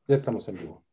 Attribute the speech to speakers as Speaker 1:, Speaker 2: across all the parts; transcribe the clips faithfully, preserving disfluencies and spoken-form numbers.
Speaker 1: Ya estamos en vivo.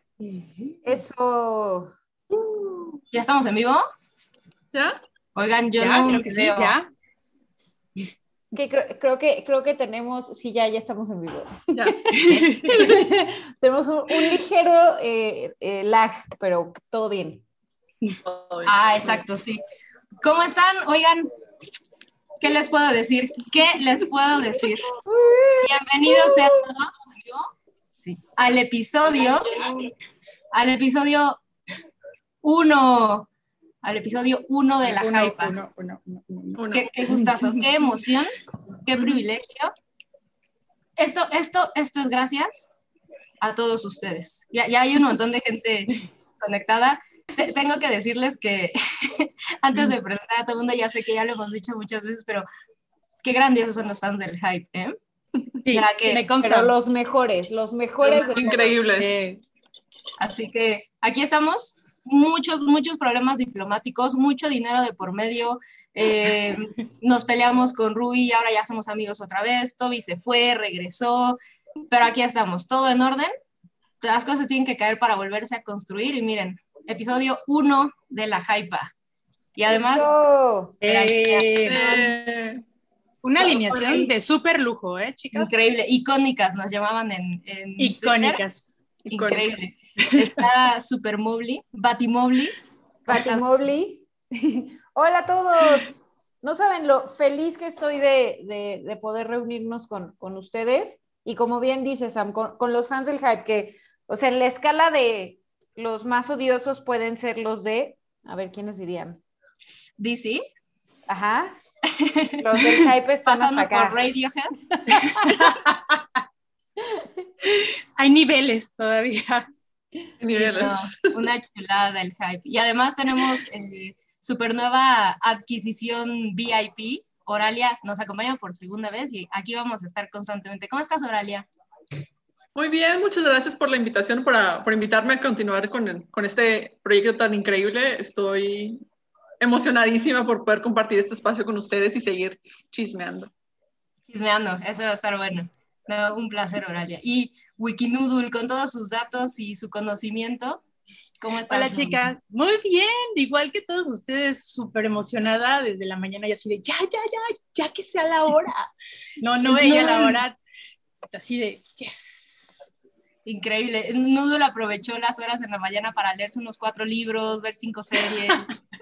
Speaker 2: Eso.
Speaker 3: ¿Ya estamos en vivo?
Speaker 4: ¿Ya?
Speaker 3: Oigan, yo
Speaker 4: ¿Ya?
Speaker 3: no
Speaker 4: Creo que
Speaker 3: veo.
Speaker 4: sí, ya.
Speaker 2: Que creo, creo que creo que tenemos, sí, ya, ya estamos en vivo.
Speaker 4: Ya.
Speaker 2: Tenemos un, un ligero eh, eh, lag, pero todo bien.
Speaker 3: Ah, exacto, sí. ¿Cómo están? Oigan, ¿qué les puedo decir? ¿Qué les puedo decir? Bienvenidos sean todos sí, al episodio, al episodio uno, al episodio uno de la
Speaker 4: Uno,
Speaker 3: Hypa.
Speaker 4: uno, uno, uno, uno.
Speaker 3: Qué, qué gustazo, qué emoción, qué privilegio. Esto, esto, esto es gracias a todos ustedes. Ya, ya hay un montón de gente conectada. Te, tengo que decirles que antes de presentar a todo el mundo, ya sé que ya lo hemos dicho muchas veces, pero qué grandiosos son los fans del hype, ¿eh?
Speaker 4: Sí,
Speaker 3: ¿Será que,
Speaker 4: me consta.
Speaker 2: Pero los mejores, los mejores.
Speaker 3: Los
Speaker 2: de
Speaker 4: Increíble.
Speaker 2: todos.
Speaker 3: Así que aquí estamos, muchos, muchos problemas diplomáticos, mucho dinero de por medio, eh, nos peleamos con Rui y ahora ya somos amigos otra vez, Toby se fue, regresó, pero aquí estamos, todo en orden, las cosas tienen que caer para volverse a construir y miren, episodio uno de la Hypa. Y además,
Speaker 2: Eso.
Speaker 4: Eh,
Speaker 3: eh,
Speaker 4: una alineación de súper lujo, ¿eh, chicas?
Speaker 3: increíble, icónicas nos llamaban en, en
Speaker 4: Icónicas.
Speaker 3: Twitter. Increíble. Está Super Mobley, Batimobly.
Speaker 2: Batimobly. Hola a todos. No saben lo feliz que estoy de, de, de poder reunirnos con, con ustedes. Y como bien dice Sam, con, con los fans del hype, que, o sea, en la escala de los más odiosos pueden ser los de, a ver, ¿quiénes dirían?
Speaker 3: D C.
Speaker 2: Ajá. Los del hype están
Speaker 3: pasando
Speaker 2: hasta acá.
Speaker 3: por Radiohead.
Speaker 4: Hay niveles todavía.
Speaker 3: Niveles. No, una chulada el hype. Y además tenemos eh, super nueva adquisición V I P. Oralia nos acompaña por segunda vez y aquí vamos a estar constantemente. ¿Cómo estás, Oralia?
Speaker 4: Muy bien, muchas gracias por la invitación, para, por invitarme a continuar con, el, con este proyecto tan increíble. Estoy emocionadísima por poder compartir este espacio con ustedes y seguir chismeando.
Speaker 3: Chismeando, eso va a estar bueno. No, un placer, Oralia. Y Wikinoodle, con todos sus datos y su conocimiento, ¿cómo estás?
Speaker 5: Hola, chicas. Muy bien, igual que todos ustedes, súper emocionada desde la mañana y así de, ya, ya, ya, ya que sea la hora. No, no veía la hora, así de, yes.
Speaker 3: Increíble. Noodle aprovechó las horas en la mañana para leerse unos cuatro libros, ver cinco series,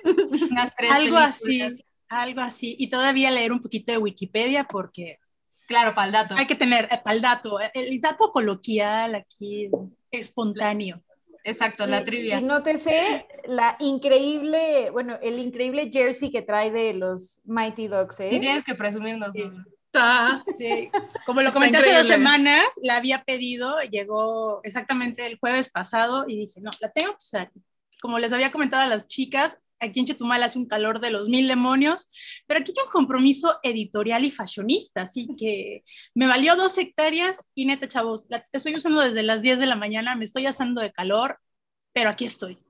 Speaker 3: unas tres
Speaker 5: algo
Speaker 3: películas.
Speaker 5: así, algo así. Y todavía leer un poquito de Wikipedia porque...
Speaker 3: Claro, para el dato.
Speaker 5: Hay que tener, eh, para el dato, el dato coloquial aquí, espontáneo.
Speaker 3: Exacto, la
Speaker 2: y,
Speaker 3: trivia.
Speaker 2: Y nótese la increíble, bueno, el increíble jersey que trae de los Mighty Ducks, ¿eh?
Speaker 3: Y tienes que presumirnos,
Speaker 5: sí.
Speaker 3: Noodle.
Speaker 5: Ah, sí. Como lo comenté hace dos semanas, la había pedido, llegó exactamente el jueves pasado y dije, no, la tengo que usar. Como les había comentado a las chicas, aquí en Chetumal hace un calor de los mil demonios, pero aquí hay un compromiso editorial y fashionista, así que me valió dos hectáreas y neta, chavos, la estoy usando desde las diez de la mañana, me estoy asando de calor, pero aquí estoy.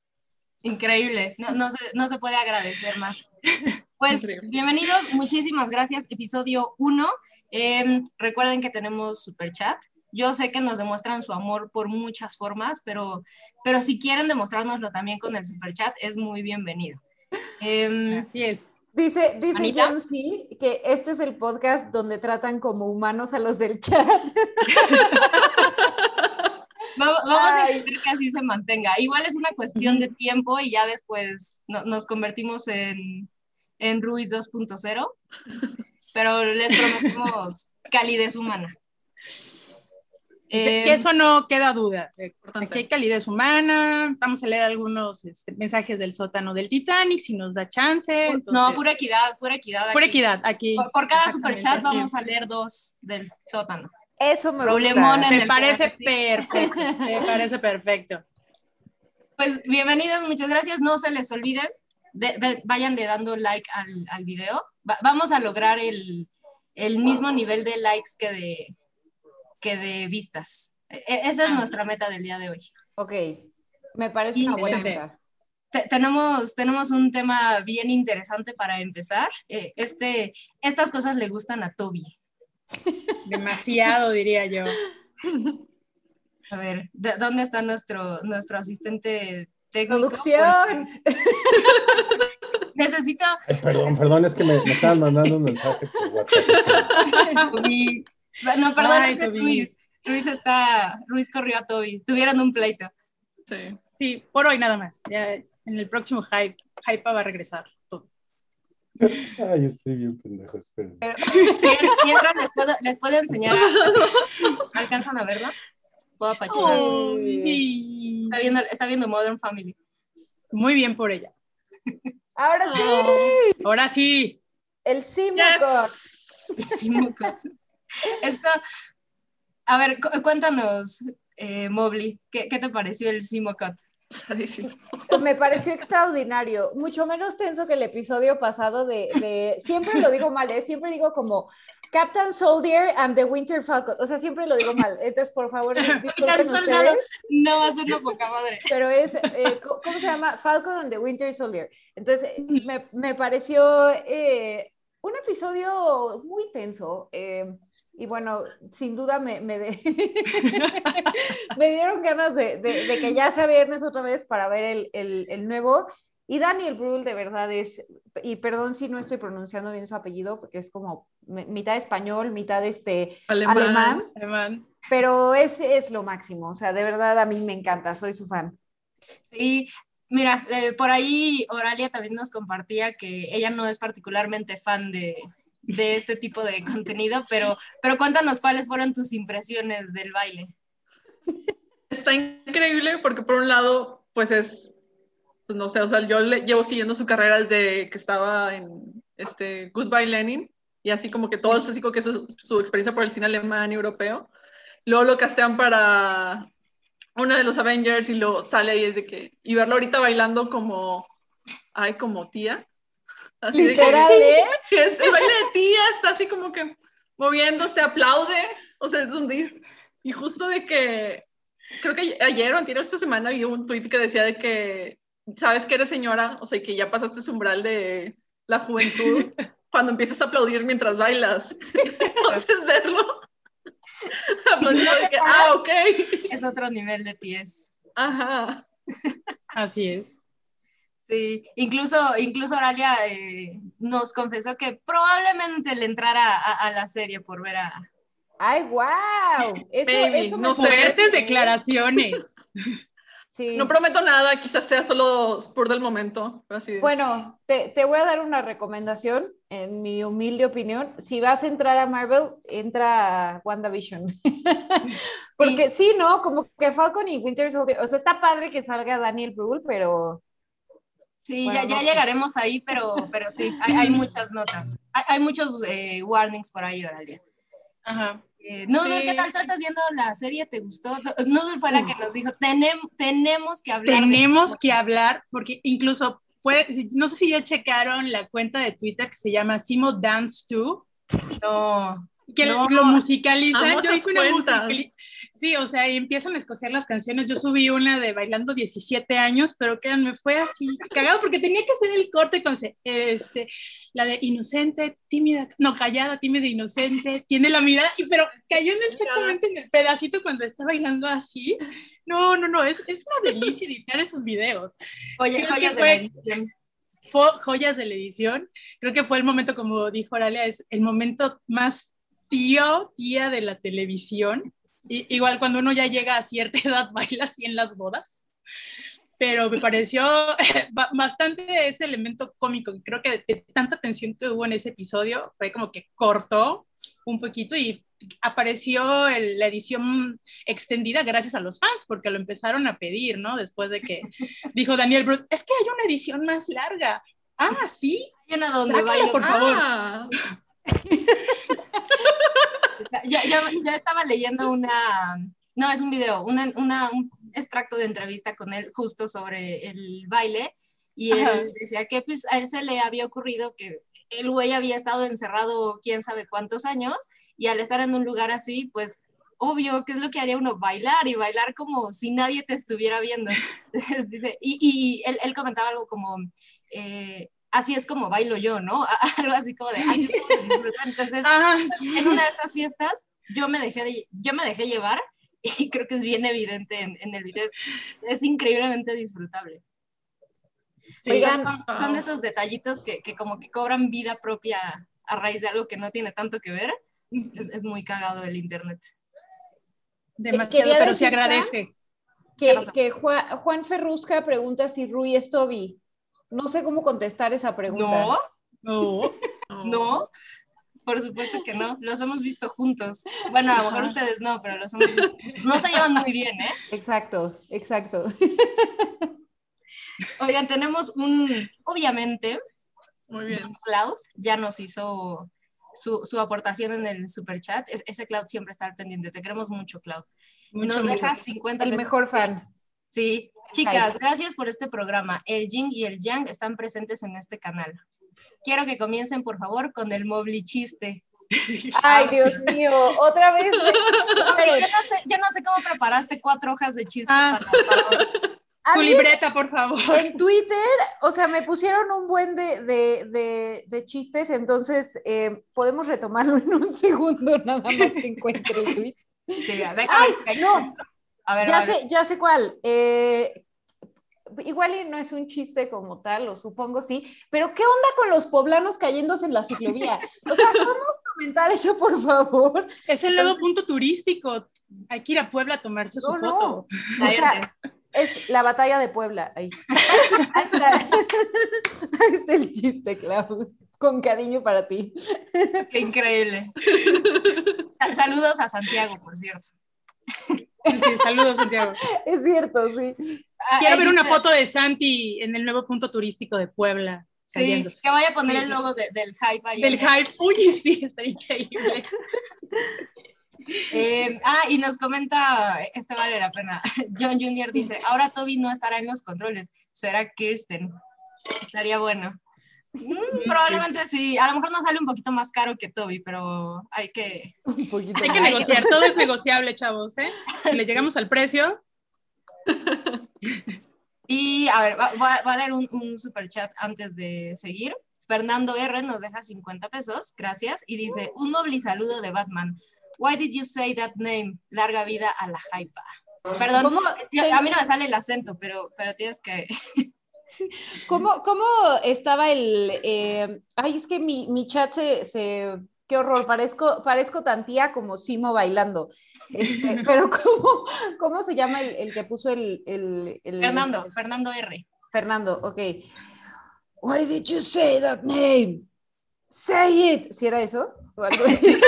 Speaker 3: Increíble, no, no, se, no se puede agradecer más. Pues increíble. Bienvenidos, muchísimas gracias, episodio uno. Eh, recuerden que tenemos super chat. Yo sé que nos demuestran su amor por muchas formas, pero, pero si quieren demostrárnoslo también con el super chat, es muy bienvenido.
Speaker 5: Eh, Así es.
Speaker 2: Dice, dice John C. que este es el podcast donde tratan como humanos a los del chat.
Speaker 3: Vamos Ay. a intentar que así se mantenga. Igual es una cuestión de tiempo y ya después no, nos convertimos en, en Ruiz dos punto cero, pero les prometemos calidez humana.
Speaker 5: Eh, que eso no queda duda. Aquí hay calidez humana, vamos a leer algunos este, mensajes del sótano del Titanic, si nos da chance. Entonces...
Speaker 3: No, pura equidad, pura equidad.
Speaker 5: Pura
Speaker 3: aquí.
Speaker 5: equidad, aquí.
Speaker 3: Por, por cada superchat vamos a leer dos del sótano.
Speaker 2: Eso me
Speaker 3: Problemón
Speaker 2: gusta.
Speaker 3: En
Speaker 5: me
Speaker 3: el
Speaker 5: parece perfecto, me parece perfecto.
Speaker 3: Pues bienvenidos, muchas gracias. No se les olvide, de, de, váyanle dando like al, al video. Va, vamos a lograr el, el mismo nivel de likes que de, que de vistas. E, esa es ah. nuestra meta del día de hoy.
Speaker 2: Ok, me parece y una buena meta.
Speaker 3: Te, tenemos, tenemos un tema bien interesante para empezar. Eh, este, estas cosas le gustan a Toby.
Speaker 5: Demasiado, diría yo.
Speaker 3: A ver, ¿de- ¿dónde está nuestro, nuestro asistente técnico?
Speaker 2: Producción.
Speaker 3: Porque necesito...
Speaker 1: Ay, perdón, perdón, es que me, me estaban mandando un mensaje por WhatsApp.
Speaker 3: Toby. No, perdón,
Speaker 5: Ay,
Speaker 3: es que
Speaker 5: Toby.
Speaker 3: Ruiz. Ruiz está... Ruiz corrió a Toby. Tuvieron un pleito.
Speaker 4: Sí.
Speaker 5: Sí, por hoy nada más. Ya en el próximo hype, hype va a regresar todo.
Speaker 1: Ay, estoy bien pendejo, esperen.
Speaker 2: Pero-
Speaker 3: Mientras les puedo, les puedo enseñar. A... ¿Alcanzan a verlo? Puedo apachurrar.
Speaker 5: Oh, sí.
Speaker 3: Está viendo, está viendo Modern Family.
Speaker 5: Muy bien por ella.
Speaker 2: Ahora sí,
Speaker 5: Oh, ahora sí.
Speaker 2: el Simulcast.
Speaker 4: Yes.
Speaker 3: Sí, Mucot. Esto, a ver, cu- cuéntanos, eh, Mobley, ¿qué, ¿qué te pareció el Simocot?
Speaker 4: Sadísimo.
Speaker 2: Me pareció extraordinario, mucho menos tenso que el episodio pasado de, de- siempre lo digo mal, ¿eh? Siempre digo como Captain Soldier and the Winter Falcon, o sea, siempre lo digo mal, entonces por favor disculpen
Speaker 3: Tan soldado,
Speaker 2: ustedes,
Speaker 3: no va a ser una poca madre.
Speaker 2: pero es, eh, co- ¿cómo se llama? Falcon and the Winter Soldier, entonces me, me pareció eh, un episodio muy tenso, eh, y bueno, sin duda me, me, de- me dieron ganas de, de, de que ya sea viernes otra vez para ver el, el, el nuevo. Y Daniel Brühl de verdad es, y perdón si no estoy pronunciando bien su apellido, porque es como me- mitad español, mitad este,
Speaker 4: Alemán.
Speaker 2: alemán,
Speaker 5: Alemán.
Speaker 2: pero es, es lo máximo, o sea, de verdad a mí me encanta, soy su fan.
Speaker 3: Sí, mira, eh, por ahí Oralia también nos compartía que ella no es particularmente fan de, de este tipo de contenido, pero, pero cuéntanos cuáles fueron tus impresiones del baile.
Speaker 4: Está increíble porque por un lado, pues es, pues no sé, o sea, yo le, llevo siguiendo su carrera desde que estaba en este Goodbye Lenin, y así como que todo es así como que su, su experiencia por el cine alemán y europeo. Luego lo castean para uno de los Avengers y lo sale ahí es de que, y verlo ahorita bailando como, ay, como tía. Así
Speaker 2: Literal,
Speaker 4: de que,
Speaker 2: ¿eh?
Speaker 4: sí, es el baile de tía, está así como que moviéndose, aplaude, o sea, es donde ir. Y justo de que, creo que ayer o anterior esta semana vi un tweet que decía de que, sabes que eres señora, o sea, que ya pasaste ese umbral de la juventud cuando empiezas a aplaudir mientras bailas. Entonces verlo, aplaudir
Speaker 3: no
Speaker 4: de
Speaker 3: te
Speaker 4: que,
Speaker 3: paras,
Speaker 4: ah, ok.
Speaker 3: Es otro nivel de ties.
Speaker 4: Ajá.
Speaker 5: Así es.
Speaker 3: Sí, incluso, incluso Oralia eh, nos confesó que probablemente le entrara a, a la serie por ver a...
Speaker 2: ¡Ay, wow! Eso,
Speaker 4: Maybe,
Speaker 2: eso me
Speaker 4: no sé.
Speaker 5: Fuertes
Speaker 2: sorprende.
Speaker 5: declaraciones.
Speaker 2: Sí.
Speaker 4: No prometo nada, quizás sea solo spur del momento. Así de,
Speaker 2: Bueno, te, te voy a dar una recomendación, en mi humilde opinión. Si vas a entrar a Marvel, entra a WandaVision. Porque sí. sí, ¿no? Como que Falcon y Winter Soldier, o sea, está padre que salga Daniel Brühl, pero...
Speaker 3: Sí,
Speaker 2: Bueno,
Speaker 3: ya, ya
Speaker 2: no sé.
Speaker 3: llegaremos ahí, pero, pero sí, hay, hay muchas notas. Hay, hay muchos eh, warnings por ahí, Oralia.
Speaker 5: Ajá.
Speaker 3: Eh, Noodle,
Speaker 4: Sí.
Speaker 3: ¿qué tal? ¿Tú estás viendo la serie? ¿Te gustó? Noodle fue la que nos dijo, "Tenem, tenemos que hablar.
Speaker 5: Tenemos
Speaker 3: de
Speaker 5: que hablar, porque incluso, puede, no sé si ya checaron la cuenta de Twitter que se llama Simo Dance two,
Speaker 3: No,
Speaker 5: que
Speaker 3: no.
Speaker 5: lo musicalizan.
Speaker 4: Amo
Speaker 5: Yo
Speaker 4: esas
Speaker 5: hice una
Speaker 4: cuentas.
Speaker 5: musicalización. Sí, o sea, y empiezan a escoger las canciones. Yo subí una de Bailando diecisiete años, pero créanme, fue así, cagado, porque tenía que hacer el corte con este, la de inocente, tímida, no, callada, tímida, inocente, tiene la mirada, y, pero cayó en exactamente en el pedacito cuando está bailando así. No, no, no, es, es una delicia editar esos videos.
Speaker 3: Oye,
Speaker 5: Creo que
Speaker 3: joyas de
Speaker 5: fue-
Speaker 3: la edición.
Speaker 5: Fue joyas de la edición. Creo que fue el momento, como dijo Oralia, es el momento más tío, tía de la televisión. Y, igual cuando uno ya llega a cierta edad, baila así en las bodas. Pero me pareció bastante ese elemento cómico. Creo que de tanta tensión que hubo en ese episodio, fue como que cortó un poquito y apareció el, la edición extendida gracias a los fans, porque lo empezaron a pedir, ¿no? Después de que dijo Daniel Brühl, es que hay una edición más larga. Ah, ¿sí?
Speaker 3: Hay una donde
Speaker 5: Sácala,
Speaker 3: bailo.
Speaker 5: por favor.
Speaker 4: Ah,
Speaker 3: Yo, yo, yo estaba leyendo una, no, es un video, una, una, un extracto de entrevista con él justo sobre el baile, y él
Speaker 5: Ajá.
Speaker 3: decía que pues a él se le había ocurrido que el güey había estado encerrado quién sabe cuántos años, y al estar en un lugar así, pues obvio, ¿qué es lo que haría uno? Bailar, y bailar como si nadie te estuviera viendo. Entonces, dice, y, y él, él comentaba algo como, eh, así es como bailo yo, ¿no? Algo así como de, así es como se disfruta. Entonces,
Speaker 5: Ah,
Speaker 3: en una de estas fiestas, yo me dejé, de, yo me dejé llevar, y creo que es bien evidente en, en el video, es, es increíblemente disfrutable. Sí, Oigan, son, son, son esos detallitos que, que como que cobran vida propia a raíz de algo que no tiene tanto que ver. Es, es muy cagado el internet.
Speaker 5: Demasiado, pero se agradece.
Speaker 2: Que, que Juan, Juan Ferrusca pregunta si Rui es Toby. No sé cómo contestar esa pregunta.
Speaker 3: No, no, no, por supuesto que no. Los hemos visto juntos. Bueno, a lo mejor ustedes no, pero los hemos visto juntos. No se llevan muy bien, ¿eh?
Speaker 2: Exacto, exacto.
Speaker 3: Oigan, tenemos un, obviamente,
Speaker 4: muy bien.
Speaker 3: Cloud ya nos hizo su, su aportación en el superchat. Es, ese Cloud siempre está al pendiente. Te queremos mucho, Cloud. Mucho, nos deja mucho. cincuenta
Speaker 2: el
Speaker 3: pesos.
Speaker 2: El mejor fan.
Speaker 3: Sí. Chicas, Ay. gracias por este programa. El yin y el yang están presentes en este canal. Quiero que comiencen, por favor, con el Mobley chiste.
Speaker 2: Ay, Dios mío, otra vez.
Speaker 3: yo, no sé, yo no sé cómo preparaste cuatro hojas de chistes ah. para, para...
Speaker 5: Tu libreta, por favor.
Speaker 2: En Twitter, o sea, me pusieron un buen de, de, de, de chistes, entonces eh, podemos retomarlo en un segundo, nada más que encuentre el tweet.
Speaker 3: Sí, déjame
Speaker 2: Ay,
Speaker 3: ver si
Speaker 2: no, a ver, ya, a ver. Sé, ya sé cuál. Eh, igual y no es un chiste como tal, lo supongo sí, pero ¿qué onda con los poblanos cayéndose en la ciclovía? O sea, ¿podemos comentar eso, por favor?
Speaker 5: Es el nuevo punto turístico. Hay que ir a Puebla a tomarse su
Speaker 2: no,
Speaker 5: foto.
Speaker 2: No. O sea, es la batalla de Puebla. Ahí, ahí, está. Ahí está el chiste, Clau. Con cariño para ti.
Speaker 3: Qué increíble. Saludos a Santiago, por cierto.
Speaker 5: Sí, saludos, Santiago.
Speaker 2: Es cierto, sí.
Speaker 5: Quiero ver una foto de Santi en el nuevo punto turístico de Puebla.
Speaker 3: Sí, cayéndose. Que vaya a poner el logo de, del hype ahí.
Speaker 5: Del hype, uy, sí, está increíble.
Speaker 3: Eh, ah, y nos comenta, este vale la pena, John junior dice, ahora Toby no estará en los controles, será Kirsten. Estaría bueno. Mm, probablemente sí, a lo mejor nos sale un poquito más caro que Toby, pero hay que...
Speaker 2: Un poquito
Speaker 5: hay que
Speaker 2: más.
Speaker 5: negociar, todo es negociable, chavos, ¿eh? Si sí. le llegamos al precio...
Speaker 3: Y a ver, va, va, va a leer un, un super chat antes de seguir. Fernando R nos deja cincuenta pesos, gracias, y dice, un noble saludo de Batman. Why did you say that name? Larga vida a la hypa. Perdón, yo, a mí no me sale el acento, pero, pero tienes que...
Speaker 2: ¿Cómo, cómo estaba el... Eh... Ay, es que mi, mi chat se... se... Qué horror, parezco, parezco tan tía como Simo bailando. Este, pero ¿cómo, ¿cómo se llama el, el que puso el, el, el...
Speaker 3: Fernando, el... Fernando R.
Speaker 2: Fernando, ok. Why did you say that name? Say it. ¿Sí era eso? ¿O algo así?
Speaker 5: Sí.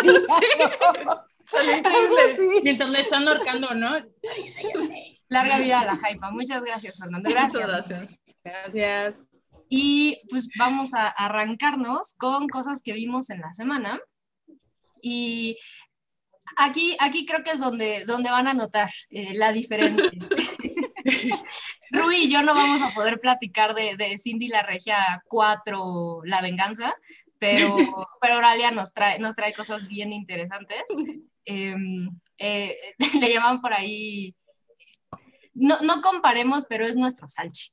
Speaker 5: Mientras le están ahorcando, ¿no?
Speaker 3: Larga vida a la hypa. Muchas gracias, Fernando. Gracias.
Speaker 4: Muchas gracias.
Speaker 5: Gracias.
Speaker 3: Y pues vamos a arrancarnos con cosas que vimos en la semana. Y aquí, aquí creo que es donde, donde van a notar eh, la diferencia. Rui y yo no vamos a poder platicar de, de Cindy la Regia cuatro, La Venganza, pero, pero Oralia nos trae, nos trae cosas bien interesantes. Eh, eh, le llaman por ahí... No, no comparemos, pero es nuestro Salchi.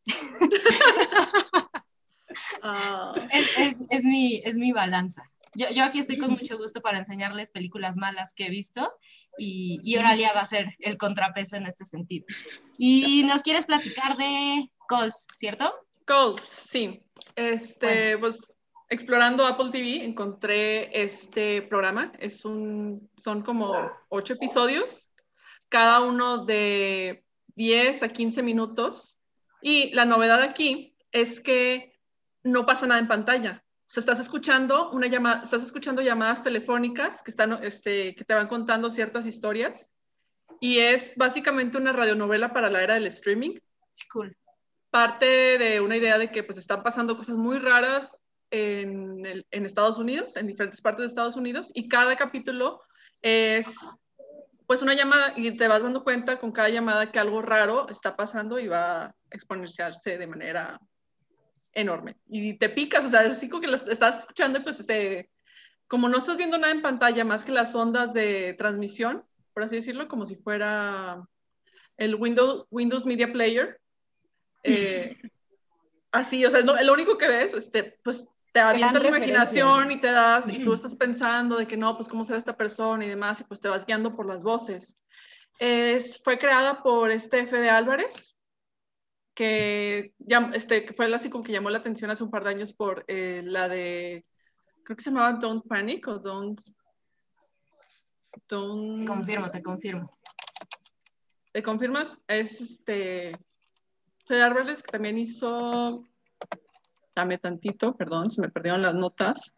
Speaker 4: Oh.
Speaker 3: Es, es, es, mi, es mi balanza. Yo, yo aquí estoy con mucho gusto para enseñarles películas malas que he visto y, y Oralia va a ser el contrapeso en este sentido. Y nos quieres platicar de Calls, ¿cierto?
Speaker 4: Calls, sí. Este, bueno. Pues explorando Apple T V encontré este programa. Es un, son como ocho episodios, cada uno de diez a quince minutos. Y la novedad aquí es que no pasa nada en pantalla. O sea, estás escuchando una llamada, estás escuchando llamadas telefónicas que están, este, que te van contando ciertas historias. Y es básicamente una radionovela para la era del streaming.
Speaker 3: Cool.
Speaker 4: Parte de una idea de que pues están pasando cosas muy raras en, el, en Estados Unidos, en diferentes partes de Estados Unidos, y cada capítulo es pues una llamada y te vas dando cuenta con cada llamada que algo raro está pasando y va a exponenciarse de manera enorme. Y te picas, o sea, es así como que lo estás escuchando y pues este, como no estás viendo nada en pantalla más que las ondas de transmisión, por así decirlo, como si fuera el Windows, Windows Media Player. Eh, así, o sea, es lo, lo único que ves, este, pues te avienta la imaginación y te das, y tú estás pensando de que no, pues cómo será esta persona y demás, y pues te vas guiando por las voces. Es, fue creada por este Fede Álvarez, que, ya, este, que fue así como que llamó la atención hace un par de años por eh, la de, creo que se llamaba Don't Panic o Don't... don't...
Speaker 3: Te confirmo, te confirmo.
Speaker 4: ¿Te confirmas? Es este Fede Álvarez, que también hizo... Dame tantito, perdón, se me perdieron las notas.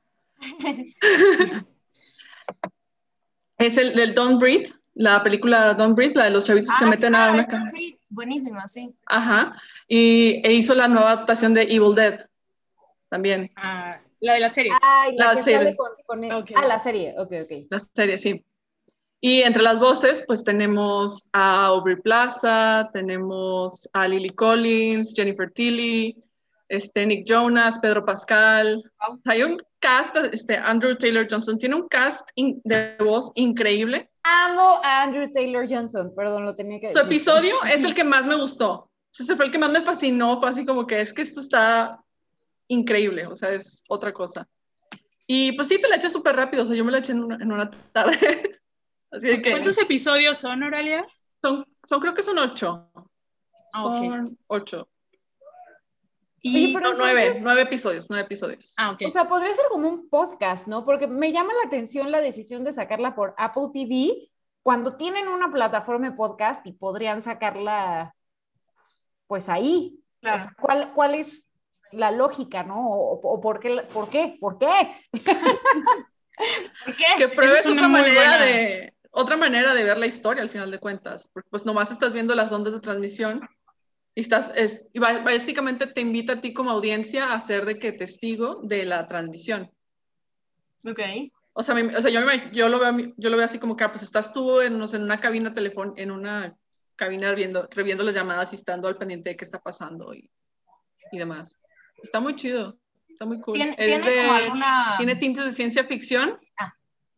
Speaker 4: Es el del Don't Breathe, la película Don't Breathe, la de los chavitos
Speaker 3: ah,
Speaker 4: que se meten
Speaker 3: claro,
Speaker 4: a una
Speaker 3: es
Speaker 4: cama.
Speaker 3: Don't Breathe. Buenísima, sí.
Speaker 4: Ajá. Y e hizo la nueva adaptación de Evil Dead también.
Speaker 5: Ah, la de la serie.
Speaker 2: Ay, la,
Speaker 4: La
Speaker 2: que
Speaker 4: serie.
Speaker 2: sale con, con el-
Speaker 5: Ok.
Speaker 2: Ah, la serie, ok, ok.
Speaker 4: La serie, sí. Y entre las voces, pues tenemos a Aubrey Plaza, tenemos a Lily Collins, Jennifer Tilly, este, Nick Jonas, Pedro Pascal.
Speaker 3: Wow.
Speaker 4: Hay un cast, este, Andrew Taylor Johnson, tiene un cast in- de voz increíble.
Speaker 2: Amo a Andrew Taylor Johnson, perdón, lo tenía que
Speaker 4: Su
Speaker 2: decir.
Speaker 4: episodio es el que más me gustó. Ese fue el que más me fascinó, fue así como que es que esto está increíble, o sea, es otra cosa. Y pues sí, te la eché súper rápido, o sea, yo me la eché en una, en una tarde. Así de que
Speaker 5: ¿Cuántos episodios son, Oralia?
Speaker 4: son, son, creo que son ocho.
Speaker 5: Ah, ok.
Speaker 4: Son ocho.
Speaker 3: Y
Speaker 2: Oye, pero
Speaker 4: No, nueve,
Speaker 2: entonces-
Speaker 4: nueve episodios, nueve episodios.
Speaker 5: Ah, ok.
Speaker 2: O sea, podría ser como un podcast, ¿no? Porque me llama la atención la decisión de sacarla por Apple T V cuando tienen una plataforma de podcast y podrían sacarla, pues ahí.
Speaker 3: claro.
Speaker 2: O sea, ¿cuál, ¿Cuál es la lógica, no? O, o por qué, por qué, por qué.
Speaker 3: ¿Por qué?
Speaker 4: Que pruebes
Speaker 5: Esa es una
Speaker 4: otra
Speaker 5: muy
Speaker 4: manera
Speaker 5: buena-
Speaker 4: de otra manera de ver la historia al final de cuentas, porque pues nomás estás viendo las ondas de transmisión y estás es y básicamente te invita a ti como audiencia a ser de que testigo de la transmisión.
Speaker 3: Ok.
Speaker 4: O sea, mi, o sea yo, me, yo lo veo yo lo veo así como que pues estás tú en, no sé, en una cabina telefón en una cabina viendo reviendo las llamadas y estando al pendiente de qué está pasando y, y demás. Está muy chido. Está muy cool.
Speaker 3: ¿Tiene,
Speaker 4: Es
Speaker 3: ¿tiene
Speaker 4: de-
Speaker 3: como alguna...
Speaker 4: tiene tintes de ciencia ficción.
Speaker 3: Ah.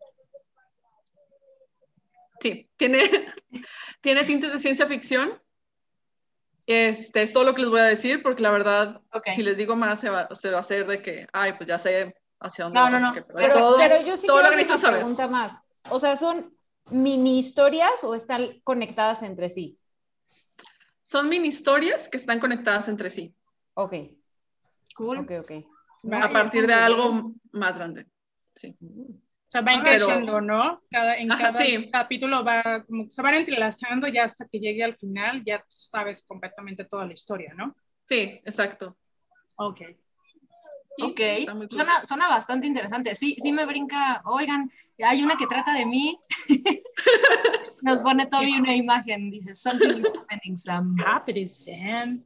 Speaker 4: Sí, tiene, tiene tintes de ciencia ficción. Este es todo lo que les voy a decir, porque la verdad,
Speaker 3: Ok.
Speaker 4: si les digo más, se va, se va a hacer de que, ay, pues ya sé hacia dónde
Speaker 3: No,
Speaker 4: vamos,
Speaker 3: no, no,
Speaker 4: que- pero,
Speaker 2: Pero,
Speaker 4: todo,
Speaker 2: pero yo sí
Speaker 4: todo
Speaker 2: quiero
Speaker 4: lo que
Speaker 2: hacer una
Speaker 4: necesitas saber.
Speaker 2: pregunta más. O sea, ¿son mini historias o están conectadas entre sí?
Speaker 4: Son mini historias que están conectadas entre sí,
Speaker 2: Ok,
Speaker 3: Cool.
Speaker 2: ok, ok.
Speaker 5: Vaya,
Speaker 4: a partir de
Speaker 5: muy bien.
Speaker 4: algo más grande. Sí.
Speaker 5: O sea, va
Speaker 3: Ok,
Speaker 5: creciendo, ¿no? Cada, en
Speaker 4: Ajá,
Speaker 5: cada
Speaker 4: sí.
Speaker 5: capítulo va, como que se van entrelazando ya hasta que llegue al final, ya sabes completamente toda la historia, ¿no?
Speaker 4: Sí, exacto.
Speaker 5: Ok.
Speaker 4: Y
Speaker 3: Ok,
Speaker 4: está muy cool.
Speaker 3: suena, suena bastante interesante. Sí, sí me brinca. Oigan, hay una que trata de mí. Nos pone Toby una imagen. Dice, something is happening, Sam.
Speaker 5: Happy Sam.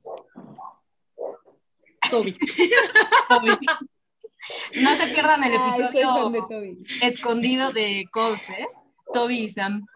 Speaker 5: Toby.
Speaker 3: Toby. No se pierdan el
Speaker 2: Ay, soy
Speaker 3: episodio
Speaker 2: fan de Toby.
Speaker 3: escondido de Coles, ¿eh? Toby y Sam.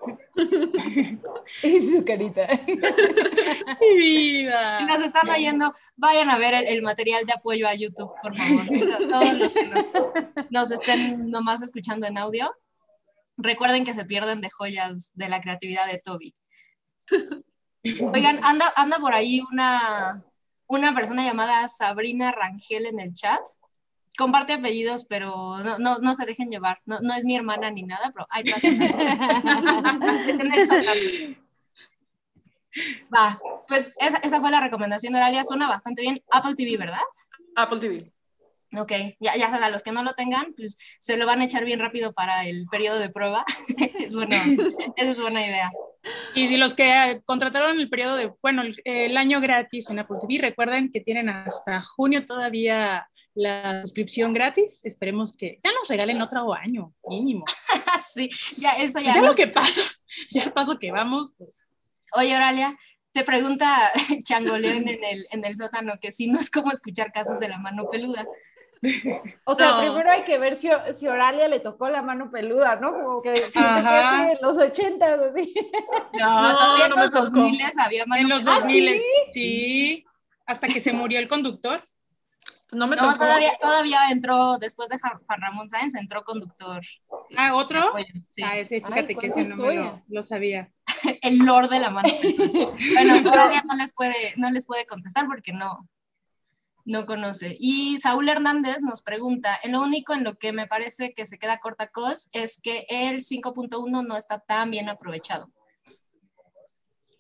Speaker 2: Y su carita.
Speaker 5: Mi vida.
Speaker 3: Si nos están oyendo, vayan a ver el, el material de apoyo a YouTube, por favor. Todos los que nos, nos estén nomás escuchando en audio, recuerden que se pierden de joyas de la creatividad de Toby. Oigan, anda, anda por ahí una, una persona llamada Sabrina Rangel en el chat. Comparte apellidos, pero no, no, no se dejen llevar. No, no es mi hermana ni nada, pero ahí traten de tener esa parte. Va, pues esa, esa fue la recomendación de Oralia. Suena bastante bien. Apple T V, ¿verdad?
Speaker 4: Apple T V.
Speaker 3: Ok, ya, ya saben, a los que no lo tengan, pues se lo van a echar bien rápido para el periodo de prueba. Es bueno, esa es buena idea.
Speaker 5: Y de los que eh, contrataron el periodo de, bueno, el, el año gratis en Apple T V, recuerden que tienen hasta junio todavía la suscripción gratis. Esperemos que ya nos regalen otro año, mínimo.
Speaker 3: Sí, ya eso ya.
Speaker 5: Ya
Speaker 3: no-
Speaker 5: lo que pasa, ya el paso que vamos, pues.
Speaker 3: Oye, Oralia, te pregunta Changoleón en el, en el sótano que si no es como escuchar casos de la mano peluda.
Speaker 2: O sea,
Speaker 4: No.
Speaker 2: primero hay que ver si, si Oralia le tocó la mano peluda, ¿no? Como que siento que
Speaker 5: Ajá.
Speaker 2: es de los ochentas, así.
Speaker 3: No,
Speaker 4: No,
Speaker 3: todavía en
Speaker 4: no me
Speaker 3: los
Speaker 4: tocó.
Speaker 3: dos mil había mano
Speaker 5: En los
Speaker 3: peluda.
Speaker 5: dos mil, sí, hasta que se murió el conductor.
Speaker 4: No me
Speaker 3: No,
Speaker 4: tocó.
Speaker 3: todavía, todavía entró, después de Juan Juan Ramón Sáenz, entró conductor.
Speaker 5: Ah, ¿otro?
Speaker 3: Apoyo, sí.
Speaker 5: Ah, ese, fíjate
Speaker 2: Ay,
Speaker 5: que ese
Speaker 2: ¿cuánta
Speaker 5: no me lo,
Speaker 2: historia?
Speaker 5: lo sabía.
Speaker 3: El lord de la mano peluda. Bueno, Oralia no les puede, no les puede contestar porque no, no conoce. Y Saúl Hernández nos pregunta, en lo único en lo que me parece que se queda corta Coles es que el cinco punto uno no está tan bien aprovechado.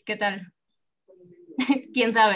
Speaker 3: ¿Qué tal? ¿Quién sabe?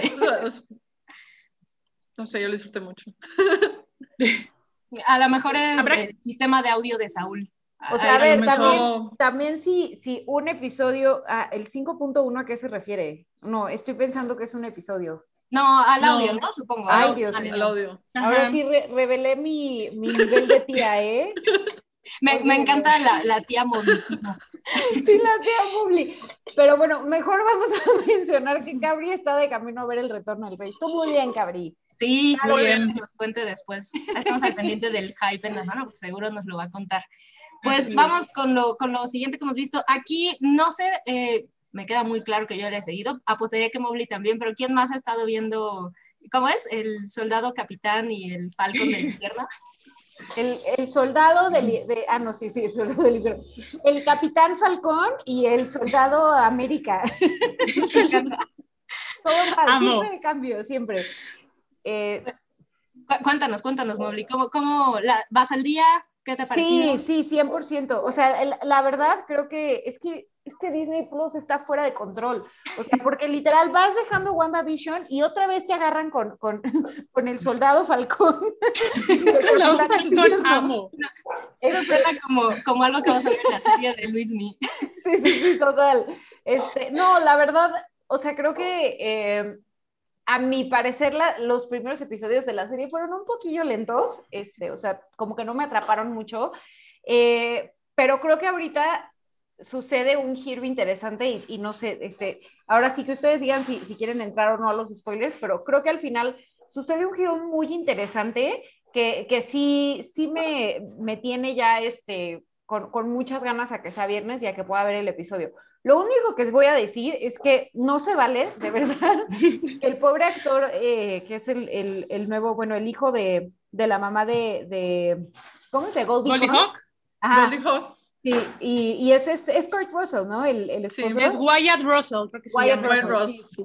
Speaker 4: No sé, yo lo disfruté mucho.
Speaker 3: A lo mejor es
Speaker 5: ¿Habrá...
Speaker 3: el sistema de audio de Saúl.
Speaker 2: O sea, a, a ver, mejor... también, también si, si un episodio, ah, el cinco punto uno, ¿a qué se refiere? No, estoy pensando que es un episodio.
Speaker 3: No, al audio, ¿no? ¿no? Supongo.
Speaker 2: Ay,
Speaker 3: al,
Speaker 2: Dios.
Speaker 4: Al audio.
Speaker 2: Ahora sí re revelé mi, mi nivel de tía, ¿eh?
Speaker 3: me, me encanta la, la tía Mobley.
Speaker 2: Sí, la tía Mobley. Pero bueno, mejor vamos a mencionar que Cabri está de camino a ver el retorno del rey. Tú muy bien, Cabri.
Speaker 3: Sí, claro, muy bien. Que nos cuente después. Estamos al pendiente del hype en la mano, porque seguro nos lo va a contar. Pues Así vamos con lo, con lo siguiente que hemos visto. Aquí, no sé... Eh, me queda muy claro que yo le he seguido, apostaría que Mobley también, pero ¿quién más ha estado viendo, cómo es? El soldado capitán y el Falcon del infierno.
Speaker 2: El, el soldado del, de, ah no, sí, sí, el soldado del infierno. El capitán Falcón y el soldado América. Todo mal, Amo. Siempre cambio, siempre. Eh,
Speaker 3: cuéntanos, cuéntanos, Mobley, ¿cómo, cómo la, vas al día? ¿Qué te pareció?
Speaker 2: Sí, sí, cien por ciento. O sea, el, la verdad creo que es que este Disney Plus está fuera de control. O sea, porque literal vas dejando WandaVision y otra vez te agarran con, con, con el soldado Falcón.
Speaker 5: Soldado Falcón, amo.
Speaker 3: Eso suena como, como algo que vas a ver en la serie de Luismi.
Speaker 2: Sí, sí, sí, total. Este, no, la verdad, o sea, creo que eh, a mi parecer la, los primeros episodios de la serie fueron un poquillo lentos, este, o sea, como que no me atraparon mucho, eh, pero creo que ahorita sucede un giro interesante y, y no sé, este, ahora sí que ustedes digan si, si quieren entrar o no a los spoilers, pero creo que al final sucede un giro muy interesante que, que sí, sí me, me tiene ya este, con, con muchas ganas a que sea viernes y a que pueda ver el episodio. Lo único que les voy a decir es que no se vale, de verdad, el pobre actor, eh, que es el, el, el nuevo, bueno, el hijo de, de la mamá de, de ¿cómo se dice? Goldie,
Speaker 5: Goldie Hawn.
Speaker 2: Ajá.
Speaker 4: Goldie Hawn.
Speaker 2: Sí, y, y es, este, es Kurt Russell, ¿no? El, el esposo.
Speaker 5: Sí, es Wyatt Russell, creo que se
Speaker 2: Wyatt
Speaker 5: llama.
Speaker 2: Russell,
Speaker 4: Russell.
Speaker 2: Sí.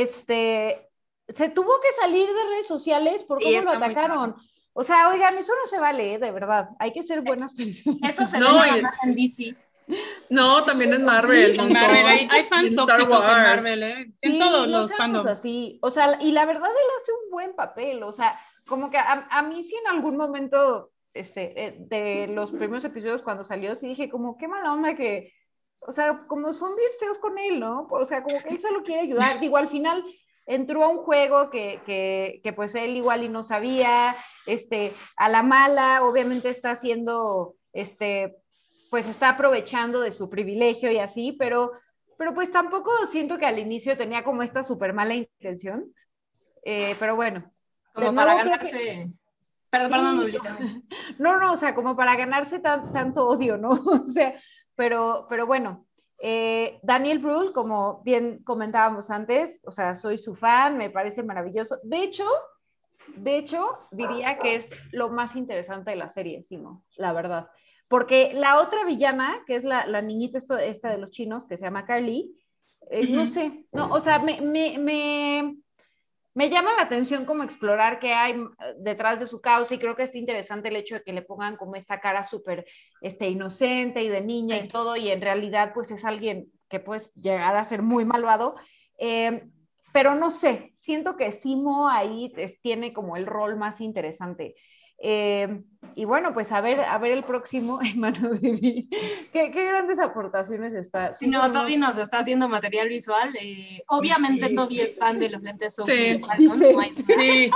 Speaker 2: Este, se tuvo que salir de redes sociales por cómo lo atacaron. O sea, oigan, eso no se vale, ¿eh? De verdad. Hay que ser buenas personas.
Speaker 3: Eso se
Speaker 4: no,
Speaker 3: ve nada más en D C.
Speaker 4: No, también en Marvel.
Speaker 5: En Marvel hay, hay fan tóxicos en Marvel, ¿eh? En
Speaker 2: sí,
Speaker 5: todos
Speaker 2: no
Speaker 5: los fandoms.
Speaker 2: Así. O sea, y la verdad él hace un buen papel. O sea, como que a, a mí sí en algún momento este, de los primeros episodios cuando salió, sí dije como, qué mala onda que, o sea, como son bien feos con él, ¿no? O sea, como que él solo quiere ayudar. Digo, al final entró a un juego que, que, que pues él igual y no sabía, este, a la mala, obviamente está haciendo, este, pues está aprovechando de su privilegio y así, pero, pero pues tampoco siento que al inicio tenía como esta súper mala intención, eh, pero bueno.
Speaker 3: Como para ganarse... Que... Perdón, sí. perdón,
Speaker 2: no, no, o sea, como para ganarse tan, tanto odio, ¿no? O sea, pero, pero bueno, eh, Daniel Brühl, como bien comentábamos antes, o sea, soy su fan, me parece maravilloso. De hecho, de hecho, diría que es lo más interesante de la serie, Simo, la verdad. Porque la otra villana, que es la, la niñita esto, esta de los chinos, que se llama Carly, eh, uh-huh. no sé, no, o sea, me... me, me Me llama la atención como explorar qué hay detrás de su causa y creo que está interesante el hecho de que le pongan como esta cara súper este, inocente y de niña y todo y en realidad pues es alguien que puede llegar a ser muy malvado, eh, pero no sé, siento que Simo ahí es, tiene como el rol más interesante. Eh, y bueno, pues a ver, a ver el próximo en mano de mí. ¿Qué, qué grandes aportaciones está.
Speaker 3: Sí, no, Toby unos... nos está haciendo material visual. Eh, obviamente Toby es fan de los lentes Sophie.
Speaker 4: Sí,
Speaker 3: Falcon,
Speaker 4: sí.
Speaker 3: No,
Speaker 4: sí.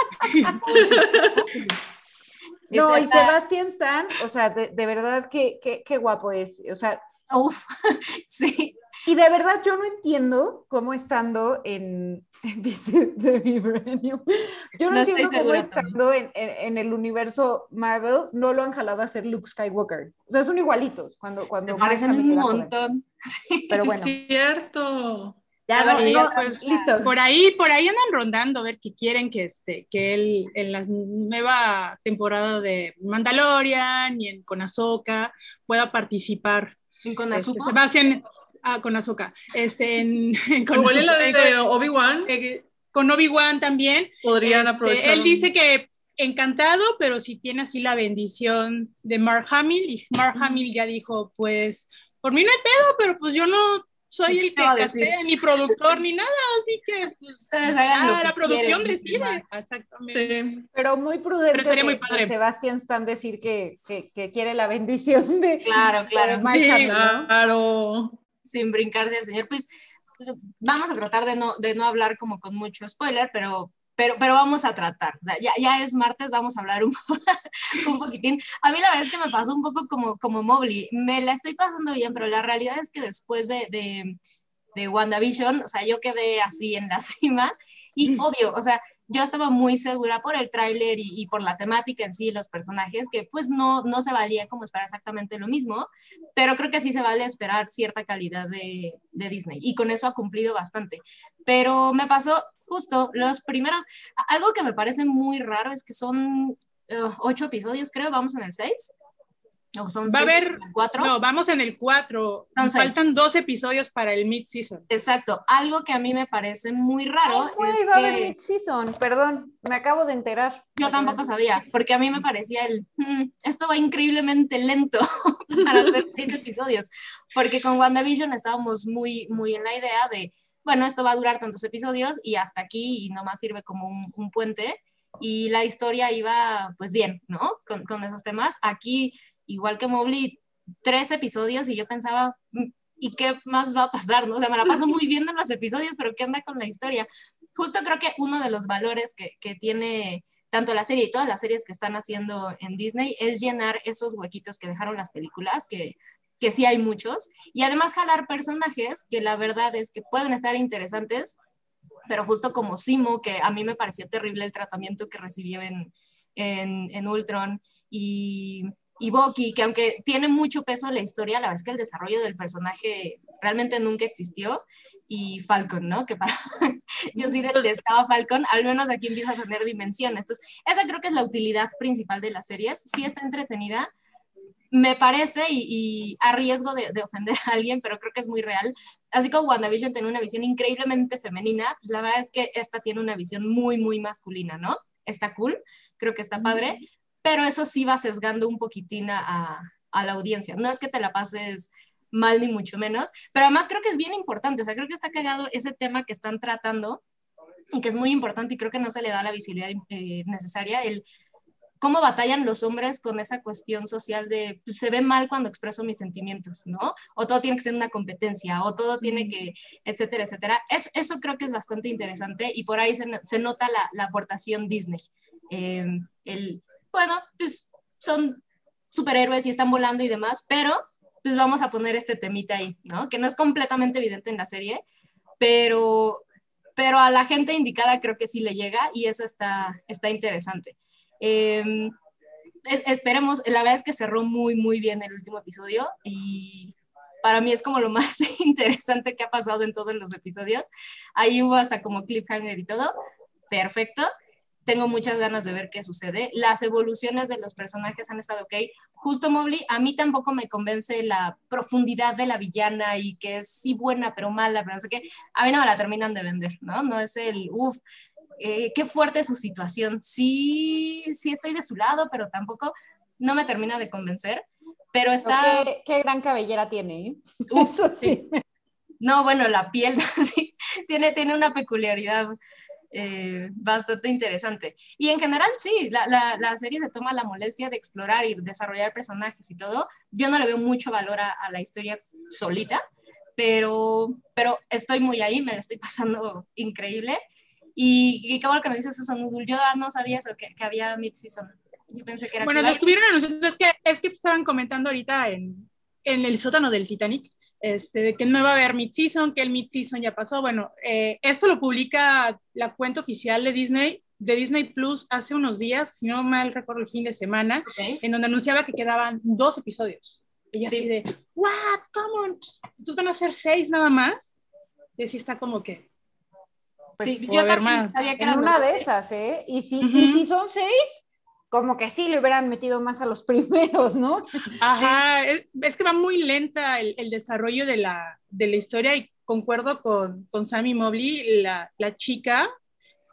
Speaker 2: no y Sebastian Stan, o sea, de, de verdad que, que, qué guapo es. O sea,
Speaker 3: uf, sí.
Speaker 2: Y de verdad yo no entiendo cómo estando en Visit the Vibranium, yo no, no entiendo cómo estando en, en, en el universo Marvel no lo han jalado a hacer Luke Skywalker. O sea, son igualitos cuando cuando
Speaker 3: se parecen un montón.
Speaker 2: Sí. Pero bueno.
Speaker 4: Es cierto.
Speaker 2: Ya no,
Speaker 5: sí,
Speaker 2: no,
Speaker 5: pues,
Speaker 2: listo.
Speaker 5: Por ahí, por ahí andan rondando a ver que quieren que este, que él en la nueva temporada de Mandalorian y en con Ahsoka pueda participar.
Speaker 3: ¿En con Ahsoka?
Speaker 5: Este, Sebastián Ah, con Ahsoka. Este, en,
Speaker 4: con Ahsoka, la de, de Obi-Wan.
Speaker 5: Eh, con Obi-Wan también.
Speaker 4: Podrían
Speaker 5: este,
Speaker 4: aprovechar.
Speaker 5: Él dice que encantado, pero si tiene así la bendición de Mark Hamill, y Mark Hamill ya dijo, pues, por mí no hay pedo, pero pues yo no soy el que castea, ni productor, ni nada, así que pues,
Speaker 3: ustedes hagan lo
Speaker 5: ah,
Speaker 3: que
Speaker 5: la producción
Speaker 3: quieren,
Speaker 5: decide.
Speaker 3: más.
Speaker 5: Exactamente.
Speaker 4: Sí.
Speaker 2: Pero muy prudente
Speaker 5: Pero sería muy
Speaker 2: de,
Speaker 5: padre.
Speaker 2: de Sebastian Stan decir que, que, que quiere la bendición de,
Speaker 3: Claro, claro.
Speaker 2: de Mark
Speaker 4: Sí,
Speaker 2: Hamill, ¿no?
Speaker 4: claro.
Speaker 3: Sin brincarse al señor. Pues vamos a tratar de no, de no hablar como con mucho spoiler, pero, pero, pero vamos a tratar. O sea, ya, ya es martes, vamos a hablar un, un poquitín. A mí la verdad es que me pasó un poco como, como Mobley. Me la estoy pasando bien, pero la realidad es que después de, de, de WandaVision, o sea, yo quedé así en la cima. Y obvio, o sea, yo estaba muy segura por el tráiler y, y por la temática en sí, los personajes, que pues no, no se valía como esperar exactamente lo mismo, pero creo que sí se vale esperar cierta calidad de, de Disney, y con eso ha cumplido bastante. Pero me pasó justo los primeros, algo que me parece muy raro es que son uh, ocho episodios, creo, vamos en el seis. ¿O son
Speaker 5: Va a
Speaker 3: seis,
Speaker 5: haber,
Speaker 3: cuatro?
Speaker 5: no, vamos en el cuatro,
Speaker 3: Son
Speaker 5: faltan
Speaker 3: seis.
Speaker 5: dos episodios para el mid-season.
Speaker 3: Exacto, algo que a mí me parece muy raro.
Speaker 2: Ay, güey,
Speaker 3: es
Speaker 2: va a
Speaker 3: que...
Speaker 2: haber mid-season, perdón, me acabo de enterar.
Speaker 3: Yo tampoco sabía, porque a mí me parecía el, mm, esto va increíblemente lento para hacer seis episodios, porque con WandaVision estábamos muy, muy en la idea de, bueno, esto va a durar tantos episodios y hasta aquí, y nomás sirve como un, un puente, y la historia iba, pues bien, ¿no? Con, con esos temas. Aquí, igual que Mobley, tres episodios, y yo pensaba, ¿y qué más va a pasar? ¿No? O sea, me la paso muy bien en los episodios, pero ¿qué anda con la historia? Justo creo que uno de los valores que, que tiene tanto la serie y todas las series que están haciendo en Disney es llenar esos huequitos que dejaron las películas, que, que sí hay muchos, y además jalar personajes que la verdad es que pueden estar interesantes, pero justo como Simo, que a mí me pareció terrible el tratamiento que recibió en, en, en Ultron, y, y Bucky, que aunque tiene mucho peso en la historia, la verdad es que el desarrollo del personaje realmente nunca existió, y Falcon, ¿no? Que para... yo sí detestaba Falcon, al menos aquí empieza a tener dimensión. Entonces, esa creo que es la utilidad principal de las series. Sí está entretenida, me parece, y, y a riesgo de, de ofender a alguien, pero creo que es muy real. Así como WandaVision tiene una visión increíblemente femenina, pues la verdad es que esta tiene una visión muy, muy masculina, ¿no? Está cool, creo que está padre, pero eso sí va sesgando un poquitín a, a la audiencia. No es que te la pases mal ni mucho menos, pero además creo que es bien importante, o sea, creo que está cagado ese tema que están tratando y que es muy importante, y creo que no se le da la visibilidad eh, necesaria, el cómo batallan los hombres con esa cuestión social de, pues, se ve mal cuando expreso mis sentimientos, ¿no? O todo tiene que ser una competencia, o todo tiene que, etcétera, etcétera. Es, eso creo que es bastante interesante, y por ahí se, se nota la, la aportación Disney. Eh, el, bueno, pues son superhéroes y están volando y demás, pero pues vamos a poner este temita ahí, ¿no? Que no es completamente evidente en la serie, pero, pero a la gente indicada creo que sí le llega, y eso está, está interesante. Eh, esperemos, la verdad es que cerró muy, muy bien el último episodio, y para mí es como lo más interesante que ha pasado en todos los episodios. Ahí hubo hasta como cliffhanger y todo, perfecto. Tengo muchas ganas de ver qué sucede. Las evoluciones de los personajes han estado ok. Justo Mobley, a mí tampoco me convence la profundidad de la villana, y que es sí buena pero mala, pero no sé qué. A mí no me la terminan de vender, ¿no? No es el, uff, eh, qué fuerte su situación. Sí, sí estoy de su lado, pero tampoco no me termina de convencer. Pero está...
Speaker 2: Qué, qué gran cabellera tiene, ¿eh?
Speaker 3: Uf,
Speaker 2: Eso sí.
Speaker 3: No, bueno, la piel sí, tiene, tiene una peculiaridad Eh, bastante interesante. Y en general sí, la, la, la serie se toma la molestia de explorar y desarrollar personajes y todo. Yo no le veo mucho valor a, a la historia solita, pero, pero estoy muy ahí, me la estoy pasando increíble. Y, y qué bueno que nos dices eso, Nudul. Yo no sabía eso, que, que había mid-season. Yo pensé que era...
Speaker 5: Bueno, lo estuvieron anunciando, es que, es que estaban comentando ahorita en, en el sótano del Titanic, Este, de que no va a haber mid-season, que el mid-season ya pasó. Bueno, eh, esto lo publica la cuenta oficial de Disney, de Disney Plus, hace unos días, si no mal recuerdo el fin de semana,
Speaker 3: okay,
Speaker 5: en donde anunciaba que quedaban dos episodios. Y
Speaker 3: sí,
Speaker 5: así de, what, come on, entonces van a ser seis nada más. Sí, sí está como que...
Speaker 3: Pues,
Speaker 5: sí,
Speaker 3: yo también sabía que
Speaker 2: en
Speaker 3: eran
Speaker 2: una
Speaker 3: dos,
Speaker 2: de
Speaker 3: ¿eh?
Speaker 2: esas, ¿eh? Y si,
Speaker 5: uh-huh.
Speaker 2: y si son seis, como que sí le hubieran metido más a los primeros, ¿no?
Speaker 5: Ajá, es, es que va muy lenta el, el desarrollo de la, de la historia, y concuerdo con, con Sammy Mobley, la, la chica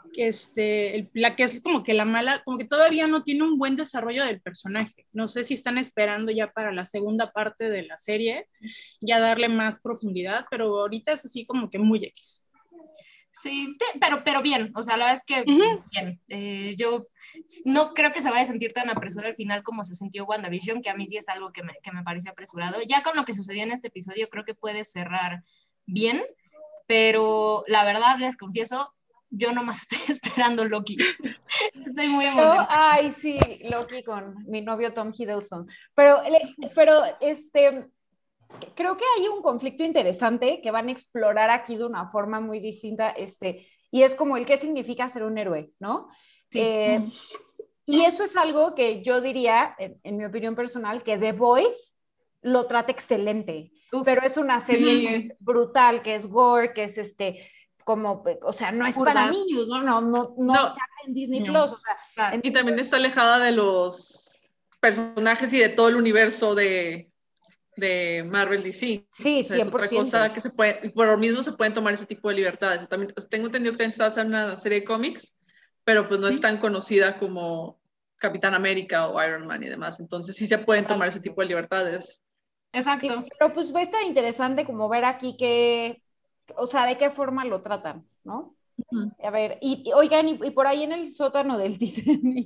Speaker 5: este, el, la que es como que la mala, como que todavía no tiene un buen desarrollo del personaje. No sé si están esperando ya para la segunda parte de la serie, ya darle más profundidad, pero ahorita es así como que muy X.
Speaker 3: Sí, pero, pero bien, o sea, la verdad es que uh-huh. bien. Eh, yo no creo que se vaya a sentir tan apresurado al final como se sintió WandaVision, que a mí sí es algo que me, que me pareció apresurado. Ya con lo que sucedió en este episodio creo que puede cerrar bien, pero la verdad les confieso, yo nomás estoy esperando Loki. Estoy muy emocionada.
Speaker 2: Ay, sí, Loki con mi novio Tom Hiddleston. Pero, pero este... creo que hay un conflicto interesante que van a explorar aquí de una forma muy distinta, este, y es como el qué significa ser un héroe, ¿no?
Speaker 3: Sí.
Speaker 2: Eh, y eso es algo que yo diría, en, en mi opinión personal, que The Voice lo trata excelente, Uf. Pero es una serie mm. que es brutal, que es gore, que es este, como, o sea, no es Purga. Para niños, ¿no? No, no, no, no. en Disney no. Plus, o sea.
Speaker 4: Claro. Entonces, y también está alejada de los personajes y de todo el universo de de Marvel D C.
Speaker 2: Sí,
Speaker 4: o sea, cien por ciento. Es otra cosa que se puede, por lo mismo se pueden tomar ese tipo de libertades. También, pues, tengo entendido que también está basada en una serie de cómics, pero pues no es tan conocida como Capitán América o Iron Man y demás. Entonces sí se pueden tomar ese tipo de libertades.
Speaker 3: Exacto.
Speaker 2: Sí, pero pues va a estar interesante como ver aquí que, o sea, de qué forma lo tratan, ¿no? Uh-huh. A ver, y, y oigan, y, y por ahí en el sótano del Titanic.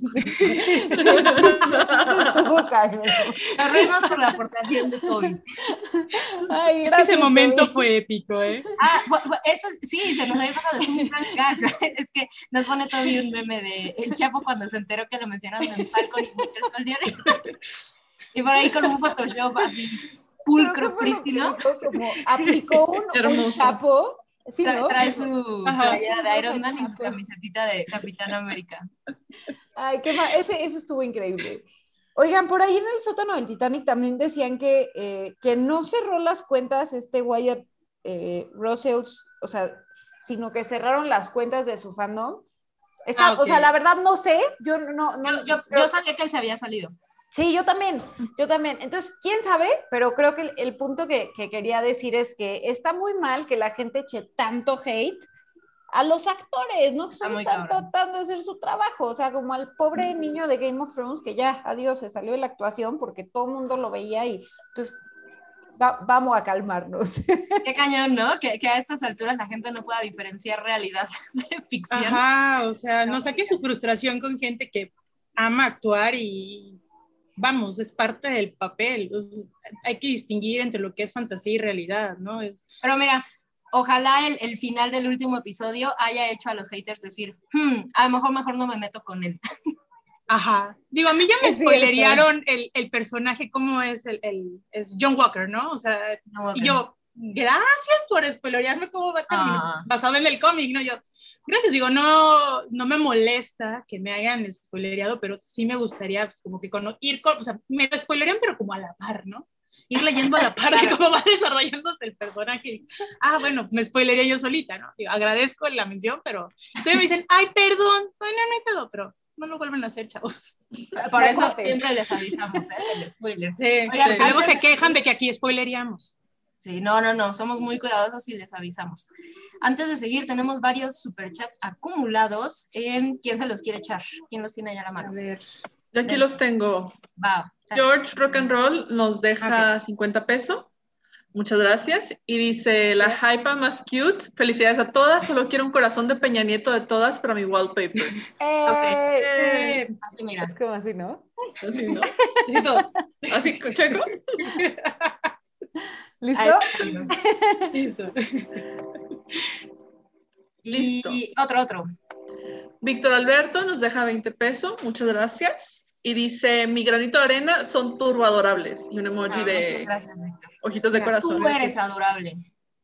Speaker 3: Terrenos por la aportación de Toby.
Speaker 5: Ay, es que ese momento Toby. Fue épico, ¿eh?
Speaker 3: Ah, fue, fue, eso sí, se nos había pasado, es un gran gag. Es que nos pone Toby un meme de El Chapo cuando se enteró que lo mencionaron en Falcon y Winter Soldier. Y por ahí con un Photoshop así, pulcro, prístino.
Speaker 2: Como aplicó un, un Chapo. Sí, ¿no?
Speaker 3: Trae su playera de Iron Man y su camisetita de Capitán América.
Speaker 2: Ay, qué mal. Ese, eso estuvo increíble. Oigan, por ahí en el sótano del Titanic también decían que, eh, que no cerró las cuentas este Wyatt eh, Russell, o sea, sino que cerraron las cuentas de su fandom. Está, ah, okay. O sea, la verdad no sé. Yo, no, no,
Speaker 3: yo, yo,
Speaker 2: pero...
Speaker 3: yo sabía que él se había salido.
Speaker 2: Sí, yo también, yo también. Entonces, ¿quién sabe? Pero creo que el, el punto que, que quería decir es que está muy mal que la gente eche tanto hate a los actores, ¿no? Que están tratando de hacer su trabajo. O sea, como al pobre niño de Game of Thrones, que ya, adiós, se salió de la actuación porque todo el mundo lo veía y entonces va, vamos a calmarnos.
Speaker 3: Qué cañón, ¿no? Que, que a estas alturas la gente no pueda diferenciar realidad de ficción.
Speaker 5: Ajá, o sea, no saque su frustración con gente que ama actuar y... vamos, es parte del papel, es, hay que distinguir entre lo que es fantasía y realidad, ¿no? Es...
Speaker 3: Pero mira, ojalá el, el final del último episodio haya hecho a los haters decir, hmm, a lo mejor mejor no me meto con él.
Speaker 5: Ajá, digo, a mí ya me es spoilerearon el, el personaje, cómo es el, el es John Walker, ¿no? O sea, no, okay. Y yo, gracias por spoilerearme cómo va a terminar, ah. basado en el cómic, ¿no? Yo... Gracias, digo, no, no me molesta que me hayan spoilereado, pero sí me gustaría pues, como que con, ir con, o sea, me lo spoilerean, pero como a la par, ¿no? Ir leyendo a la par de cómo va desarrollándose el personaje. Ah, bueno, me spoileré yo solita, ¿no? Digo, agradezco la mención, pero ustedes me dicen, ay, perdón, no, no, no hay pedo, pero no lo vuelven a hacer, chavos.
Speaker 3: Por eso siempre les avisamos, ¿eh? El spoiler.
Speaker 5: Sí, Oigan, sí. Luego se quejan de que aquí spoilereamos.
Speaker 3: Sí, no, no, no, somos muy cuidadosos y les avisamos. Antes de seguir, tenemos varios superchats acumulados. Eh, ¿Quién se los quiere echar? ¿Quién los tiene allá a la mano?
Speaker 4: A ver, yo aquí de... los tengo.
Speaker 3: Wow.
Speaker 4: George Rock and Roll nos deja okay. cincuenta pesos. Muchas gracias. Y dice, la hypa más cute. Felicidades a todas. Solo quiero un corazón de Peña Nieto de todas para mi wallpaper.
Speaker 2: Eh,
Speaker 3: okay.
Speaker 2: eh,
Speaker 3: así, mira.
Speaker 2: Es como así, ¿no?
Speaker 4: Así, ¿no? Así todo. Así, checo.
Speaker 2: ¿Listo?
Speaker 5: Listo.
Speaker 3: Y
Speaker 4: Listo.
Speaker 3: otro, otro.
Speaker 4: Víctor Alberto nos deja veinte pesos. Muchas gracias. Y dice, mi granito de arena son turboadorables. Y un emoji ah, de
Speaker 3: muchas gracias, Víctor.
Speaker 4: Ojitos de
Speaker 3: gracias.
Speaker 4: corazón.
Speaker 3: Tú eres adorable.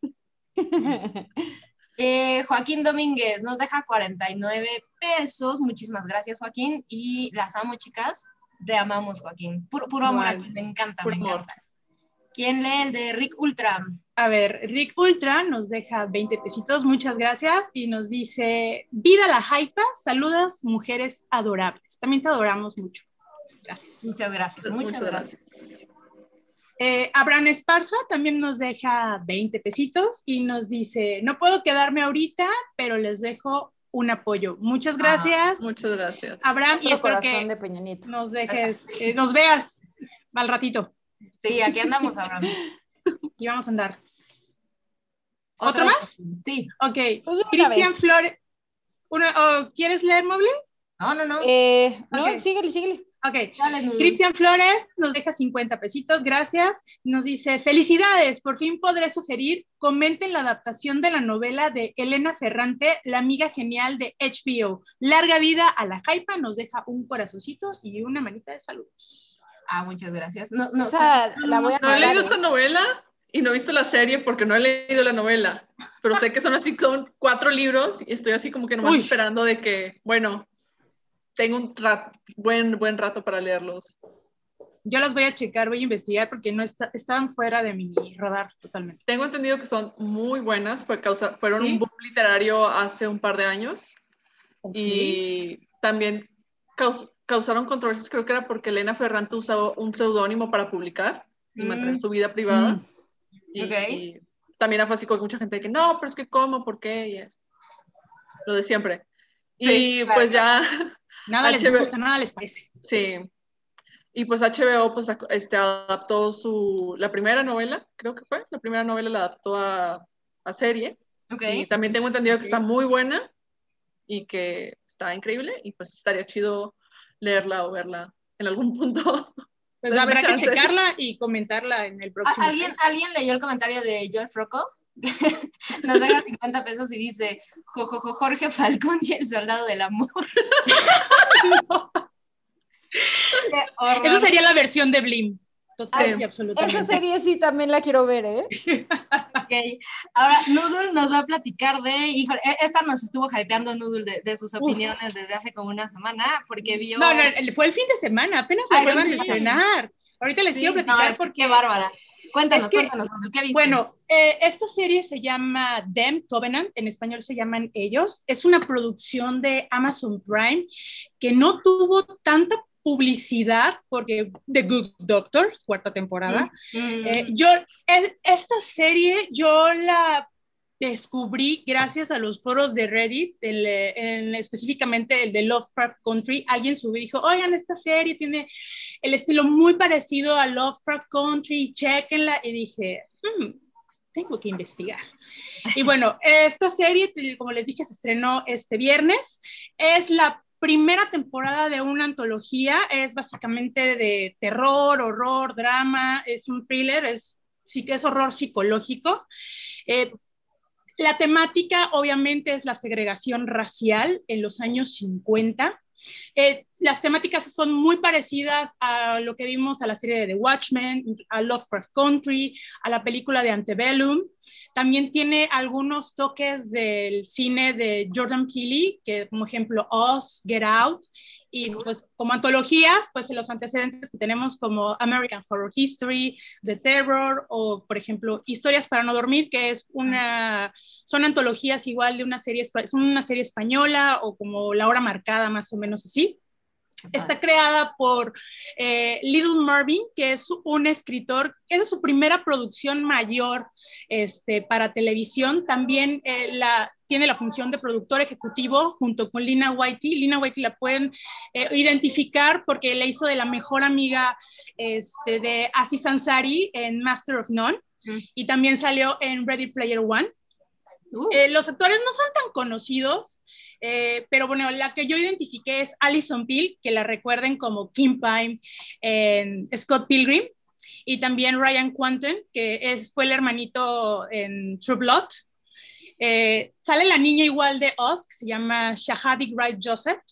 Speaker 3: eh, Joaquín Domínguez nos deja cuarenta y nueve pesos. Muchísimas gracias, Joaquín. Y las amo, chicas. Te amamos, Joaquín. Puro, puro amor aquí. Me encanta, puro me amor. encanta. ¿Quién lee el de Rick Ultra?
Speaker 5: A ver, Rick Ultra nos deja veinte pesitos, muchas gracias, y nos dice, vida la hypa, saludas mujeres adorables. También te adoramos mucho. Gracias.
Speaker 3: Muchas gracias, muchas, muchas gracias. gracias.
Speaker 5: Eh, Abraham Esparza también nos deja veinte pesitos y nos dice, no puedo quedarme ahorita, pero les dejo un apoyo. Muchas gracias.
Speaker 4: Ah, muchas gracias.
Speaker 5: Abraham,
Speaker 2: Otro
Speaker 5: y espero
Speaker 2: corazón
Speaker 5: que
Speaker 2: de Peña Nieto.
Speaker 5: nos dejes, eh, nos veas al ratito.
Speaker 3: Sí, aquí andamos, Abraham.
Speaker 5: Aquí vamos a andar.
Speaker 3: ¿Otro,
Speaker 5: ¿Otro más?
Speaker 3: Sí.
Speaker 5: Ok.
Speaker 2: Pues una
Speaker 5: Cristian
Speaker 2: vez.
Speaker 5: Flores. Una, oh, ¿quieres leer, Mobley?
Speaker 3: No, no, no.
Speaker 2: Eh, no,
Speaker 5: Ok.
Speaker 2: síguele, síguele.
Speaker 5: Ok.
Speaker 3: Dale, Nudul.
Speaker 5: Cristian Flores nos deja cincuenta pesitos, gracias. Nos dice, felicidades, por fin podré sugerir, comenten la adaptación de la novela de Elena Ferrante, La amiga genial de H B O. Larga vida a la Jaipa, nos deja un corazoncito y una manita de saludos.
Speaker 3: Ah, muchas gracias. No, no,
Speaker 2: Esa
Speaker 3: sí,
Speaker 2: la voy a
Speaker 4: No he
Speaker 2: anotar,
Speaker 4: leído
Speaker 2: ¿eh?
Speaker 4: esa novela y no he visto la serie porque no he leído la novela, pero sé que son así, son cuatro libros y estoy así como que nomás
Speaker 5: Uy.
Speaker 4: esperando de que, bueno, tengo un rat, buen, buen rato para leerlos.
Speaker 5: Yo las voy a checar, voy a investigar porque no está, estaban fuera de mi radar totalmente.
Speaker 4: Tengo entendido que son muy buenas, fue causa, fueron
Speaker 5: ¿Sí?
Speaker 4: un boom literario hace un par de años.
Speaker 5: Ok.
Speaker 4: Y también caus, causaron controversias, creo que era porque Elena Ferrante usaba un seudónimo para publicar y
Speaker 3: Mm.
Speaker 4: mantener su vida privada.
Speaker 5: Mm.
Speaker 4: Y,
Speaker 3: Ok.
Speaker 4: y también fue así con mucha gente de que no, pero es que cómo, por qué, y es lo de siempre.
Speaker 3: Sí,
Speaker 4: y
Speaker 3: claro,
Speaker 4: pues ya,
Speaker 5: Nada les
Speaker 4: H B O
Speaker 5: gusta, nada les parece.
Speaker 4: sí. Y pues H B O pues, este, adaptó su, la primera novela, creo que fue, la primera novela la adaptó a, a serie.
Speaker 3: ok.
Speaker 4: Y también tengo entendido
Speaker 5: Ok.
Speaker 4: que está muy buena y que está increíble y pues estaría chido leerla o verla en algún punto.
Speaker 5: Pues
Speaker 4: Denme
Speaker 5: habrá que
Speaker 4: chance.
Speaker 5: checarla y comentarla en el próximo.
Speaker 3: ¿A- ¿Alguien, ¿Alguien leyó el comentario de George Rocco? Nos deja cincuenta pesos y dice jo, jo, jo, Jorge Falcón y el soldado del amor.
Speaker 5: No.
Speaker 3: Qué horror.
Speaker 5: Esa sería la versión de Blim. Total
Speaker 4: Ay,
Speaker 5: y absolutamente.
Speaker 2: Esa serie sí también la quiero ver, ¿eh?
Speaker 3: Okay. Ahora, Noodle nos va a platicar de, híjole, e- esta nos estuvo hypeando Noodle de, de sus opiniones Uf. desde hace como una semana, porque vio...
Speaker 5: No, no, fue el fin de semana, apenas la acaban de estrenar. Ahorita les
Speaker 4: Sí.
Speaker 5: quiero platicar
Speaker 3: No, es
Speaker 5: porque...
Speaker 3: qué bárbara. Cuéntanos,
Speaker 5: es que,
Speaker 3: cuéntanos, Noodle, ¿qué viste?
Speaker 5: Bueno, eh, esta serie se llama Them, Covenant, en español se llaman Ellos. Es una producción de Amazon Prime que no tuvo tanta publicidad porque The Good Doctor, cuarta temporada. Mm, mm. Eh, yo, es, esta serie yo la descubrí gracias a los foros de Reddit, el, el, específicamente el de Lovecraft Country. Alguien subió y dijo, oigan, esta serie tiene el estilo muy parecido a Lovecraft Country, chequenla. Y dije, hmm, tengo que investigar. Y bueno, esta serie, como les dije, se estrenó este viernes. Es la primera temporada de una antología, es básicamente de terror, horror, drama, es un thriller, es, sí, es horror psicológico. Eh, la temática obviamente es la segregación racial en los años cincuenta. Eh, las temáticas son muy parecidas a lo que vimos a la serie de The Watchmen, a Lovecraft Country, a la película de Antebellum. También tiene algunos toques del cine de Jordan Peele, que como ejemplo Us, Get Out, y pues como antologías, pues en los antecedentes que tenemos como American Horror History, The Terror, o por ejemplo Historias para no dormir, que es una, son antologías igual de una serie, son una serie española, o como La hora marcada, más o menos así. Está creada por eh, Little Marvin, que es un escritor, esa es su primera producción mayor este, para televisión. También eh, la, tiene la función de productor ejecutivo junto con Lina Whitey. Lina Whitey la pueden eh, identificar porque la hizo de la mejor amiga este, de Aziz Ansari en Master of None, mm. y también salió en Ready Player One. Uh. Eh, los actores no son tan conocidos, Eh, pero bueno, la que yo identifiqué es Alison Pill, que la recuerden como Kim Pine en Scott Pilgrim, y también Ryan Quanten, que es, fue el hermanito en True Blood. Eh, sale la niña igual de Us, que se llama Shahadi Wright Joseph.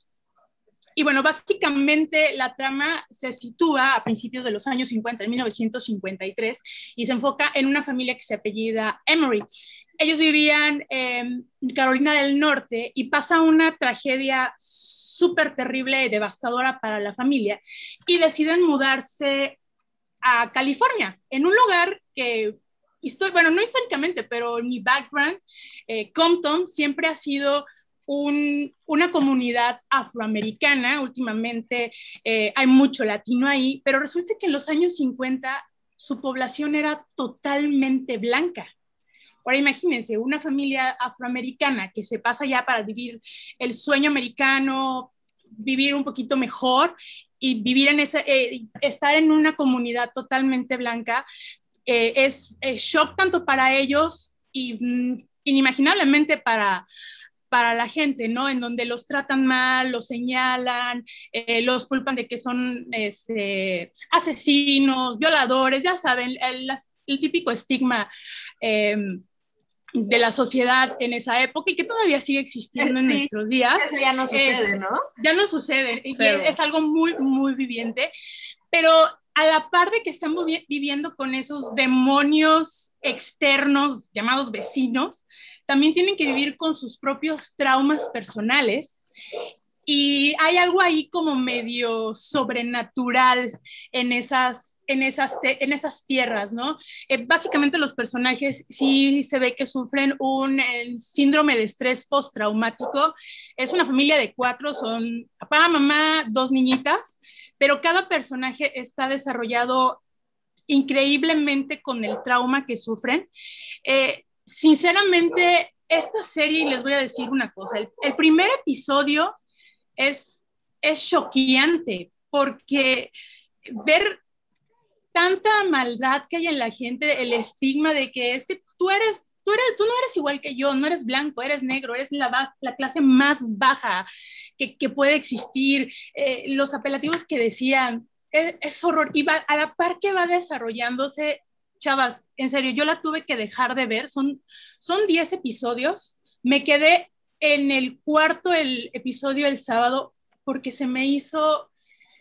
Speaker 5: Y bueno, básicamente la trama se sitúa a principios de los años cincuenta, en mil novecientos cincuenta y tres, y se enfoca en una familia que se apellida Emery. Ellos vivían en Carolina del Norte y pasa una tragedia súper terrible y devastadora para la familia y deciden mudarse a California, en un lugar que, bueno, no históricamente, pero en mi background, eh, Compton siempre ha sido Un, una comunidad afroamericana. Últimamente eh, hay mucho latino ahí, pero resulta que en los años cincuenta su población era totalmente blanca. Ahora imagínense, una familia afroamericana que se pasa ya para vivir el sueño americano, vivir un poquito mejor y vivir en ese, eh, estar en una comunidad totalmente blanca, eh, es, es shock tanto para ellos y mm, inimaginablemente para, para la gente, ¿no? En donde los tratan mal, los señalan, eh, los culpan de que son este, asesinos, violadores, ya saben, el, el típico estigma eh, de la sociedad en esa época y que todavía sigue existiendo en sí, nuestros días.
Speaker 3: Eso ya no sucede, eh, ¿no?
Speaker 5: Ya no sucede, y es, es algo muy, muy viviente, pero a la par de que están viviendo con esos demonios externos llamados vecinos, también tienen que vivir con sus propios traumas personales. Y hay algo ahí como medio sobrenatural en esas, en esas, te, en esas tierras, ¿no? Eh, básicamente los personajes sí se ve que sufren un síndrome de estrés postraumático. Es una familia de cuatro, son papá, mamá, dos niñitas, pero cada personaje está desarrollado increíblemente con el trauma que sufren. Eh, sinceramente, esta serie, les voy a decir una cosa, el, el primer episodio Es, es choqueante porque ver tanta maldad que hay en la gente, el estigma de que es que tú eres, tú eres, tú no eres igual que yo, no eres blanco, eres negro, eres la, la clase más baja que, que puede existir, eh, los apelativos que decían, es, es horror, y va, a la par que va desarrollándose, chavas, en serio, yo la tuve que dejar de ver, son, son diez episodios, me quedé en el cuarto el episodio el sábado porque se me hizo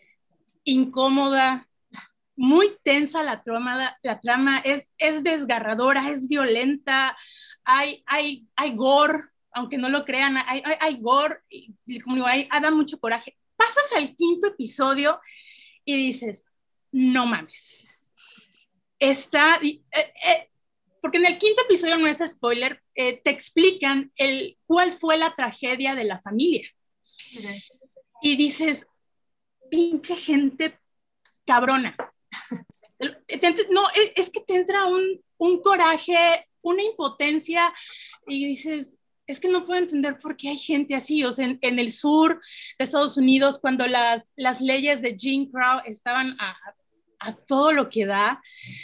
Speaker 5: incómoda, muy tensa la trama, la trama es, es desgarradora, es violenta, hay, hay, hay gore, aunque no lo crean, hay, hay, hay gore, y, como digo, hay, da mucho coraje. Pasas al quinto episodio y dices, no mames, está... Eh, eh, porque en el quinto episodio, no es spoiler, eh, te explican el, cuál fue la tragedia de la familia. Okay. Y dices, pinche gente cabrona. No, es que te entra un, un coraje, una impotencia, y dices, es que no puedo entender por qué hay gente así. O sea, en, en el sur de Estados Unidos, cuando las, las leyes de Jim Crow estaban a, a todo lo que da,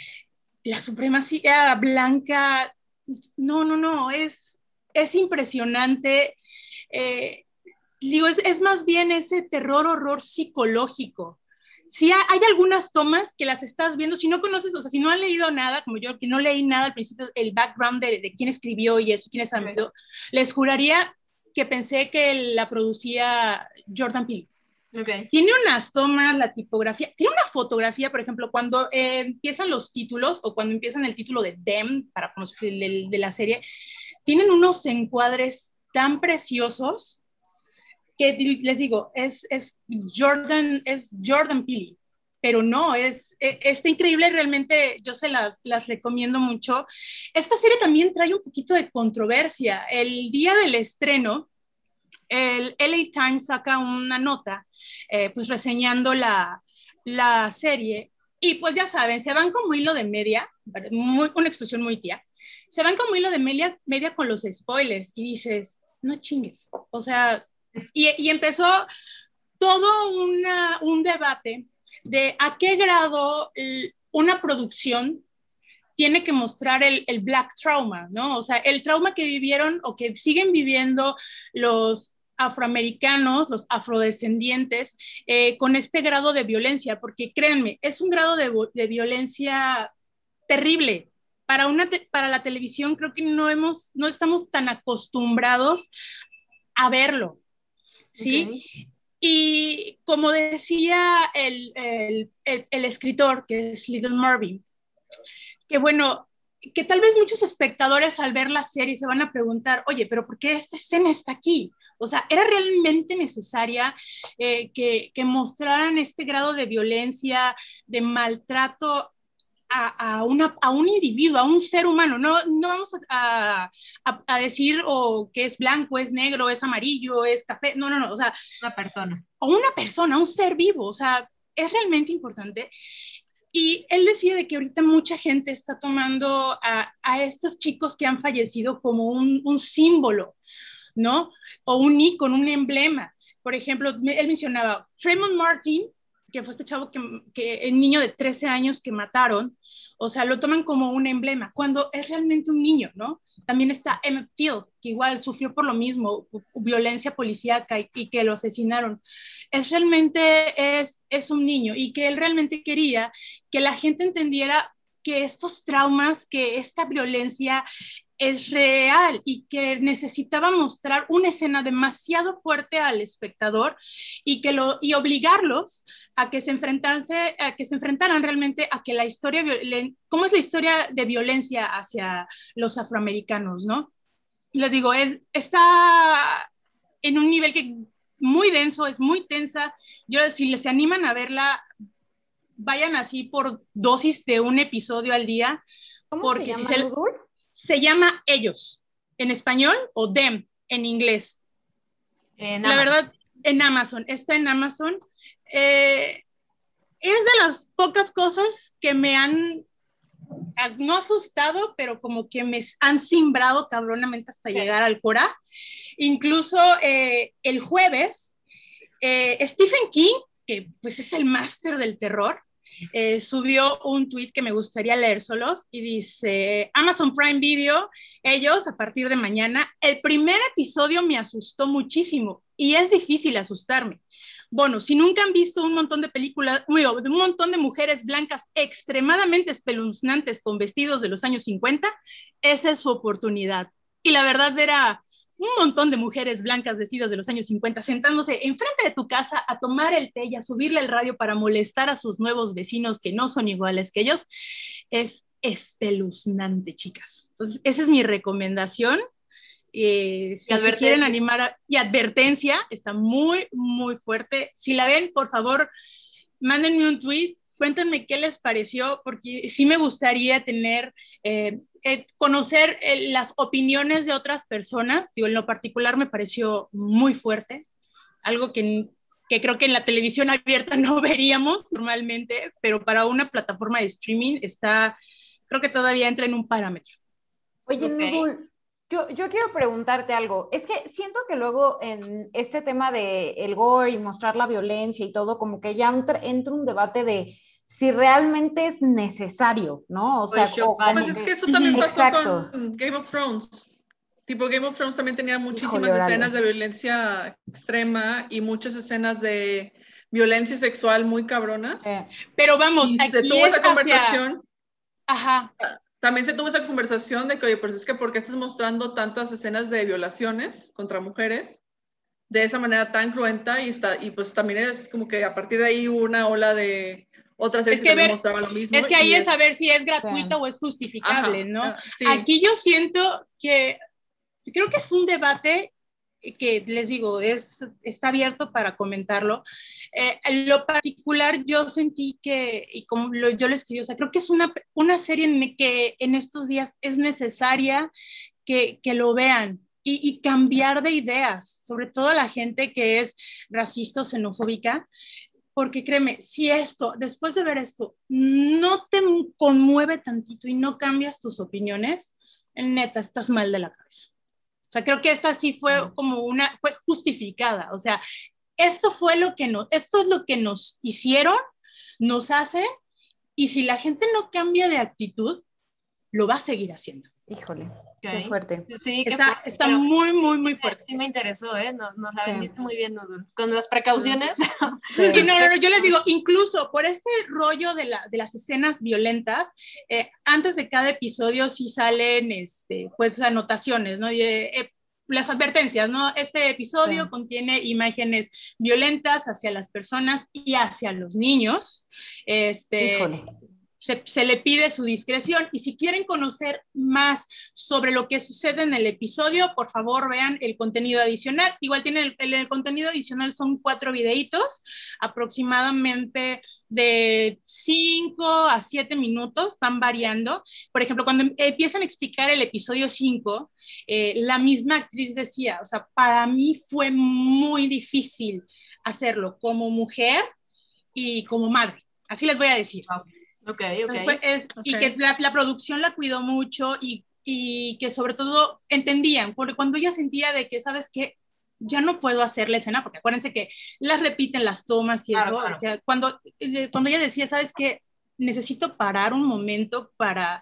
Speaker 5: la supremacía blanca, no, no, no, es, es impresionante. Eh, digo, es, es más bien ese terror, horror psicológico. Sí, hay algunas tomas que las estás viendo, si no conoces, o sea, si no han leído nada, como yo, que no leí nada al principio, el background de, de quién escribió y eso, quién es amigo, les juraría que pensé que la producía Jordan Peele. Okay. Tiene unas tomas, la tipografía, tiene una fotografía, por ejemplo, cuando eh, empiezan los títulos o cuando empiezan el título de Them, para conocer de, de la serie, tienen unos encuadres tan preciosos que les digo, es, es Jordan, es Jordan Peele, pero no, es, es, está increíble, realmente yo se las, las recomiendo mucho. Esta serie también trae un poquito de controversia. El día del estreno, el L A Times saca una nota, eh, pues reseñando la, la serie, y pues ya saben, se van como hilo de media, muy, una expresión muy tía, se van como hilo de media, media con los spoilers, y dices, no chingues, o sea, y, y empezó todo una, un debate de a qué grado una producción tiene que mostrar el, el black trauma, ¿no? O sea, el trauma que vivieron o que siguen viviendo los afroamericanos, los afrodescendientes, eh, con este grado de violencia, porque créanme, es un grado de, de violencia terrible. Para, una te, para la televisión creo que no, hemos, no estamos tan acostumbrados a verlo, ¿sí? Okay. Y como decía el, el, el, el escritor, que es Little Marvin, que bueno, que tal vez muchos espectadores al ver la serie se van a preguntar, oye, pero ¿por qué esta escena está aquí? O sea, ¿era realmente necesaria eh, que, que mostraran este grado de violencia, de maltrato a, a, una, a un individuo, a un ser humano? No, no vamos a, a, a decir oh, que es blanco, es negro, es amarillo, es café, no, no, no, o sea,
Speaker 3: una persona.
Speaker 5: O una persona, un ser vivo, o sea, es realmente importante. Y él decía de que ahorita mucha gente está tomando a, a estos chicos que han fallecido como un, un símbolo, ¿no? O un ícono, un emblema. Por ejemplo, él mencionaba Trayvon Martin, que fue este chavo, que, que el niño de trece años que mataron, o sea, lo toman como un emblema, cuando es realmente un niño, ¿no? También está Emmett Till, que igual sufrió por lo mismo, violencia policíaca y, y que lo asesinaron. Es realmente, es, es un niño y que él realmente quería que la gente entendiera que estos traumas, que esta violencia es real y que necesitaba mostrar una escena demasiado fuerte al espectador y, que lo, y obligarlos a que se enfrentarse, a que se enfrentaran realmente a que la historia, cómo es la historia de violencia hacia los afroamericanos, ¿no? Les digo, es, está en un nivel que muy denso, es muy tensa. Yo, si les se animan a verla, vayan así por dosis de un episodio al día.
Speaker 2: ¿Cómo
Speaker 5: porque
Speaker 2: se llama,
Speaker 5: si se, se llama Ellos, en español, o Them, en inglés.
Speaker 3: En
Speaker 5: la
Speaker 3: Amazon.
Speaker 5: verdad, en Amazon, está en Amazon. Eh, es de las pocas cosas que me han, no asustado, pero como que me han cimbrado cabronamente hasta sí. llegar al Cora. Incluso eh, el jueves, eh, Stephen King, que pues es el máster del terror, Eh, subió un tweet que me gustaría leer solos y dice: Amazon Prime Video, ellos a partir de mañana. El primer episodio me asustó muchísimo y es difícil asustarme. Bueno, si nunca han visto un montón de películas, de un montón de mujeres blancas extremadamente espeluznantes con vestidos de los años cincuenta, esa es su oportunidad. Y la verdad era un montón de mujeres blancas vestidas de los años cincuenta sentándose enfrente de tu casa a tomar el té y a subirle el radio para molestar a sus nuevos vecinos que no son iguales que ellos. Es espeluznante, chicas. Entonces, esa es mi recomendación. Eh, si se quieren animar a, y advertencia, está muy, muy fuerte. Si la ven, por favor, mándenme un tweet. Cuéntenme qué les pareció, porque sí me gustaría tener, eh, eh, conocer eh, las opiniones de otras personas. Digo, en lo particular me pareció muy fuerte, algo que, que creo que en la televisión abierta no veríamos normalmente, pero para una plataforma de streaming está, creo que todavía entra en un parámetro.
Speaker 2: Oye, okay. Nudul, yo, yo quiero preguntarte algo. Es que siento que luego en este tema de el gore y mostrar la violencia y todo, como que ya entra, entra un debate de si realmente es necesario, ¿no? O sea,
Speaker 4: pues, yo,
Speaker 2: o
Speaker 4: pues es que eso también pasó
Speaker 2: Exacto.
Speaker 4: con Game of Thrones. Tipo, Game of Thrones también tenía muchísimas
Speaker 2: Híjole,
Speaker 4: escenas de violencia extrema y muchas escenas de violencia sexual muy cabronas.
Speaker 2: Eh.
Speaker 5: Pero vamos,
Speaker 4: y
Speaker 5: aquí
Speaker 4: se tuvo
Speaker 5: es
Speaker 4: esa conversación.
Speaker 5: Hacia... Ajá.
Speaker 4: También se tuvo esa conversación de que, oye, pues es que ¿por qué estás mostrando tantas escenas de violaciones contra mujeres de esa manera tan cruenta? Y, está, y pues también es como que a partir de ahí hubo una ola de otras series
Speaker 5: es que,
Speaker 4: que
Speaker 5: ver,
Speaker 4: mostraban lo mismo.
Speaker 5: Es que ahí es,
Speaker 4: es
Speaker 5: saber si es gratuita sí. o es justificable, Ajá, ¿no? Sí. Aquí yo siento que creo que es un debate que les digo, es, está abierto para comentarlo. Eh, en lo particular yo sentí que, y como lo, yo lo escribí, o sea, creo que es una, una serie en que en estos días es necesaria que, que lo vean y, y cambiar de ideas, sobre todo la gente que es racista o xenofóbica, porque créeme, si esto, después de ver esto, no te conmueve tantito y no cambias tus opiniones, neta, estás mal de la cabeza. O sea, creo que esta sí fue como una, fue justificada. O sea, esto fue lo que nos, esto es lo que nos hicieron, nos hace, y si la gente no cambia de actitud, lo va a seguir haciendo.
Speaker 2: Híjole, okay. Qué fuerte.
Speaker 3: Sí, qué
Speaker 5: está,
Speaker 3: fuerte,
Speaker 5: está muy, muy,
Speaker 3: sí
Speaker 5: muy
Speaker 3: me,
Speaker 5: fuerte.
Speaker 3: Sí me interesó, ¿eh? Nos, nos la sí. vendiste muy bien, Nudul. Con las precauciones.
Speaker 5: Sí. Y no, no, no, yo les digo, incluso por este rollo de, la, de las escenas violentas, eh, antes de cada episodio sí salen, este, pues, anotaciones, ¿no? Y, eh, las advertencias, ¿no? Este episodio sí. contiene imágenes violentas hacia las personas y hacia los niños. Este... Híjole. Se, se le pide su discreción, y si quieren conocer más sobre lo que sucede en el episodio, por favor vean el contenido adicional. Igual tiene el, el contenido adicional, son cuatro videitos, aproximadamente de cinco a siete minutos, van variando. Por ejemplo, cuando empiezan a explicar el episodio cinco, eh, la misma actriz decía, o sea, para mí fue muy difícil hacerlo como mujer y como madre, así les voy a decir.
Speaker 3: Okay. Ok, ok.
Speaker 5: Fue, es,
Speaker 4: okay.
Speaker 5: Y que la, la producción la cuidó mucho y, y que sobre todo entendían, porque cuando ella sentía de que, ¿sabes qué? Ya no puedo hacer la escena, porque acuérdense que las repiten las tomas y
Speaker 3: Claro,
Speaker 5: eso,
Speaker 3: claro.
Speaker 5: o sea, cuando, cuando ella decía, ¿sabes qué? Necesito parar un momento para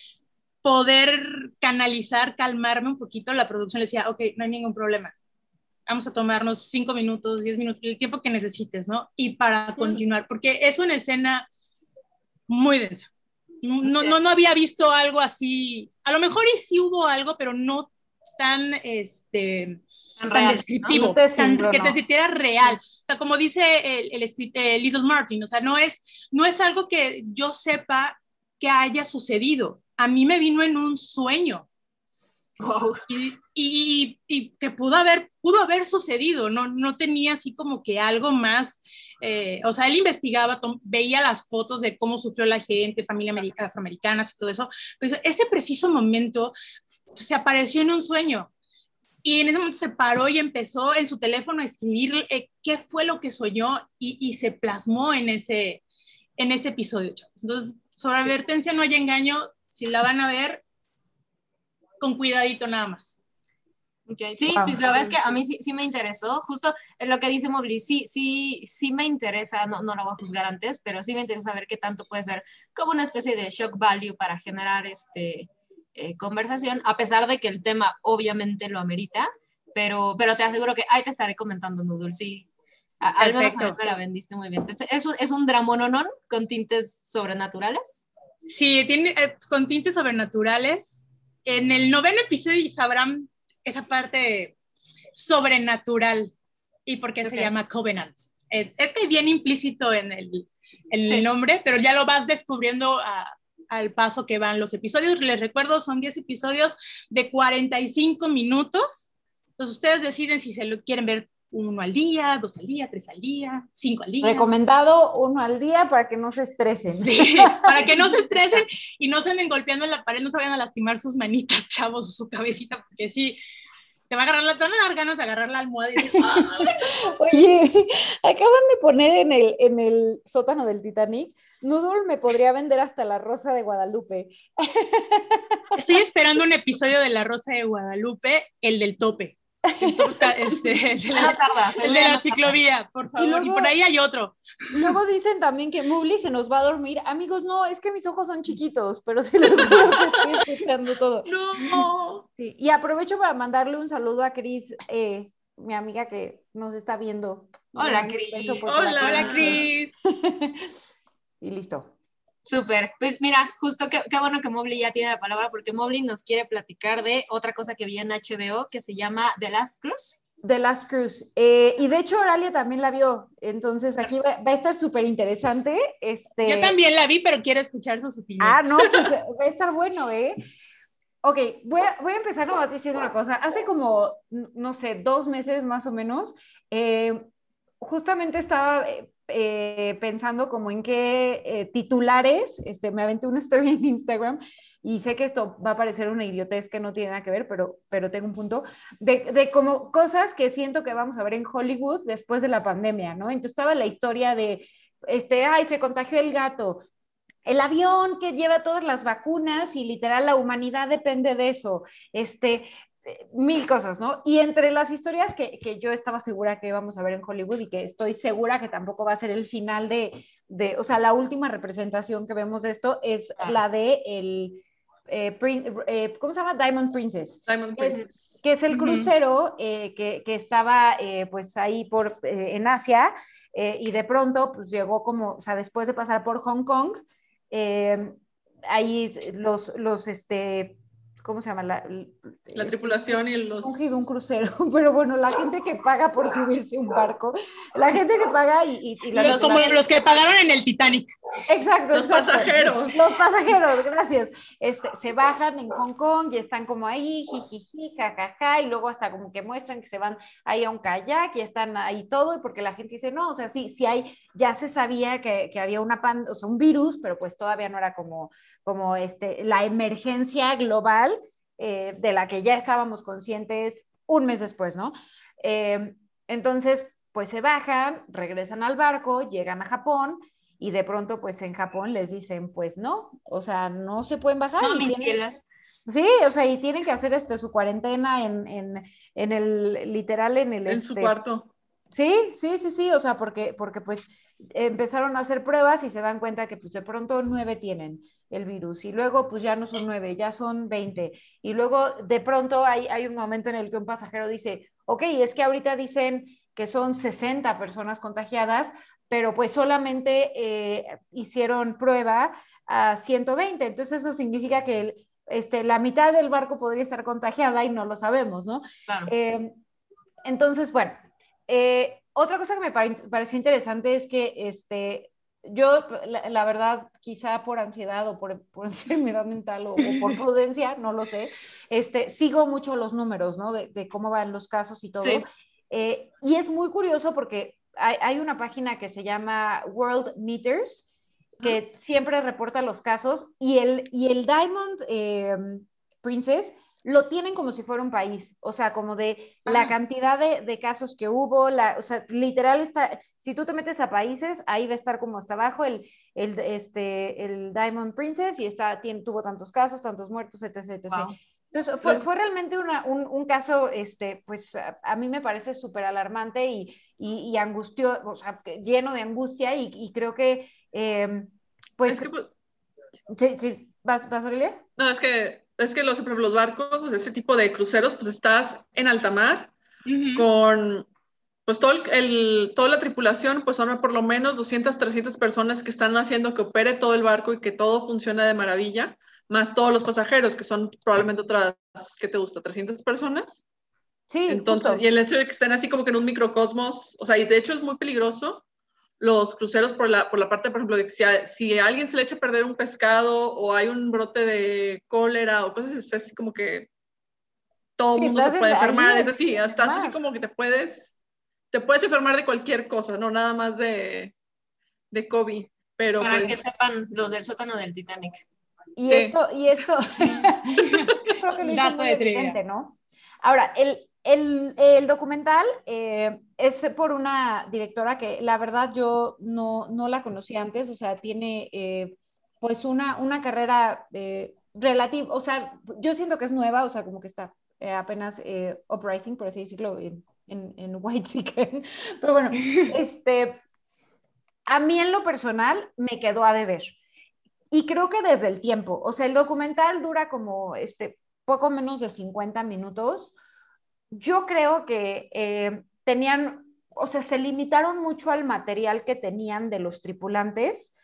Speaker 5: poder canalizar, calmarme un poquito, la producción le decía, ok, no hay ningún problema, vamos a tomarnos cinco minutos, diez minutos, el tiempo que necesites, ¿no? Y para continuar, porque es una escena muy densa. No, no, no había visto algo así, a lo mejor y sí hubo algo, pero no tan, este,
Speaker 3: Tan
Speaker 5: tan
Speaker 3: real,
Speaker 5: descriptivo,
Speaker 2: ¿no? Te
Speaker 5: tan,
Speaker 2: simbro,
Speaker 5: que
Speaker 2: no.
Speaker 5: te era real. O sea, como dice el, el, el Little Martin, o sea, no es, no es algo que yo sepa que haya sucedido. A mí me vino en un sueño.
Speaker 3: Wow.
Speaker 5: Y, y, y que pudo haber, pudo haber sucedido, no, no tenía así como que algo más, eh, o sea, él investigaba, veía las fotos de cómo sufrió la gente, familia afroamericana y todo eso, pues ese preciso momento se apareció en un sueño. Y en ese momento se paró y empezó en su teléfono a escribir eh, qué fue lo que soñó y, y se plasmó en ese, en ese episodio, chavos. Entonces, sobre advertencia, no hay engaño, si la van a ver, con cuidadito nada más.
Speaker 3: Okay. Sí, wow. Pues la verdad es que a mí sí, sí me interesó, justo en lo que dice Mobley, sí, sí, sí me interesa, no, no lo voy a juzgar antes, pero sí me interesa saber qué tanto puede ser como una especie de shock value para generar este, eh, conversación, a pesar de que el tema obviamente lo amerita, pero, pero te aseguro que ahí te estaré comentando, Noodle, sí. A, al menos a mí me la vendiste muy bien. Es, es, un, es un dramononón con tintes sobrenaturales.
Speaker 5: Sí, tiene, eh, con tintes sobrenaturales. En el noveno episodio sabrán esa parte sobrenatural y por qué okay. se llama Covenant. Eh, es que viene implícito en el, en sí. el nombre, pero ya lo vas descubriendo a, al paso que van los episodios. Les recuerdo, son diez episodios de cuarenta y cinco minutos. Entonces ustedes deciden si se lo quieren ver uno al día, dos al día, tres al día, cinco al día.
Speaker 2: Recomendado uno al día para que no se estresen.
Speaker 5: Sí, para que no se estresen y no se anden golpeando en la pared, no se vayan a lastimar sus manitas, chavos, o su cabecita, porque sí, te va a agarrar la, te van a dar ganas de agarrar la almohada y decir, ¡ah!
Speaker 2: Oye, acaban de poner en el, en el sótano del Titanic, Noodle me podría vender hasta la Rosa de Guadalupe.
Speaker 5: Estoy esperando un episodio de la Rosa de Guadalupe, el del tope. El, este, el de la,
Speaker 3: no tardas,
Speaker 5: el de la ciclovía, por favor, y, luego, y por ahí hay otro.
Speaker 2: Luego dicen también que Mobley se nos va a dormir. Amigos, no, es que mis ojos son chiquitos, pero sí los juro que estoy escuchando todo.
Speaker 5: No.
Speaker 2: Sí, y aprovecho para mandarle un saludo a Cris, eh, mi amiga que nos está viendo.
Speaker 3: Hola, Cris.
Speaker 5: Hola, hola, Cris.
Speaker 2: Y listo.
Speaker 3: Súper, pues mira, justo qué, qué bueno que Mobley ya tiene la palabra, porque Mobley nos quiere platicar de otra cosa que vi en H B O que se llama The Last Cruise.
Speaker 2: The Last Cruise, eh, y de hecho Oralia también la vio, entonces aquí va, va a estar súper interesante. Este...
Speaker 5: Yo también la vi, pero quiero escuchar sus opiniones.
Speaker 2: Ah, no, pues va a estar bueno, ¿eh? Ok, voy a, voy a empezar nomás diciendo una cosa. Hace como, no sé, dos meses más o menos, eh, justamente estaba... Eh, Eh, pensando como en qué eh, titulares, este, me aventé una story en Instagram y sé que esto va a parecer una idiotez que no tiene nada que ver, pero, pero tengo un punto, de, de como cosas que siento que vamos a ver en Hollywood después de la pandemia, ¿no? Entonces estaba la historia de, este, ay, se contagió el gato, el avión que lleva todas las vacunas y literal la humanidad depende de eso, este... mil cosas, ¿no? Y entre las historias que, que yo estaba segura que íbamos a ver en Hollywood y que estoy segura que tampoco va a ser el final de, de o sea, la última representación que vemos de esto es ah. la de el, eh, prin, eh, ¿cómo se llama? Diamond Princess.
Speaker 4: Diamond Princess.
Speaker 2: Es, que es el crucero eh, que, que estaba eh, pues ahí por, eh, en Asia eh, y de pronto pues llegó como, o sea, después de pasar por Hong Kong, eh, ahí los, los, este... ¿cómo se llama? La,
Speaker 4: la tripulación y los...
Speaker 2: Un, un crucero, pero bueno, la gente que paga por subirse a un barco, la gente que paga y... y, y la
Speaker 5: los, como los que pagaron en el Titanic.
Speaker 2: Exacto,
Speaker 4: Los
Speaker 2: exacto.
Speaker 4: pasajeros.
Speaker 2: Los pasajeros, gracias. Este, se bajan en Hong Kong y están como ahí, jijiji, jajaja, y luego hasta como que muestran que se van ahí a un kayak y están ahí todo, y porque la gente dice, no, o sea, sí, sí hay, ya se sabía que, que había una pan, o sea, un virus, pero pues todavía no era como, como este, la emergencia global, Eh, de la que ya estábamos conscientes un mes después, ¿no? Eh, entonces, pues se bajan, regresan al barco, llegan a Japón y de pronto pues en Japón les dicen pues no, o sea, no se pueden bajar.
Speaker 3: No,
Speaker 2: y
Speaker 3: mis
Speaker 2: tienen,
Speaker 3: cielas.
Speaker 2: sí, o sea, y tienen que hacer este, su cuarentena en, en, en el, literal, en el,
Speaker 4: En su
Speaker 2: este,
Speaker 4: cuarto.
Speaker 2: sí, sí, sí, sí, o sea, porque, porque pues empezaron a hacer pruebas y se dan cuenta que pues de pronto nueve tienen el virus y luego pues ya no son nueve, ya son veinte y luego de pronto hay, hay un momento en el que un pasajero dice, ok, es que ahorita dicen que son sesenta personas contagiadas, pero pues solamente eh, hicieron prueba a ciento veinte, entonces eso significa que el, este, la mitad del barco podría estar contagiada y no lo sabemos, ¿no?
Speaker 3: Claro.
Speaker 2: Eh, entonces, bueno, eh, otra cosa que me pare, pareció interesante es que este, yo, la, la, verdad, quizá por ansiedad o por, por enfermedad mental o, o, por prudencia, no lo sé, este, sigo mucho los números, ¿no? De, de cómo van los casos y todo.
Speaker 3: Sí.
Speaker 2: Eh, y es muy curioso porque hay, hay una página que se llama World Meters, que uh-huh. siempre reporta los casos, y el, y el Diamond eh, Princess lo tienen como si fuera un país, o sea, como de ah. la cantidad de, de casos que hubo, la, o sea, literal está, si tú te metes a países, ahí va a estar como hasta abajo el, el, este, el Diamond Princess y está, tiene, tuvo tantos casos, tantos muertos, etc, etcétera. Wow. Entonces, fue, fue realmente una, un, un caso, este, pues, a, a mí me parece súper alarmante y, y, y angustio, o sea, lleno de angustia y, y creo que, eh, pues, es que, pues... ¿sí, sí? ¿Vas, vas, Aurelia?
Speaker 4: No, es que es que los, los barcos, o sea, ese tipo de cruceros, pues estás en alta mar uh-huh. con, pues todo el, el, toda la tripulación, pues son por lo menos doscientas, trescientas personas que están haciendo que opere todo el barco y que todo funcione de maravilla, más todos los pasajeros, que son probablemente otras, ¿qué te gusta? ¿trescientas personas?
Speaker 2: Sí,
Speaker 4: entonces,
Speaker 2: justo.
Speaker 4: Y el hecho de que estén así como que en un microcosmos, o sea, y de hecho es muy peligroso los cruceros por la, por la parte, por ejemplo, de que si a, si a alguien se le echa a perder un pescado o hay un brote de cólera o cosas así, así como que todo el sí, mundo se puede enfermar, es así, estás mar. así como que te puedes, te puedes enfermar de cualquier cosa, no nada más de, de COVID. Pero
Speaker 3: para
Speaker 4: pues,
Speaker 3: que sepan los del sótano del Titanic.
Speaker 2: Y sí. esto, y esto, yo creo que lo hizo muy evidente, ¿no? Ahora, el, el, el documental eh, es por una directora que la verdad yo no, no la conocí antes, o sea, tiene eh, pues una, una carrera eh, relativa, o sea, yo siento que es nueva, o sea, como que está eh, apenas eh, uprising, por así decirlo, en, en, en White Chicken, pero bueno, este, a mí en lo personal me quedó a deber. Y creo que desde el tiempo, o sea, el documental dura como este, poco menos de cincuenta minutos. Yo creo que eh, tenían, o sea, se limitaron mucho al material que tenían de los tripulantes.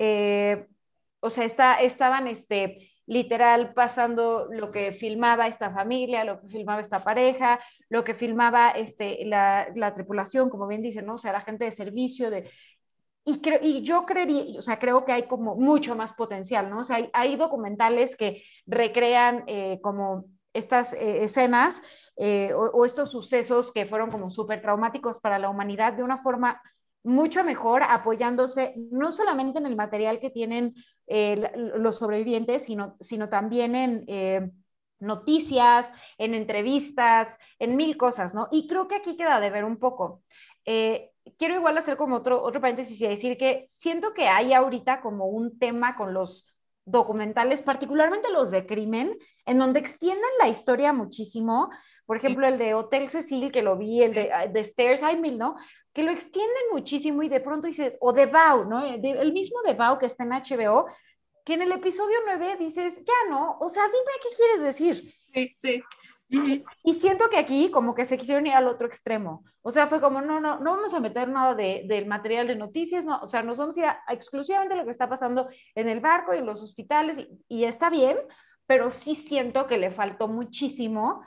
Speaker 2: Eh, o sea, está, estaban este, literal pasando lo que filmaba esta familia, lo que filmaba esta pareja, lo que filmaba este, la, la tripulación, como bien dicen, ¿no? O sea, la gente de servicio, de... Y, creo, y yo creería, o sea, creo que hay como mucho más potencial, ¿no? O sea, hay, hay documentales que recrean eh, como estas eh, escenas eh, o, o estos sucesos que fueron como súper traumáticos para la humanidad de una forma mucho mejor, apoyándose no solamente en el material que tienen eh, los sobrevivientes, sino, sino también en... Eh, noticias, en entrevistas, en mil cosas, ¿no? Y creo que aquí queda de ver un poco. Eh, quiero igual hacer como otro, otro paréntesis y decir que siento que hay ahorita como un tema con los documentales, particularmente los de crimen, en donde extienden la historia muchísimo. Por ejemplo, el de Hotel Cecil, que lo vi, el de, de Stairs, hay mil, ¿no? Que lo extienden muchísimo y de pronto dices, o The Vow, ¿no? El mismo The Vow que está en H B O, que en el episodio nueve dices, ya no, o sea, dime qué quieres decir.
Speaker 3: Sí, sí.
Speaker 2: Uh-huh. Y siento que aquí como que se quisieron ir al otro extremo. O sea, fue como, no, no, no vamos a meter nada de, del material de noticias, no, o sea, nos vamos a ir a, a exclusivamente lo que está pasando en el barco y en los hospitales, y, y está bien, pero sí siento que le faltó muchísimo,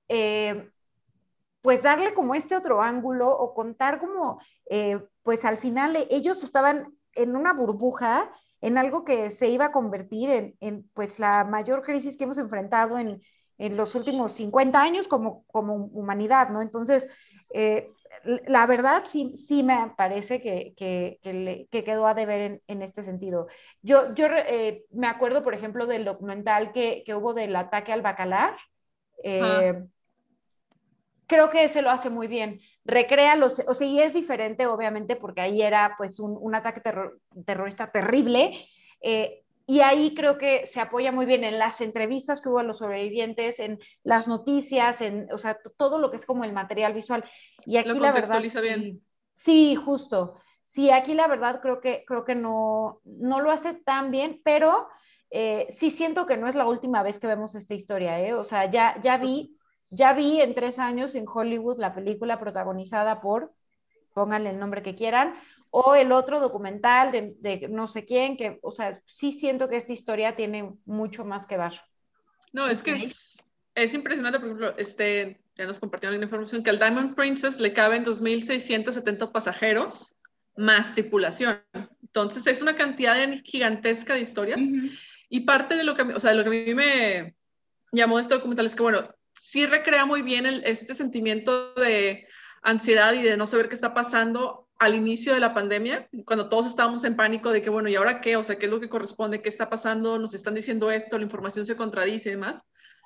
Speaker 2: eh, pues darle como este otro ángulo o contar como, eh, pues al final ellos estaban en una burbuja, en algo que se iba a convertir en, en pues la mayor crisis que hemos enfrentado en, en los últimos cincuenta años como, como humanidad, ¿no? Entonces, eh, la verdad sí, sí me parece que, que, que, le, que quedó a deber en, en este sentido. Yo, yo eh, me acuerdo, por ejemplo, del documental que, que hubo del ataque al Bacalar. Eh, creo que ese lo hace muy bien. Recrea los, o sea, y es diferente, obviamente, porque ahí era pues un, un ataque terror, terrorista terrible, eh, y ahí creo que se apoya muy bien en las entrevistas que hubo a los sobrevivientes, en las noticias, en, o sea, todo lo que es como el material visual. Y aquí
Speaker 4: Lo
Speaker 2: la verdad,
Speaker 4: contextualiza
Speaker 2: sí,
Speaker 4: bien.
Speaker 2: sí, justo. Sí, aquí la verdad creo que, creo que no, no lo hace tan bien, pero eh, sí siento que no es la última vez que vemos esta historia, ¿eh? O sea, ya, ya vi, ya vi en tres años en Hollywood la película protagonizada por, pónganle el nombre que quieran, o el otro documental de, de no sé quién, que, o sea, sí siento que esta historia tiene mucho más que dar.
Speaker 4: No, es que
Speaker 3: Ok.
Speaker 4: es, es impresionante, por ejemplo, este, ya nos compartieron la información que al Diamond Princess le caben dos mil seiscientos setenta pasajeros más tripulación. Entonces es una cantidad de- gigantesca de historias.
Speaker 5: Ujú.
Speaker 4: Y parte de lo que, o sea, de lo que a mí me llamó este documental es que, bueno, sí recrea muy bien el, este sentimiento de ansiedad y de no saber qué está pasando al inicio de la pandemia, cuando todos estábamos en pánico de que, bueno, ¿y ahora qué? O sea, ¿qué es lo que corresponde? ¿Qué está pasando? Nos están diciendo esto, la información se contradice y demás.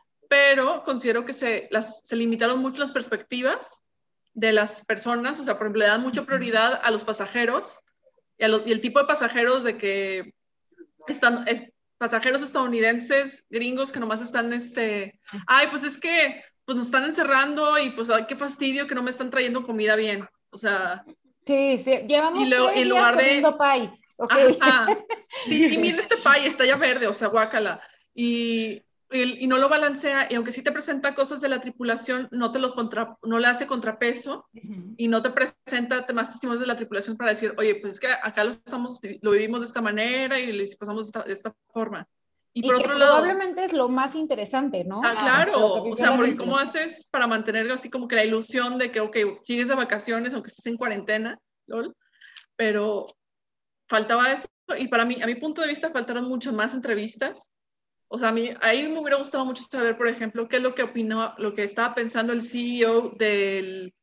Speaker 4: Pero considero que se, las, se limitaron mucho las perspectivas de las personas, o sea, por ejemplo, le dan mucha prioridad a los pasajeros y, a lo, y el tipo de pasajeros de que están, es, pasajeros estadounidenses, gringos que nomás están, este, ay, pues es que pues nos están encerrando y pues ay, qué fastidio que no me están trayendo comida bien. O sea,
Speaker 2: Sí, sí,
Speaker 4: y
Speaker 2: llevamos
Speaker 4: luego,
Speaker 2: tres
Speaker 4: en
Speaker 2: días
Speaker 4: lugar
Speaker 2: comiendo
Speaker 4: de,
Speaker 2: pie, ok.
Speaker 4: ajá, sí, y mira este pay, está ya verde, o sea, guácala. Y, y, y no lo balancea, y aunque sí te presenta cosas de la tripulación, no te lo contra, no le hace contrapeso
Speaker 5: Ujú.
Speaker 4: y no te presenta más testimonios de la tripulación para decir, oye, pues es que acá lo estamos, lo vivimos de esta manera y lo pasamos de esta, de esta forma. Y
Speaker 2: Y
Speaker 4: por
Speaker 2: que
Speaker 4: otro lado,
Speaker 2: probablemente es lo más interesante, ¿no?
Speaker 4: ah,
Speaker 3: Claro.
Speaker 2: Este, lo que
Speaker 4: claro, o
Speaker 2: vivió
Speaker 4: sea,
Speaker 2: la
Speaker 4: porque ¿cómo
Speaker 2: tripulación.
Speaker 4: haces para mantener así como que la ilusión de que, ok, sigues de vacaciones aunque estés en cuarentena, lol, pero faltaba eso y para mí, a mi punto de vista, faltaron muchas más entrevistas. O sea, a mí, ahí me hubiera gustado mucho saber, por ejemplo, qué es lo que opinó, lo que estaba pensando el C E O del,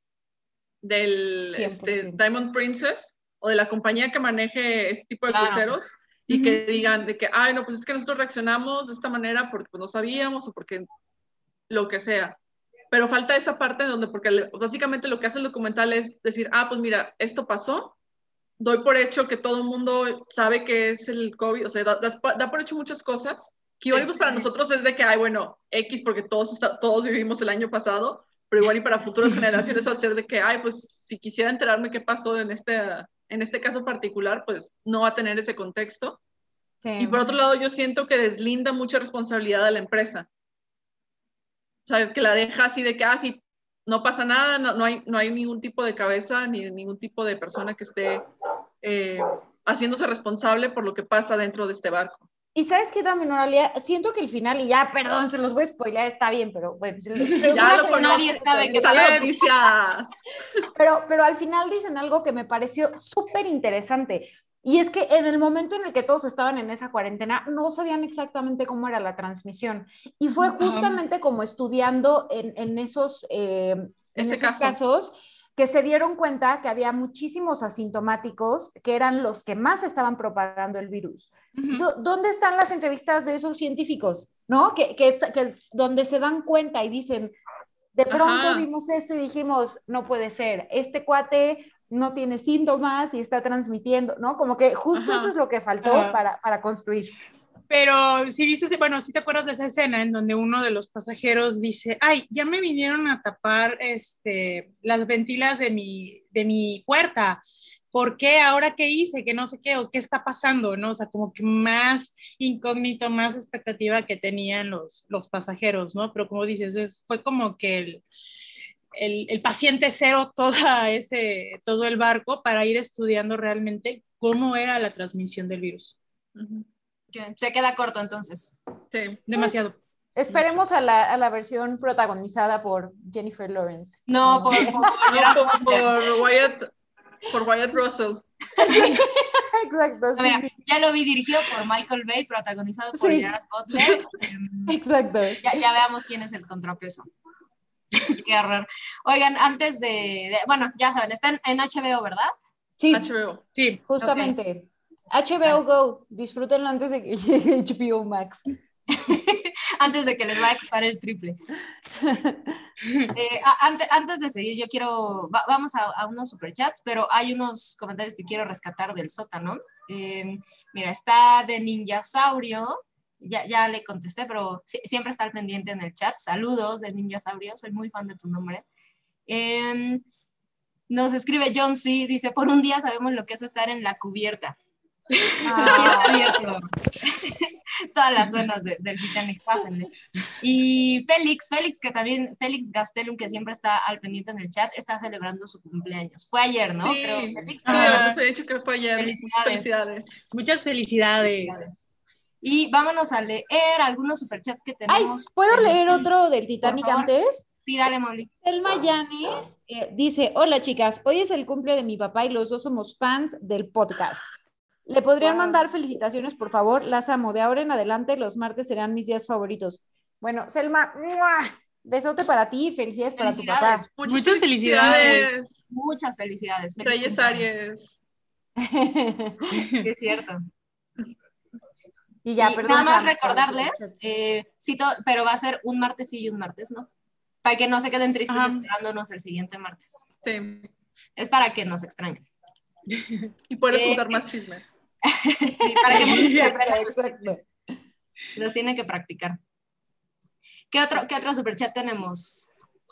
Speaker 4: del
Speaker 2: cien por
Speaker 4: este,
Speaker 2: ciento.
Speaker 4: Diamond Princess o de la compañía que maneje este tipo de
Speaker 3: Claro.
Speaker 4: cruceros y que digan de que, ay, no, pues es que nosotros reaccionamos de esta manera porque pues, no sabíamos o porque lo que sea. Pero falta esa parte donde, porque le- básicamente lo que hace el documental es decir, ah, pues mira, esto pasó, doy por hecho que todo el mundo sabe que es el COVID, o sea, da, da, da por hecho muchas cosas, que igual
Speaker 3: Sí.
Speaker 4: pues para nosotros es de que, ay, bueno, X, porque todos, está, todos vivimos el año pasado, pero igual y para futuras generaciones hacer de que, ay, pues si quisiera enterarme qué pasó en este, en este caso particular, pues no va a tener ese contexto.
Speaker 2: Sí.
Speaker 4: Y por otro lado, yo siento que deslinda mucha responsabilidad a la empresa. O sea, que la deja así de que, ah, sí, no pasa nada, no, no, hay, no hay ningún tipo de cabeza ni ningún tipo de persona que esté eh, haciéndose responsable por lo que pasa dentro de este barco.
Speaker 2: Y sabes qué también, Oralia, siento que el final, y ya, perdón, se los voy a spoilear, está bien, pero bueno, se los, se los
Speaker 4: Ya
Speaker 2: voy a
Speaker 4: lo
Speaker 2: contar.
Speaker 3: Nadie sabe qué
Speaker 4: Sale
Speaker 3: pasó.
Speaker 4: noticias.
Speaker 2: Pero, pero al final dicen algo que me pareció súper interesante. Y es que en el momento en el que todos estaban en esa cuarentena, no sabían exactamente cómo era la transmisión. Y fue justamente como estudiando en, en esos, eh, en
Speaker 4: Ese
Speaker 2: esos
Speaker 4: caso.
Speaker 2: casos que se dieron cuenta que había muchísimos asintomáticos que eran los que más estaban propagando el virus.
Speaker 5: Ujú.
Speaker 2: ¿Dónde están las entrevistas de esos científicos? ¿No? Que, que, que donde se dan cuenta y dicen, de pronto
Speaker 4: Ajá.
Speaker 2: vimos esto y dijimos, no puede ser, este cuate no tiene síntomas y está transmitiendo, ¿no? Como que justo
Speaker 4: Ajá.
Speaker 2: eso es lo que faltó
Speaker 5: Ajá.
Speaker 2: para, para construir.
Speaker 5: Pero si viste, bueno, si te acuerdas de esa escena en donde uno de los pasajeros dice, ay, ya me vinieron a tapar este, las ventilas de mi, de mi puerta. ¿Por qué? ¿Ahora qué hice? ¿Qué no sé qué? ¿O qué está pasando? ¿No? O sea, como que más incógnito, más expectativa que tenían los, los pasajeros, ¿no? Pero como dices, es, fue como que el, el, el paciente cero toda ese, todo el barco para ir estudiando realmente cómo era la transmisión del virus.
Speaker 4: Uh-huh.
Speaker 3: Se queda corto entonces.
Speaker 4: Sí.
Speaker 5: Demasiado.
Speaker 2: Esperemos a la, a la versión protagonizada por Jennifer Lawrence.
Speaker 3: No, por, por,
Speaker 4: no, por, por, Wyatt, por Wyatt Russell.
Speaker 2: Exacto.
Speaker 3: Sí. Mira, ya lo vi dirigido por Michael Bay, protagonizado por
Speaker 2: sí.
Speaker 3: Gerard Butler.
Speaker 2: Exacto.
Speaker 3: Ya, ya veamos quién es el contrapeso. Qué horror. Oigan, antes de, de, bueno, ya saben, están en H B O, ¿verdad?
Speaker 2: Sí,
Speaker 4: H B O.
Speaker 2: Sí, justamente. Okay. H B O Go, disfrútenlo antes de que llegue H B O Max.
Speaker 3: antes de que les vaya a costar el triple. Eh, a, antes, antes de seguir, yo quiero, va, vamos a, a unos superchats, pero hay unos comentarios que quiero rescatar del sótano. Eh, mira, está de Ninjasaurio, ya, ya le contesté, pero si, siempre está al pendiente en el chat. Saludos de Ninjasaurio, soy muy fan de tu nombre. Eh, nos escribe John C, dice, por un día sabemos lo que es estar en la cubierta. Ah. Aquí está abierto todas las zonas de, del Titanic, pásenle. Y Félix, Félix, que también, Félix Gastelum, que siempre está al pendiente en el chat, está celebrando su cumpleaños. Fue ayer, ¿no?
Speaker 4: Sí.
Speaker 3: Creo, Félix.
Speaker 4: Ah, nos había dicho que fue ayer.
Speaker 3: Felicidades.
Speaker 4: Felicidades.
Speaker 5: Muchas felicidades.
Speaker 3: Felicidades. Y vámonos a leer algunos superchats que tenemos.
Speaker 2: Ay, ¿puedo leer otro del Titanic antes?
Speaker 3: Sí, dale, Molly.
Speaker 2: Selma Llanes eh, dice, hola chicas, hoy es el cumple de mi papá y los dos somos fans del podcast. ¿Le podrían wow. mandar felicitaciones, por favor? Las amo. De ahora en adelante, los martes serán mis días favoritos. Bueno, Selma, ¡mua! Besote para ti y felicidades, felicidades para tu papá.
Speaker 5: Muchas, Muchas felicidades.
Speaker 3: felicidades. Muchas felicidades.
Speaker 4: Reyes Aries.
Speaker 3: Es cierto.
Speaker 2: Y ya,
Speaker 3: y
Speaker 2: perdón.
Speaker 3: Nada más recordarles, eh, cito, pero va a ser un martes sí y un martes, ¿no? Para que no se queden tristes ah. esperándonos el siguiente martes.
Speaker 4: Sí.
Speaker 3: Es para que nos extrañen.
Speaker 4: Y puedes eh, contar más chisme.
Speaker 3: Sí, para que se aprendan los chismes. Los tienen que practicar. ¿Qué otro, qué otro superchat tenemos?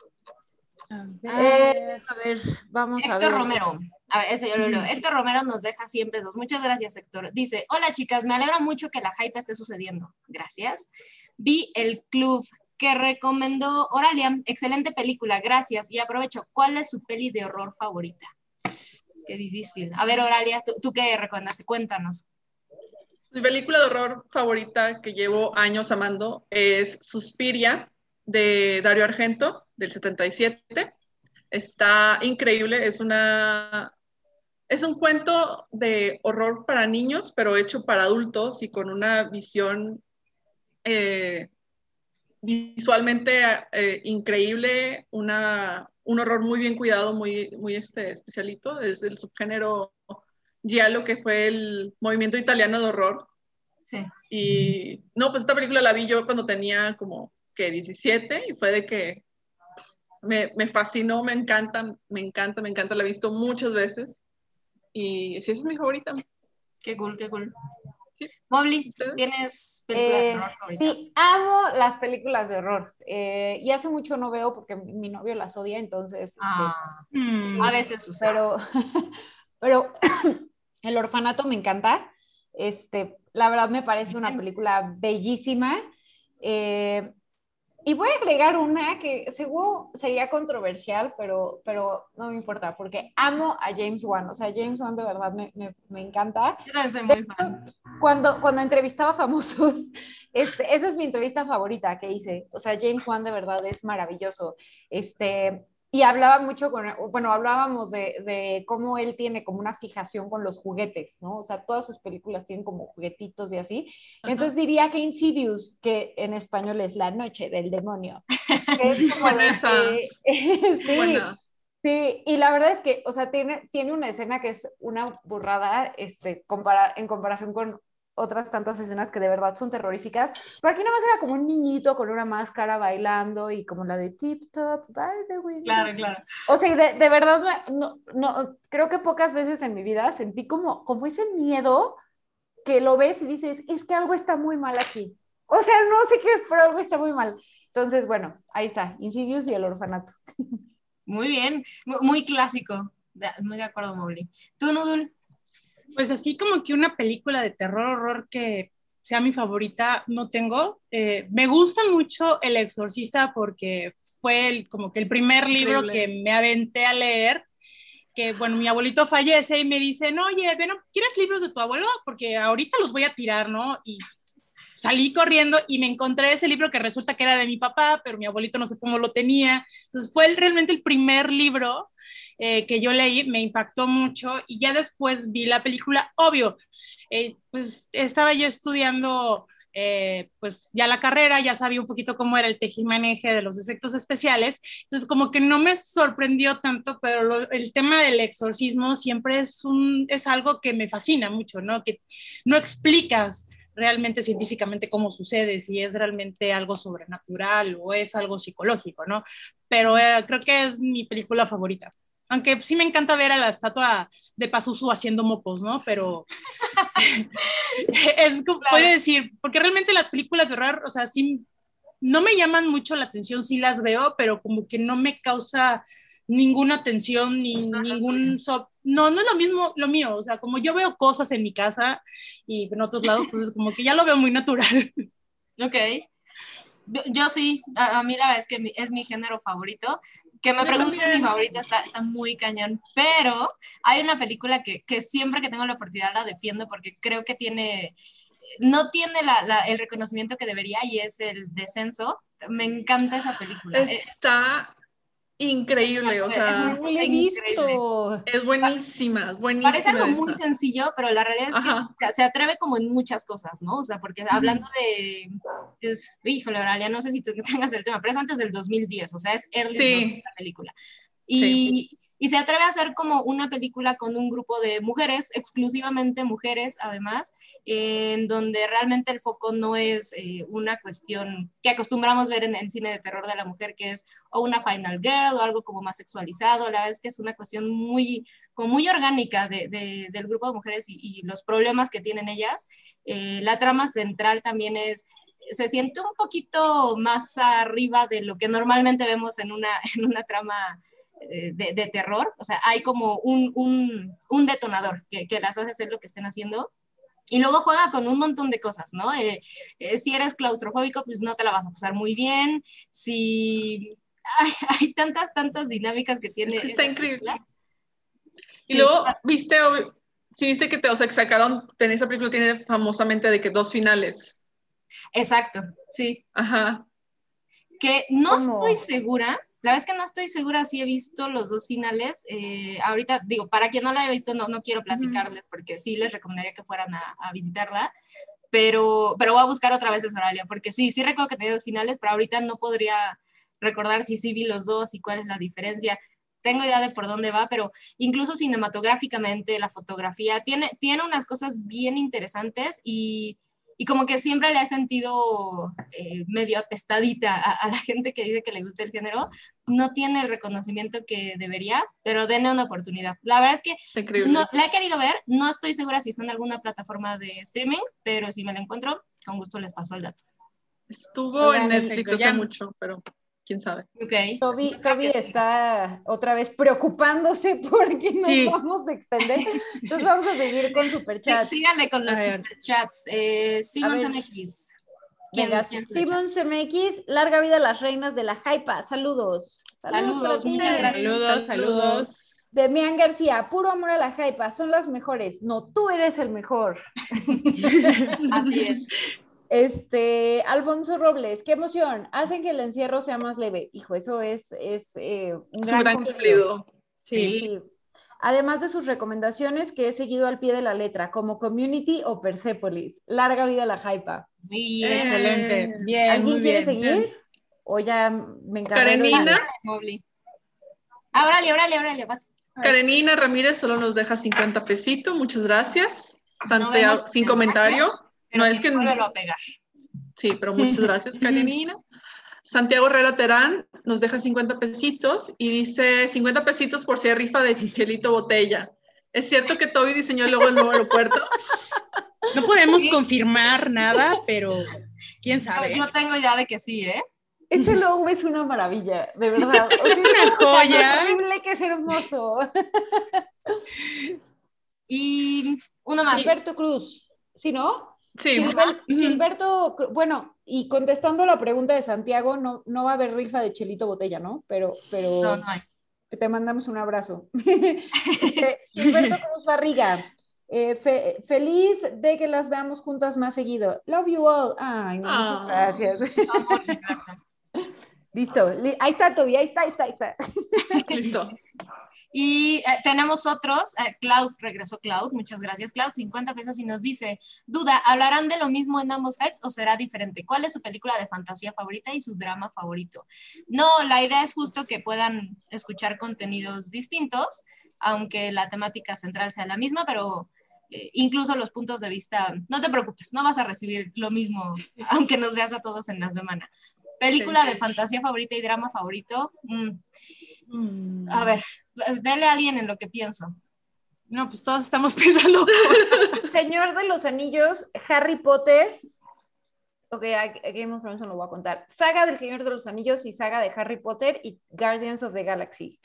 Speaker 2: A ver, eh, a ver vamos
Speaker 3: Héctor
Speaker 2: a ver.
Speaker 3: Héctor Romero. A ver, ese yo lo leo. Mm. Héctor Romero nos deja cien pesos. Muchas gracias, Héctor. Dice, hola chicas, me alegra mucho que la hype esté sucediendo. Gracias. Vi El Club que recomendó Oralia. Excelente película, gracias. Y aprovecho, ¿cuál es su peli de horror favorita? Qué difícil. A ver, Oralia, ¿tú, tú qué recomendaste? Cuéntanos.
Speaker 4: Mi película de horror favorita que llevo años amando es Suspiria, de Dario Argento, del setenta y siete. Está increíble, es una... Es un cuento de horror para niños, pero hecho para adultos y con una visión eh, visualmente eh, increíble, una... un horror muy bien cuidado, muy, muy este, especialito, es el subgénero giallo, que fue el movimiento italiano de horror.
Speaker 3: Sí.
Speaker 4: Y no, pues esta película la vi yo cuando tenía como, que diecisiete, y fue de que me, me fascinó, me encanta, me encanta, me encanta, la he visto muchas veces, y sí, esa es mi favorita.
Speaker 3: Qué cool, qué cool.
Speaker 4: Sí.
Speaker 3: Mobley, ¿tienes películas
Speaker 2: eh,
Speaker 3: de horror favorita?
Speaker 2: Sí, amo las películas de horror. Eh, y hace mucho no veo porque mi, mi novio las odia, entonces...
Speaker 3: Ah,
Speaker 2: este,
Speaker 3: mm, a veces sucede.
Speaker 2: Pero, pero El Orfanato me encanta. Este, la verdad me parece una película bellísima. Eh, y voy a agregar una que seguro sería controversial, pero, pero no me importa, porque amo a James Wan. O sea, James Wan de verdad me, me, me encanta.
Speaker 3: Yo también soy muy fan.
Speaker 2: Cuando, cuando entrevistaba famosos, este, esa es mi entrevista favorita que hice. O sea, James Wan de verdad es maravilloso. Este... Y hablaba mucho con, bueno, hablábamos de, de cómo él tiene como una fijación con los juguetes, ¿no? O sea, todas sus películas tienen como juguetitos y así. Ajá. Entonces diría que Insidious, que en español es La Noche del Demonio. Que es como
Speaker 4: bueno, esa.
Speaker 2: Que, sí,
Speaker 4: Buena.
Speaker 2: Sí, y la verdad es que, o sea, tiene, tiene una escena que es una burrada este, compara, en comparación con otras tantas escenas que de verdad son terroríficas, pero aquí nada más era como un niñito con una máscara bailando y como la de Tip Top by the Window.
Speaker 3: Claro, claro.
Speaker 2: O sea, de, de verdad, no, no, creo que pocas veces en mi vida sentí como, como ese miedo que lo ves y dices, es que algo está muy mal aquí. O sea, no sé qué es, pero algo está muy mal. Entonces, bueno, ahí está, Insidious y El Orfanato.
Speaker 3: Muy bien, muy clásico. Muy de acuerdo, Mobley. ¿Tú, Nudul?
Speaker 5: Pues así como que una película de terror, horror que sea mi favorita, no tengo. Eh, me gusta mucho El Exorcista porque fue el, como que el primer libro Increíble. que me aventé a leer, que bueno, mi abuelito fallece y me dice, no, oye, bueno, ¿quieres libros de tu abuelo? Porque ahorita los voy a tirar, ¿no? Y salí corriendo y me encontré ese libro que resulta que era de mi papá, pero mi abuelito no sé cómo lo tenía. Entonces fue el, realmente el primer libro Eh, que yo leí, me impactó mucho y ya después vi la película, obvio, eh, pues estaba yo estudiando eh, pues ya la carrera, ya sabía un poquito cómo era el tejimaneje de los efectos especiales, entonces como que no me sorprendió tanto, pero lo, el tema del exorcismo siempre es, un, es algo que me fascina mucho, ¿no? Que no explicas realmente científicamente cómo sucede, si es realmente algo sobrenatural o es algo psicológico, ¿no? Pero eh, creo que es mi película favorita. Aunque sí me encanta ver a la estatua de Pazuzu haciendo mocos, ¿no? Pero es como, claro. Puede decir, porque realmente las películas de horror, o sea, sí, no me llaman mucho la atención, sí las veo, pero como que no me causa ninguna tensión, ni no, ningún... So no, no es lo mismo lo mío, o sea, como yo veo cosas en mi casa y en otros lados, entonces como que ya lo veo muy natural.
Speaker 3: Ok. Yo, yo sí, a, a mí la verdad es que mi, es mi género favorito. Que me preguntes mi favorita está, está muy cañón, pero hay una película que, que siempre que tengo la oportunidad la defiendo porque creo que tiene, no tiene la, la, el reconocimiento que debería y es El Descenso. Me encanta esa película.
Speaker 4: Está increíble,
Speaker 3: una,
Speaker 4: o sea,
Speaker 3: es una cosa increíble.
Speaker 4: Es buenísima, buenísima.
Speaker 3: Parece algo muy sencillo, pero la realidad es Ajá. que se atreve como en muchas cosas, ¿no? O sea, porque hablando de, es, híjole, Oralia, no sé si tú tengas el tema, pero es antes del dos mil diez, o sea, es early sí. dos mil la película. Y, sí. y se atreve a hacer como una película con un grupo de mujeres, exclusivamente mujeres, además, eh, en donde realmente el foco no es eh, una cuestión que acostumbramos ver en el cine de terror de la mujer, que es o una final girl o algo como más sexualizado. La verdad es que es una cuestión muy, como muy orgánica de, de, del grupo de mujeres y, y los problemas que tienen ellas. Eh, la trama central también es, se siente un poquito más arriba de lo que normalmente vemos en una, en una trama De, de terror, o sea, hay como un, un, un detonador que, que las hace hacer lo que estén haciendo, y luego juega con un montón de cosas, ¿no? Eh, eh, si eres claustrofóbico, pues no te la vas a pasar muy bien, si hay, hay tantas, tantas dinámicas que tiene.
Speaker 4: Es que está increíble. Y sí. Luego, viste, sí viste que te, o sea, que sacaron, en esa película tiene famosamente de que dos finales.
Speaker 3: Exacto, sí.
Speaker 4: Ajá.
Speaker 3: Que no ¿Cómo? Estoy segura. La verdad es que no estoy segura si he visto los dos finales. Eh, ahorita, digo, para quien no la haya visto, no, no quiero platicarles uh-huh. porque sí les recomendaría que fueran a, a visitarla, pero, pero voy a buscar otra vez esa Oralia, porque sí, sí recuerdo que tenía dos finales, pero ahorita no podría recordar si sí vi los dos y cuál es la diferencia. Tengo idea de por dónde va, pero incluso cinematográficamente, la fotografía, tiene, tiene unas cosas bien interesantes y... Y como que siempre le he sentido eh, medio apestadita a, a la gente que dice que le gusta el género. No tiene el reconocimiento que debería, pero denle una oportunidad. La verdad es que no, la he querido ver, no estoy segura si está en alguna plataforma de streaming, pero si me la encuentro, con gusto les paso el dato.
Speaker 4: Estuvo Hola, en Netflix hace mucho, pero quién sabe.
Speaker 2: Okay. Toby, Toby está otra vez preocupándose porque nos sí. vamos a extender. Entonces vamos a seguir con superchats.
Speaker 3: Sí, síganle con los superchats. Eh, Simon C M X.
Speaker 2: Venga, Simon C M X, larga vida a las reinas de la Hypa. Saludos.
Speaker 3: Saludos, saludos muchas gracias.
Speaker 4: Saludos, saludos.
Speaker 2: Demian García, puro amor a la Hypa, son las mejores. No, tú eres el mejor.
Speaker 3: Así es.
Speaker 2: Este, Alfonso Robles, qué emoción, hacen que el encierro sea más leve. Hijo, eso es, es eh, un gran,
Speaker 4: gran cumplido.
Speaker 2: Sí. sí. Además de sus recomendaciones que he seguido al pie de la letra, como Community o Persepolis. Larga vida a la Hypa.
Speaker 3: Bien.
Speaker 5: Excelente. Bien,
Speaker 2: ¿Alguien quiere
Speaker 5: bien,
Speaker 2: seguir?
Speaker 5: Bien.
Speaker 2: O ya me encargo.
Speaker 4: Karenina.
Speaker 3: Ahora, ahora, ahora, vas.
Speaker 4: Karenina Ramírez solo nos deja cincuenta pesitos, muchas gracias. Santiago, no sin comentario.
Speaker 3: Pero
Speaker 4: no
Speaker 3: sí,
Speaker 4: es que
Speaker 3: vuélvelo a pegar.
Speaker 4: Sí, pero muchas gracias, Karenina. Santiago Herrera Terán nos deja cincuenta pesitos y dice cincuenta pesitos por si hay rifa de Chelito Botella. ¿Es cierto que Toby diseñó luego el nuevo aeropuerto?
Speaker 5: No podemos sí. confirmar nada, pero quién sabe.
Speaker 3: Yo, yo tengo idea de que sí, ¿eh?
Speaker 2: Ese logo es una maravilla, de verdad.
Speaker 5: O sea, es una joya.
Speaker 2: Es horrible que es hermoso.
Speaker 3: Y uno más.
Speaker 2: Gilberto Cruz, ¿sí, no?
Speaker 4: Sí.
Speaker 2: Gilber, Gilberto, bueno, y contestando la pregunta de Santiago, no, no va a haber rifa de Chelito Botella, ¿no? Pero, pero
Speaker 3: no, no hay.
Speaker 2: Te mandamos un abrazo. Este, Gilberto Cruz Barriga, eh, fe, feliz de que las veamos juntas más seguido. Love you all. Ay, no, muchas oh, gracias.
Speaker 3: Amor, Gilberto.
Speaker 2: Listo, ahí está Toby, ahí está, ahí está, ahí está.
Speaker 4: Listo.
Speaker 3: Y eh, tenemos otros, eh, Cloud, regresó Cloud, muchas gracias Cloud, cincuenta pesos y nos dice, duda, ¿hablarán de lo mismo en ambos hypes o será diferente? ¿Cuál es su película de fantasía favorita y su drama favorito? No, la idea es justo que puedan escuchar contenidos distintos, aunque la temática central sea la misma, pero eh, incluso los puntos de vista. No te preocupes, no vas a recibir lo mismo, aunque nos veas a todos en la semana. Película de fantasía favorita y drama favorito. Mm.
Speaker 5: Mm.
Speaker 3: A ver, dale a alguien en lo que pienso.
Speaker 5: No, pues todos estamos pensando.
Speaker 2: Señor de los Anillos, Harry Potter. Ok, a, a Game of Thrones no lo voy a contar. Saga del Señor de los Anillos y saga de Harry Potter y Guardians of the Galaxy.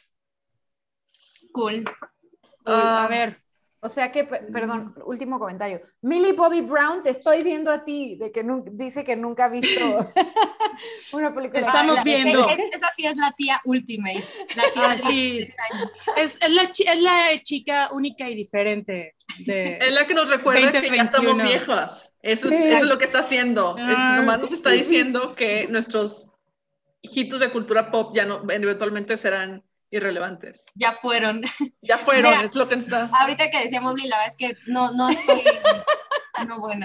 Speaker 3: Cool.
Speaker 5: Uh, a ver.
Speaker 2: O sea que, perdón, último comentario. Millie Bobby Brown, te estoy viendo a ti, de que nu- dice que nunca ha visto una película.
Speaker 5: Estamos
Speaker 3: la,
Speaker 5: viendo.
Speaker 3: Es, esa sí es la tía Ultimate. La tía
Speaker 5: Ah, sí.
Speaker 3: de años.
Speaker 5: Es, es, la, chi- es la chica única y diferente. De
Speaker 4: Es la que nos recuerda
Speaker 5: veinte,
Speaker 4: que ya estamos
Speaker 5: veintiuno.
Speaker 4: viejas. Eso es,
Speaker 2: Sí.
Speaker 4: eso es lo que está haciendo. Es,
Speaker 5: Ah,
Speaker 4: nomás nos está
Speaker 5: sí.
Speaker 4: diciendo que nuestros hijitos de cultura pop ya no, eventualmente serán irrelevantes.
Speaker 3: Ya fueron.
Speaker 4: Ya fueron,
Speaker 3: Mira,
Speaker 4: es lo que está.
Speaker 3: Ahorita que decía Mobley, la verdad es que no, no estoy. No, bueno.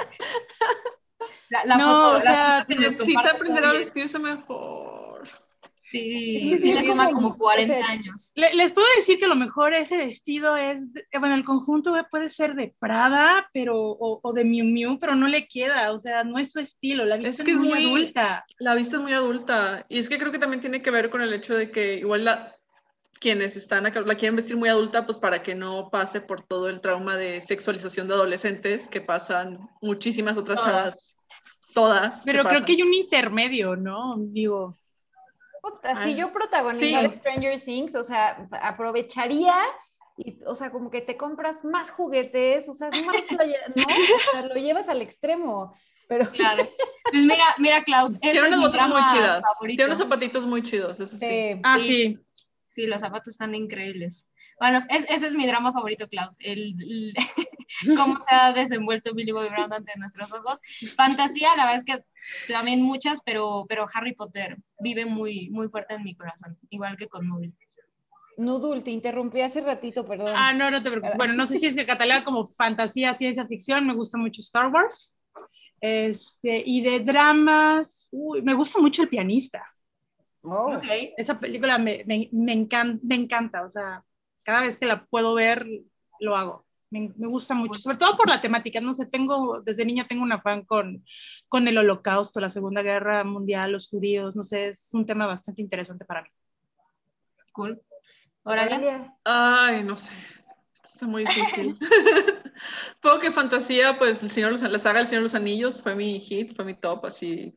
Speaker 3: La, la
Speaker 5: No,
Speaker 3: foto,
Speaker 5: o
Speaker 3: la
Speaker 5: sea,
Speaker 3: foto que les
Speaker 4: Necesita
Speaker 3: comparto
Speaker 4: aprender a
Speaker 3: todavía.
Speaker 4: vestirse mejor.
Speaker 3: Sí, sí, le suma como cuarenta años.
Speaker 5: Le- les puedo decir que lo mejor ese vestido es, de- bueno, el conjunto puede ser de Prada, pero, o, o de Miu Miu, pero no le queda, o sea, no es su estilo, la viste
Speaker 4: Es que es
Speaker 5: muy,
Speaker 4: muy-
Speaker 5: adulta.
Speaker 4: La vista es muy adulta. Y es que creo que también tiene que ver con el hecho de que igual la, quienes están acá la quieren vestir muy adulta, pues para que no pase por todo el trauma de sexualización de adolescentes que pasan muchísimas otras
Speaker 3: Todos.
Speaker 4: chavas. Todas.
Speaker 5: Pero creo
Speaker 4: pasan.
Speaker 5: que hay un intermedio, ¿no? Digo,
Speaker 2: Puta, si
Speaker 4: Ay,
Speaker 2: yo protagonizara
Speaker 4: sí.
Speaker 2: Stranger Things, o sea, aprovecharía y, o sea, como que te compras más juguetes, o sea, más playa, ¿no? O sea, lo llevas al extremo, pero
Speaker 3: Claro. Pues mira, mira, Cloud, ese
Speaker 4: Tiene
Speaker 3: es
Speaker 4: unas
Speaker 3: mi
Speaker 4: botas muy
Speaker 3: drama
Speaker 4: chidas.
Speaker 3: favorito.
Speaker 4: Tiene unos zapatitos muy chidos, eso sí.
Speaker 2: eh,
Speaker 5: ah,
Speaker 3: Sí.
Speaker 5: sí.
Speaker 3: Sí, los zapatos están increíbles. Bueno, es, ese es mi drama favorito, Cloud. El, el- cómo se ha desenvuelto Millie Bobby Brown ante nuestros ojos. Fantasía, la verdad es que también muchas, pero, pero Harry Potter vive muy, muy fuerte en mi corazón, igual que con Mobley.
Speaker 2: Nudul, te interrumpí hace ratito, perdón.
Speaker 5: Ah, no, no te preocupes. Bueno, no sé si es que cataloga como fantasía, ciencia ficción, me gusta mucho Star Wars. Este, y de dramas, uy, me gusta mucho El Pianista.
Speaker 2: Oh.
Speaker 3: Ok.
Speaker 5: Esa película me, me, me, encanta, me encanta, o sea, cada vez que la puedo ver, lo hago. Me, me gusta mucho, sobre todo por la temática, no sé, tengo, desde niña tengo un afán con, con el Holocausto, la Segunda Guerra Mundial, los judíos, no sé, es un tema bastante interesante para mí.
Speaker 3: Cool. Oralia.
Speaker 2: Oralia.
Speaker 4: Ay, no sé. Esto está muy difícil. Puedo que fantasía, pues el Señor, la saga El Señor de los Anillos fue mi hit, fue mi top, así.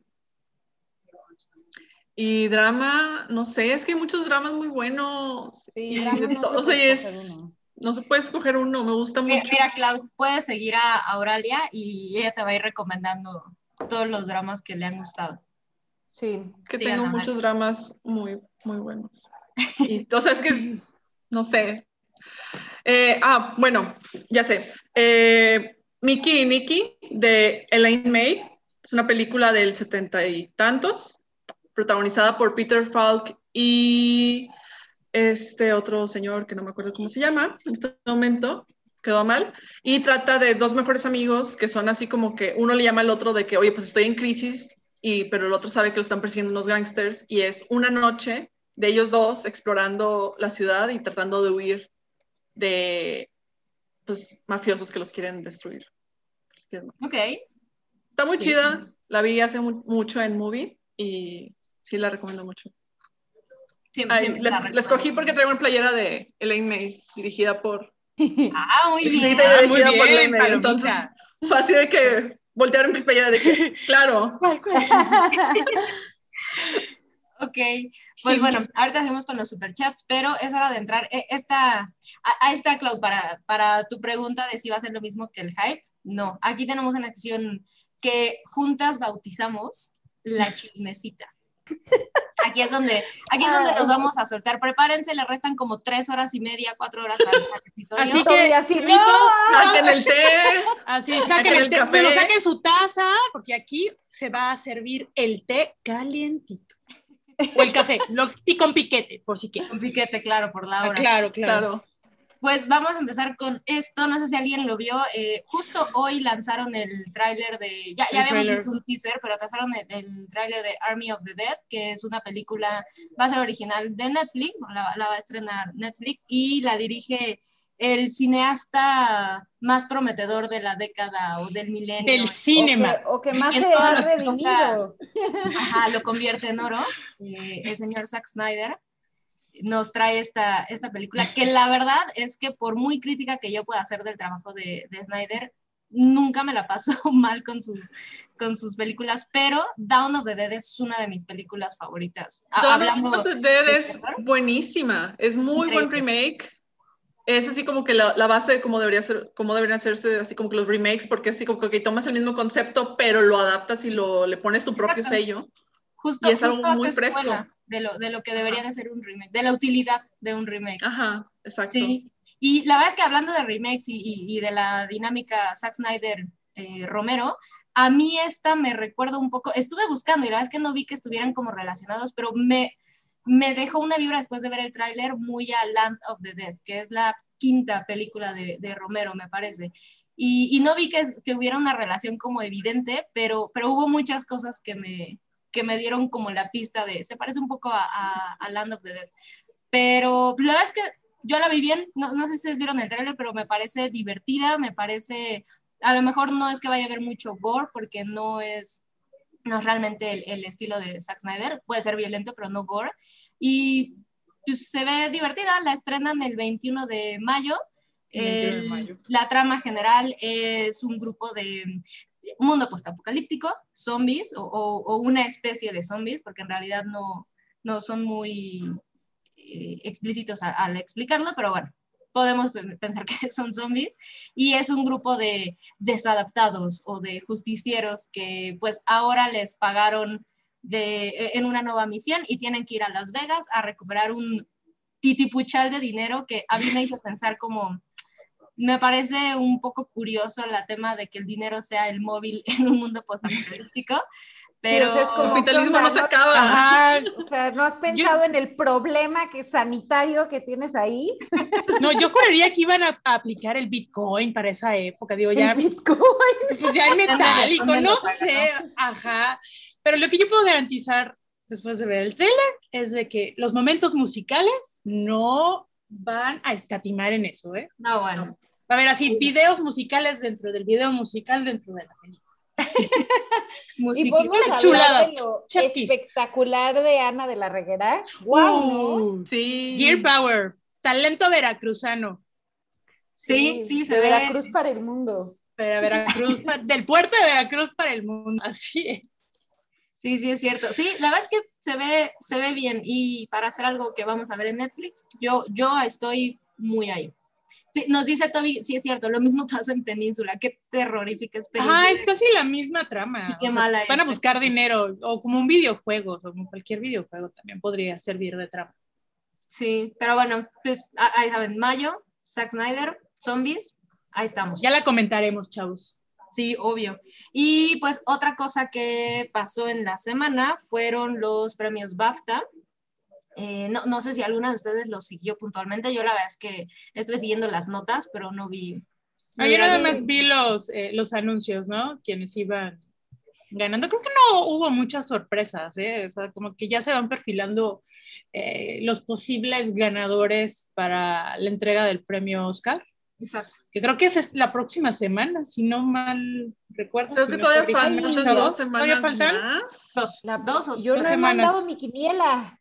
Speaker 4: Y drama, no sé, es que hay muchos dramas muy buenos.
Speaker 2: Sí,
Speaker 4: y
Speaker 2: drama
Speaker 4: de
Speaker 2: no
Speaker 4: to-
Speaker 2: se
Speaker 4: o sea,
Speaker 2: puede
Speaker 4: y
Speaker 2: escoger
Speaker 4: es,
Speaker 2: uno.
Speaker 4: no se puede escoger uno, me gusta
Speaker 3: Mira,
Speaker 4: mucho.
Speaker 3: mira, Cloud, puedes seguir a, a Oralia y ella te va a ir recomendando todos los dramas que le han gustado.
Speaker 2: Sí.
Speaker 4: que
Speaker 3: Sí,
Speaker 4: tengo
Speaker 3: Ana,
Speaker 4: muchos dramas muy, muy buenos. Y, o sea, es que, no sé. Eh, ah, bueno, ya sé. Eh, Mickey y Nicky, de Elaine May. Es una película del setenta y tantos, protagonizada por Peter Falk y este otro señor que no me acuerdo cómo se llama en este momento, quedó mal, y trata de dos mejores amigos que son así como que uno le llama al otro de que, oye, pues estoy en crisis, y, pero el otro sabe que lo están persiguiendo unos gangsters, y es una noche de ellos dos explorando la ciudad y tratando de huir de pues, mafiosos que los quieren destruir.
Speaker 3: Ok.
Speaker 4: Está muy
Speaker 2: Sí.
Speaker 4: chida, la vi hace mu- mucho en Movie, y sí la recomiendo mucho.
Speaker 3: Siempre,
Speaker 4: Ay,
Speaker 3: siempre
Speaker 4: la,
Speaker 3: la
Speaker 4: la
Speaker 3: recomiendo.
Speaker 4: escogí porque traigo una playera de Elaine May, dirigida por...
Speaker 3: Ah, muy bien.
Speaker 4: dirigida
Speaker 5: Ah,
Speaker 4: y
Speaker 5: muy
Speaker 4: dirigida por
Speaker 5: bien,
Speaker 4: Elaine May, entonces
Speaker 5: palomita.
Speaker 4: fue así de que voltearon mi playera de que, claro.
Speaker 5: ¿Cuál, cuál?
Speaker 3: Ok, pues bueno, ahorita seguimos con los superchats, pero es hora de entrar eh, esta, a, a esta, Cloud, para, para tu pregunta de si va a ser lo mismo que el hype. No, aquí tenemos una sección que juntas bautizamos la chismecita. Aquí es donde, aquí es donde nos vamos a soltar. Prepárense, le restan como tres horas y media, cuatro horas al, al episodio.
Speaker 5: Así que,
Speaker 2: Todavía sí,
Speaker 5: chavitos,
Speaker 2: ¡no!
Speaker 4: Saquen el té.
Speaker 5: así,
Speaker 4: Saquen
Speaker 5: saquen el
Speaker 4: el
Speaker 5: té,
Speaker 4: café.
Speaker 5: pero saquen su taza, porque aquí se va a servir el té calientito. O el café, lo, y con piquete, por si quieren.
Speaker 3: Un piquete, claro, por la
Speaker 5: Ah,
Speaker 3: hora.
Speaker 5: claro, claro.
Speaker 4: Claro.
Speaker 3: Pues vamos a empezar con esto, no sé si alguien lo vio, eh, justo hoy lanzaron el tráiler de, ya, ya
Speaker 5: El
Speaker 3: habíamos
Speaker 5: tráiler.
Speaker 3: visto un teaser, pero lanzaron el, el tráiler de Army of the Dead, que es una película, va a ser original de Netflix, la, la va a estrenar Netflix, y la dirige el cineasta más prometedor de la década o del milenio.
Speaker 5: Del cinema.
Speaker 2: O que, o que más
Speaker 3: En
Speaker 2: se
Speaker 3: todo
Speaker 2: ha
Speaker 3: lo que
Speaker 2: redimido.
Speaker 3: Ajá, lo convierte en oro. Eh, el señor Zack Snyder nos trae esta, esta película, que la verdad es que por muy crítica que yo pueda hacer del trabajo de, de Snyder, nunca me la paso mal con sus, con sus películas, pero Dawn of the Dead es una de mis películas favoritas.
Speaker 4: Dawn
Speaker 3: Hablando
Speaker 4: of the Dead
Speaker 3: de
Speaker 4: es
Speaker 3: terror,
Speaker 4: buenísima, es muy buen
Speaker 3: increíble.
Speaker 4: remake. Es así como que la, la base de cómo debería ser, cómo deberían hacerse así como que los remakes, porque así como que tomas el mismo concepto, pero lo adaptas y lo, le pones tu propio
Speaker 3: Exacto.
Speaker 4: sello.
Speaker 3: Justo,
Speaker 4: Y es algo
Speaker 3: justo hace
Speaker 4: muy fresco.
Speaker 3: escuela de lo, de lo que debería de ser un remake, de la utilidad de un remake.
Speaker 4: Ajá, exacto.
Speaker 3: Sí, y la verdad es que hablando de remakes y, y, y de la dinámica Zack Snyder eh, Romero, a mí esta me recuerda un poco, estuve buscando y la verdad es que no vi que estuvieran como relacionados, pero me, me dejó una vibra después de ver el tráiler muy a Land of the Dead, que es la quinta película de, de Romero, me parece. Y, y no vi que, que hubiera una relación como evidente, pero, pero hubo muchas cosas que me, que me dieron como la pista de, se parece un poco a, a, a Land of the Dead. Pero la verdad es que yo la vi bien, no, no sé si ustedes vieron el trailer, pero me parece divertida, me parece, a lo mejor no es que vaya a haber mucho gore, porque no es, no es realmente el, el estilo de Zack Snyder, puede ser violento, pero no gore, y pues se ve divertida, la estrenan el veintiuno de mayo,
Speaker 4: veintiuno de
Speaker 3: el,
Speaker 4: mayo.
Speaker 3: La trama general es un grupo de un mundo postapocalíptico, zombies, o, o, o una especie de zombies, porque en realidad no, no son muy eh, explícitos a, al explicarlo, pero bueno, podemos pensar que son zombies, y es un grupo de desadaptados o de justicieros que pues ahora les pagaron de, en una nueva misión y tienen que ir a Las Vegas a recuperar un titipuchal de dinero que a mí me hizo pensar como, me parece un poco curioso el tema de que el dinero sea el móvil en un mundo postapocalíptico, pero...
Speaker 2: Sí, o sea, es como,
Speaker 4: El capitalismo
Speaker 2: ¿qué onda?
Speaker 4: no se
Speaker 2: ¿No-
Speaker 4: acaba.
Speaker 5: Ajá.
Speaker 2: O sea, ¿no has pensado
Speaker 5: Yo-
Speaker 2: en el problema que sanitario que tienes ahí?
Speaker 5: No, yo juraría que iban a, a aplicar el Bitcoin para esa época, digo, ya,
Speaker 2: El Bitcoin.
Speaker 5: pues ya en
Speaker 3: Depende de
Speaker 5: metálico,
Speaker 3: dónde
Speaker 5: no
Speaker 3: los hagan,
Speaker 5: sé, ajá. Pero lo que yo puedo garantizar después de ver el tráiler es de que los momentos musicales no van a escatimar en eso, ¿eh?
Speaker 3: No, bueno.
Speaker 5: Va a haber así videos musicales dentro del video musical dentro de la película.
Speaker 2: Y
Speaker 3: Musiquita.
Speaker 2: podemos
Speaker 5: Una
Speaker 2: hablar
Speaker 5: chulada.
Speaker 2: de lo
Speaker 5: Chef kiss.
Speaker 2: espectacular de Ana de la Reguera. ¡Guau, ¿no?
Speaker 5: Uh,
Speaker 4: Sí.
Speaker 5: Gear Power, talento veracruzano.
Speaker 3: Sí, sí, se
Speaker 2: de
Speaker 3: ve.
Speaker 2: Veracruz para el mundo.
Speaker 5: Para Veracruz, pa- del puerto de Veracruz para el mundo, así es.
Speaker 3: Sí, sí, es cierto. Sí, la verdad es que se ve, se ve bien. Y para hacer algo que vamos a ver en Netflix, yo, yo estoy muy ahí. Sí, nos dice Toby, sí es cierto, lo mismo pasa en Península. Qué terrorífica es Península.
Speaker 5: Ah, es casi la misma trama.
Speaker 3: Y qué
Speaker 5: O sea,
Speaker 3: mala
Speaker 5: van
Speaker 3: es.
Speaker 5: a buscar dinero, o como un videojuego, o como cualquier videojuego también podría servir de trama.
Speaker 3: Sí, pero bueno, pues ah, ahí saben, mayo, Zack Snyder, zombies, ahí estamos.
Speaker 5: Ya la comentaremos, chavos.
Speaker 3: Sí, obvio. Y pues otra cosa que pasó en la semana fueron los premios BAFTA. Eh, no, no sé si alguna de ustedes los siguió puntualmente. Yo la verdad es que estuve siguiendo las notas, pero no vi. No
Speaker 5: Ah,
Speaker 3: vi
Speaker 5: yo nada
Speaker 3: realmente.
Speaker 5: más vi los, eh, los anuncios, ¿no? Quienes iban ganando. Creo que no hubo muchas sorpresas, ¿eh? O sea, como que ya se van perfilando eh, los posibles ganadores para la entrega del premio Oscar.
Speaker 3: Exacto.
Speaker 5: Que creo que es la próxima semana, si no mal recuerdo.
Speaker 4: Creo
Speaker 5: si
Speaker 4: que
Speaker 5: me
Speaker 4: todavía
Speaker 5: corrigen,
Speaker 4: faltan
Speaker 2: Ay,
Speaker 4: unas
Speaker 5: chavos.
Speaker 4: dos
Speaker 5: ¿Todavía
Speaker 4: semanas
Speaker 5: faltan?
Speaker 4: más.
Speaker 3: Dos,
Speaker 2: La-
Speaker 3: dos o
Speaker 2: yo
Speaker 5: dos
Speaker 2: no he
Speaker 5: semanas.
Speaker 2: mandado mi quiniela.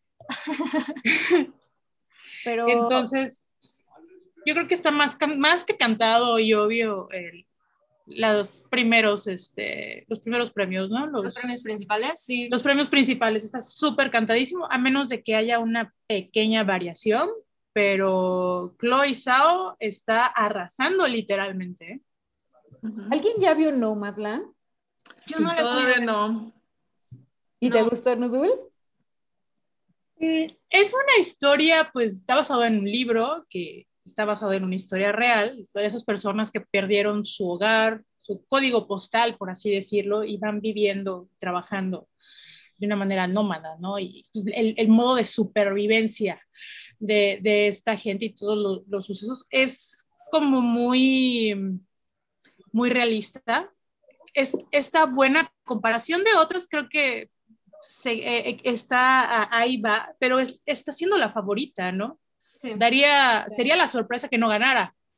Speaker 2: Pero
Speaker 5: Entonces, yo creo que está más, más que cantado y obvio el, los primeros, este, los primeros premios, ¿no? Los,
Speaker 3: los premios principales, sí.
Speaker 5: los premios principales, está súper cantadísimo, a menos de que haya una pequeña variación, pero Chloe Zhao está arrasando literalmente, ¿eh?
Speaker 4: Ujú.
Speaker 2: ¿alguien ya vio Nomadland?
Speaker 3: Yo no le pude
Speaker 4: Todavía
Speaker 3: ver.
Speaker 4: no.
Speaker 2: ¿Y
Speaker 3: No.
Speaker 2: te gustó, Nuzul?
Speaker 5: Mm, Es una historia, pues está basado en un libro que está basado en una historia real, de esas personas que perdieron su hogar, su código postal, por así decirlo, y van viviendo, trabajando de una manera nómada, ¿no? Y el, el modo de supervivencia de, de esta gente y todos los, los sucesos es como muy, muy realista. Es, esta buena comparación de otras, creo que se, eh, está ahí va, pero es, está siendo la favorita, ¿no?
Speaker 3: Sí.
Speaker 5: Daría, sería la sorpresa que no ganara,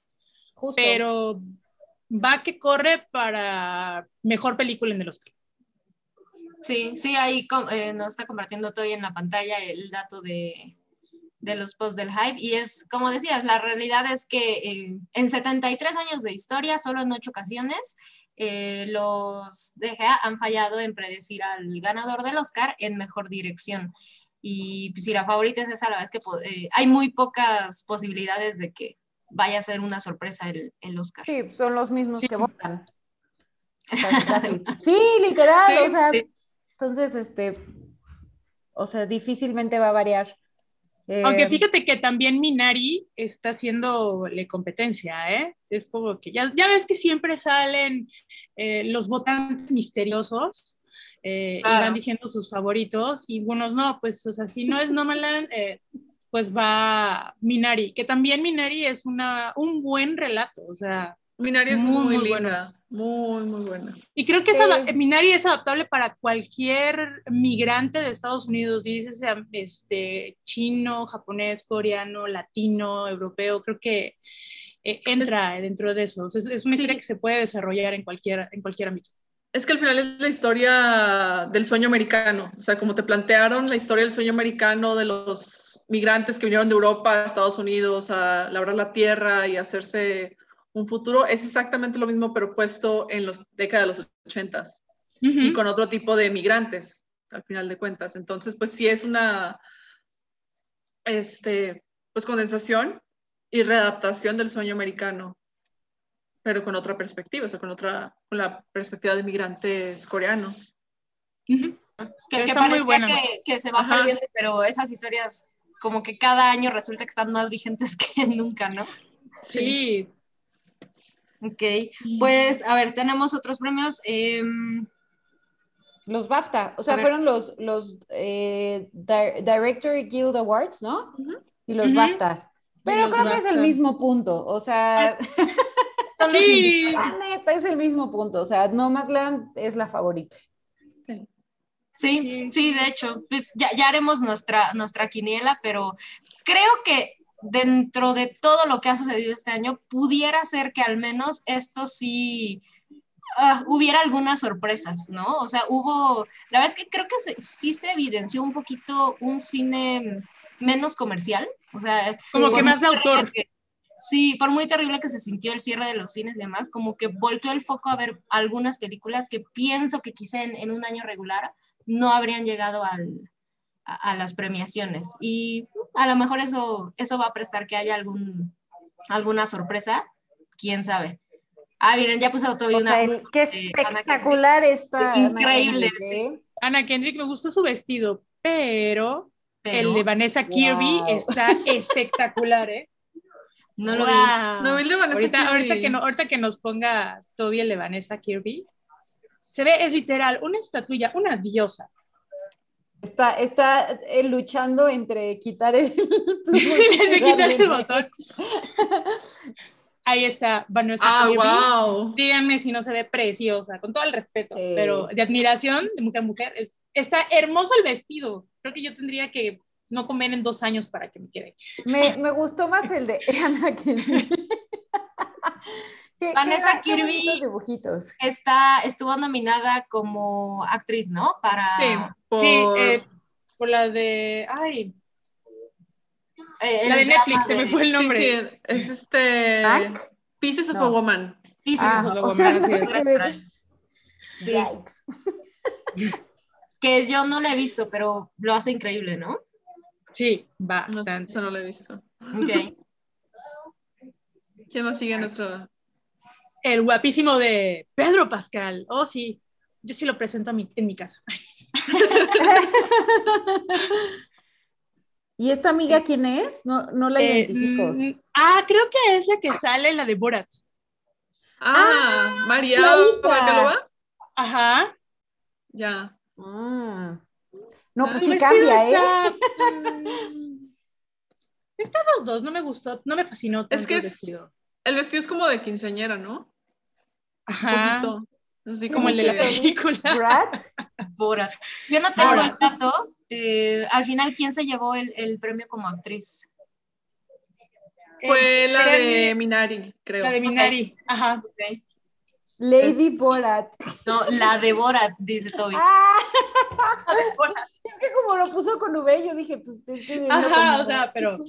Speaker 2: Justo.
Speaker 5: pero va que corre para mejor película en el Oscar.
Speaker 3: Sí, sí, ahí com- eh, nos está compartiendo todavía en la pantalla el dato de, de los posts del hype, y es, como decías, la realidad es que eh, en setenta y tres años de historia, solo en ocho ocasiones, eh, los D G A han fallado en predecir al ganador del Oscar en mejor dirección. Y pues, si la favorita es esa, la verdad es que po- eh, hay muy pocas posibilidades de que vaya a ser una sorpresa el, el Oscar.
Speaker 2: Sí, son los mismos
Speaker 5: Sí.
Speaker 2: que votan. Casi, casi. Sí, literal,
Speaker 4: Sí,
Speaker 2: o sea,
Speaker 3: sí.
Speaker 2: entonces, este, o sea, difícilmente va a variar. Eh,
Speaker 5: Aunque fíjate que también Minari está haciéndole competencia, ¿eh? Es como que ya, ya ves que siempre salen eh, los votantes misteriosos eh,
Speaker 3: Claro.
Speaker 5: y van diciendo sus favoritos, y unos no, pues, o sea, si no es Nomadland, eh, pues va Minari, que también Minari es una, un buen relato, o sea,
Speaker 4: Minari es
Speaker 5: muy,
Speaker 4: muy,
Speaker 5: muy
Speaker 4: linda, muy, muy buena.
Speaker 5: y creo que es
Speaker 2: Sí.
Speaker 5: ada- Minari es adaptable para cualquier migrante de Estados Unidos, dices este, chino, japonés, coreano, latino, europeo, creo que eh, entra dentro de eso. O sea, es, es una
Speaker 4: Sí.
Speaker 5: historia que se puede desarrollar en cualquier, en cualquier ámbito.
Speaker 4: Es que al final es la historia del sueño americano, o sea, como te plantearon la historia del sueño americano de los migrantes que vinieron de Europa a Estados Unidos a labrar la tierra y hacerse un futuro, es exactamente lo mismo, pero puesto en las décadas de los ochentas
Speaker 5: Uh-huh.
Speaker 4: y con otro tipo de migrantes, al final de cuentas. Entonces, pues sí es una este, pues, condensación y readaptación del sueño americano, pero con otra perspectiva, o sea, con otra, con la perspectiva de migrantes coreanos.
Speaker 5: Uh-huh.
Speaker 3: Que, que
Speaker 5: Está muy
Speaker 3: parecía
Speaker 5: buena.
Speaker 3: que, que se va
Speaker 4: Ajá.
Speaker 3: perdiendo, pero esas historias como que cada año resulta que están más vigentes que nunca, ¿no?
Speaker 5: Sí.
Speaker 3: Ok, pues a ver, tenemos otros premios. Eh,
Speaker 2: los BAFTA, o
Speaker 3: A
Speaker 2: sea,
Speaker 3: ver.
Speaker 2: fueron los, los eh, Di- Director Guild Awards, ¿no?
Speaker 4: Ujú.
Speaker 2: Y los
Speaker 5: Ujú.
Speaker 2: BAFTA. Pero
Speaker 5: los
Speaker 2: creo que es el
Speaker 5: BAFTA.
Speaker 2: mismo punto, o sea,
Speaker 3: son los
Speaker 5: Sí.
Speaker 3: invitados.
Speaker 2: la neta es el mismo punto, o sea, Nomadland es la favorita.
Speaker 3: Sí,
Speaker 5: Sí.
Speaker 3: sí, de hecho, pues ya, ya haremos nuestra, nuestra quiniela, pero creo que dentro de todo lo que ha sucedido este año, pudiera ser que al menos esto sí ah, hubiera algunas sorpresas, ¿no? O sea, hubo, la verdad es que creo que se- sí se evidenció un poquito un cine menos comercial, o sea,
Speaker 5: Como
Speaker 2: Sí.
Speaker 5: que
Speaker 3: por
Speaker 5: más de
Speaker 3: muy terrible
Speaker 5: autor.
Speaker 3: que- sí, por muy terrible que se sintió el cierre de los cines y demás, como que volteó el foco a ver algunas películas que pienso que quizá en, en un año regular no habrían llegado al, a, a las premiaciones. Y a lo mejor eso, eso va a prestar que haya algún, alguna sorpresa, quién sabe. Ah, miren, ya puse todavía
Speaker 2: O
Speaker 3: una.
Speaker 2: sea, el, qué
Speaker 3: eh, Ana
Speaker 2: espectacular está Anna
Speaker 3: Increíble,
Speaker 2: Kendrick,
Speaker 3: sí.
Speaker 2: ¿eh?
Speaker 5: Anna Kendrick, me gustó su vestido, pero,
Speaker 3: Pero
Speaker 5: el de Vanessa Kirby
Speaker 2: Wow.
Speaker 5: está espectacular, ¿eh?
Speaker 3: no lo
Speaker 5: Wow.
Speaker 3: vi.
Speaker 4: No vi el de Vanessa
Speaker 5: ahorita,
Speaker 4: Kirby.
Speaker 5: ahorita, que no, ahorita que nos ponga Toby el de Vanessa Kirby, se ve, es literal, una estatuilla, una diosa.
Speaker 2: Está, está eh, luchando entre quitar el plumón y
Speaker 5: De quitar
Speaker 2: darle
Speaker 5: el botón.
Speaker 2: next.
Speaker 5: Ahí está Vanessa
Speaker 4: Ah,
Speaker 5: Kirby.
Speaker 4: wow.
Speaker 5: Díganme si no se ve preciosa, con todo el respeto,
Speaker 2: Sí.
Speaker 5: pero de admiración, de mujer a mujer, es, está hermoso el vestido. Creo que yo tendría que no comer en dos años para que me quede.
Speaker 2: Me, me gustó más el de Anna Kendrick. Qué-
Speaker 3: Vanessa
Speaker 2: qué- qué bonitos
Speaker 3: Kirby
Speaker 2: dibujitos.
Speaker 3: está, estuvo nominada como actriz, ¿no? Para
Speaker 4: Sí, por...
Speaker 5: Sí, eh, por la de, ay,
Speaker 3: eh, el
Speaker 5: la de
Speaker 3: drama
Speaker 5: Netflix, se me fue el
Speaker 4: sí,
Speaker 5: nombre.
Speaker 4: sí, es este...
Speaker 2: ¿Hank?
Speaker 4: Pieces of
Speaker 2: No.
Speaker 4: a Woman.
Speaker 3: Pieces
Speaker 2: Ah,
Speaker 3: of a
Speaker 5: lo
Speaker 2: o
Speaker 5: voy a
Speaker 2: sea,
Speaker 5: poner así,
Speaker 2: no
Speaker 5: es.
Speaker 2: se ve-
Speaker 3: Sí,
Speaker 2: Yikes.
Speaker 3: que yo no la he visto, pero lo hace increíble, ¿no?
Speaker 5: Sí,
Speaker 4: No,
Speaker 5: bastante.
Speaker 4: eso no lo he visto.
Speaker 3: Ok.
Speaker 4: ¿Quién más sigue en nuestro...?
Speaker 5: El guapísimo de Pedro Pascal. Oh, sí. Yo sí lo presento a mi, en mi casa.
Speaker 2: ¿Y esta amiga quién es? No, no la
Speaker 5: Eh,
Speaker 2: identifico.
Speaker 5: mm, ah, creo que es la que sale, la de Borat.
Speaker 4: Ah, María
Speaker 2: la hija.
Speaker 4: Bakalova.
Speaker 5: Ajá.
Speaker 4: Ya.
Speaker 2: Mm. No, pues
Speaker 4: Su
Speaker 5: Su
Speaker 2: sí
Speaker 5: vestido
Speaker 2: cambia, ¿eh?
Speaker 5: está... mm, está dos, dos. No me gustó, no me fascinó tanto
Speaker 4: Es que
Speaker 5: el
Speaker 4: es-
Speaker 5: vestido.
Speaker 4: El vestido es como de quinceañera, ¿no?
Speaker 5: Ajá.
Speaker 4: Un poquito. Así
Speaker 5: Como el de la
Speaker 4: que-
Speaker 5: película.
Speaker 2: Brat.
Speaker 3: Borat. Yo no tengo
Speaker 5: Borat.
Speaker 3: el dato. eh, al final, ¿quién se llevó el, el premio como actriz?
Speaker 4: Fue
Speaker 5: eh,
Speaker 4: la
Speaker 5: era
Speaker 4: de
Speaker 5: mi-
Speaker 4: Minari, creo.
Speaker 5: La de Minari, ajá.
Speaker 3: Ok.
Speaker 2: Lady Borat.
Speaker 3: No, la de Borat, dice Toby.
Speaker 2: Ah, es que como lo puso con V, yo dije, pues te estoy viendo
Speaker 5: Ajá,
Speaker 2: como-
Speaker 5: o sea, pero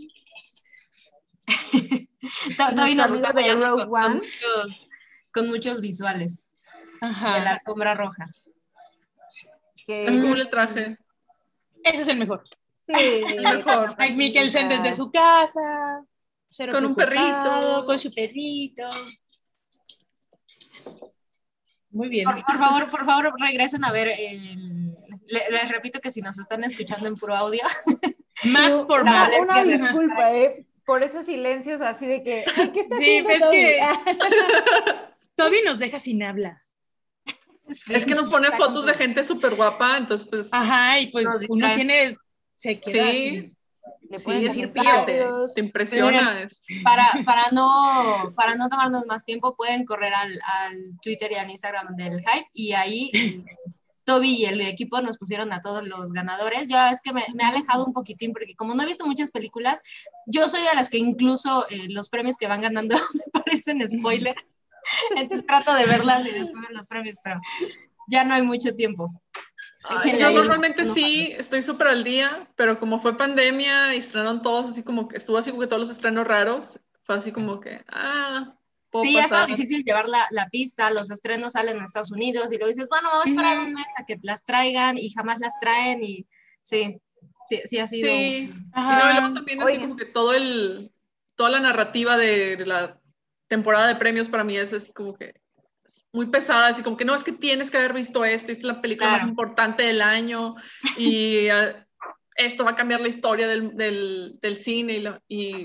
Speaker 3: To- Toby
Speaker 2: nuestro
Speaker 3: nos está
Speaker 2: amigo de
Speaker 3: apoyando
Speaker 2: Rogue
Speaker 3: con, con
Speaker 2: One.
Speaker 3: muchos, con muchos visuales de la
Speaker 5: ajá.
Speaker 3: alfombra roja.
Speaker 2: que-
Speaker 4: Es cool el traje.
Speaker 5: Ese es el mejor.
Speaker 2: Sí,
Speaker 4: El mejor.
Speaker 5: Mike Mikkelsen desde su casa, cero
Speaker 4: Con un
Speaker 5: preocupado,
Speaker 4: perrito.
Speaker 5: con su perrito. Muy bien.
Speaker 3: Por, por favor, por favor, regresen a ver el... le- Les repito que si nos están escuchando en puro audio,
Speaker 5: Max for
Speaker 2: una,
Speaker 5: Max.
Speaker 2: una
Speaker 3: que-
Speaker 2: disculpa, ¿eh? Por esos silencios así de que, ay, ¿qué está
Speaker 5: Sí,
Speaker 2: haciendo
Speaker 5: es
Speaker 2: Toby?
Speaker 5: que-
Speaker 2: Ah,
Speaker 5: Toby nos deja sin habla.
Speaker 3: sí,
Speaker 4: Es que nos pone
Speaker 2: Está
Speaker 4: fotos de
Speaker 2: completo.
Speaker 4: gente súper guapa, entonces pues
Speaker 5: Ajá, y pues
Speaker 3: Nos
Speaker 5: uno
Speaker 3: distrae.
Speaker 5: tiene, se queda
Speaker 4: Sí.
Speaker 5: así.
Speaker 2: Le
Speaker 4: sí,
Speaker 2: ponen
Speaker 4: es
Speaker 5: decir
Speaker 2: comentarios.
Speaker 4: te impresiona. Es...
Speaker 3: para, para, no, para no tomarnos más tiempo, pueden correr al, al Twitter y al Instagram del Hype y ahí eh, Toby y el equipo nos pusieron a todos los ganadores. Yo la verdad es que me, me he alejado un poquitín porque como no he visto muchas películas, yo soy de las que incluso eh, los premios que van ganando me parecen spoiler. Entonces trato de verlas y después ver los premios, pero ya no hay mucho tiempo.
Speaker 4: Ay,
Speaker 3: Échenle
Speaker 4: yo
Speaker 3: ahí
Speaker 4: normalmente
Speaker 3: uno-
Speaker 4: sí estoy súper al día, pero como fue pandemia y estrenaron todos, así como que estuvo así como que todos los estrenos raros, fue así como que, ah, puedo
Speaker 3: Sí, ha estado
Speaker 4: pasar.
Speaker 3: difícil llevar la, la pista, los estrenos salen en Estados Unidos y luego dices, bueno, vamos a esperar un mes a que las traigan y jamás las traen y sí, sí, sí ha sido...
Speaker 4: Sí,
Speaker 5: Ajá.
Speaker 4: y no, y luego también así
Speaker 2: Oigan.
Speaker 4: como que todo el, toda la narrativa de, de la temporada de premios para mí es así como que es muy pesada, así como que no, es que tienes que haber visto esto, esta es la película
Speaker 3: Claro.
Speaker 4: más importante del año y uh, esto va a cambiar la historia del, del, del cine y, la, y,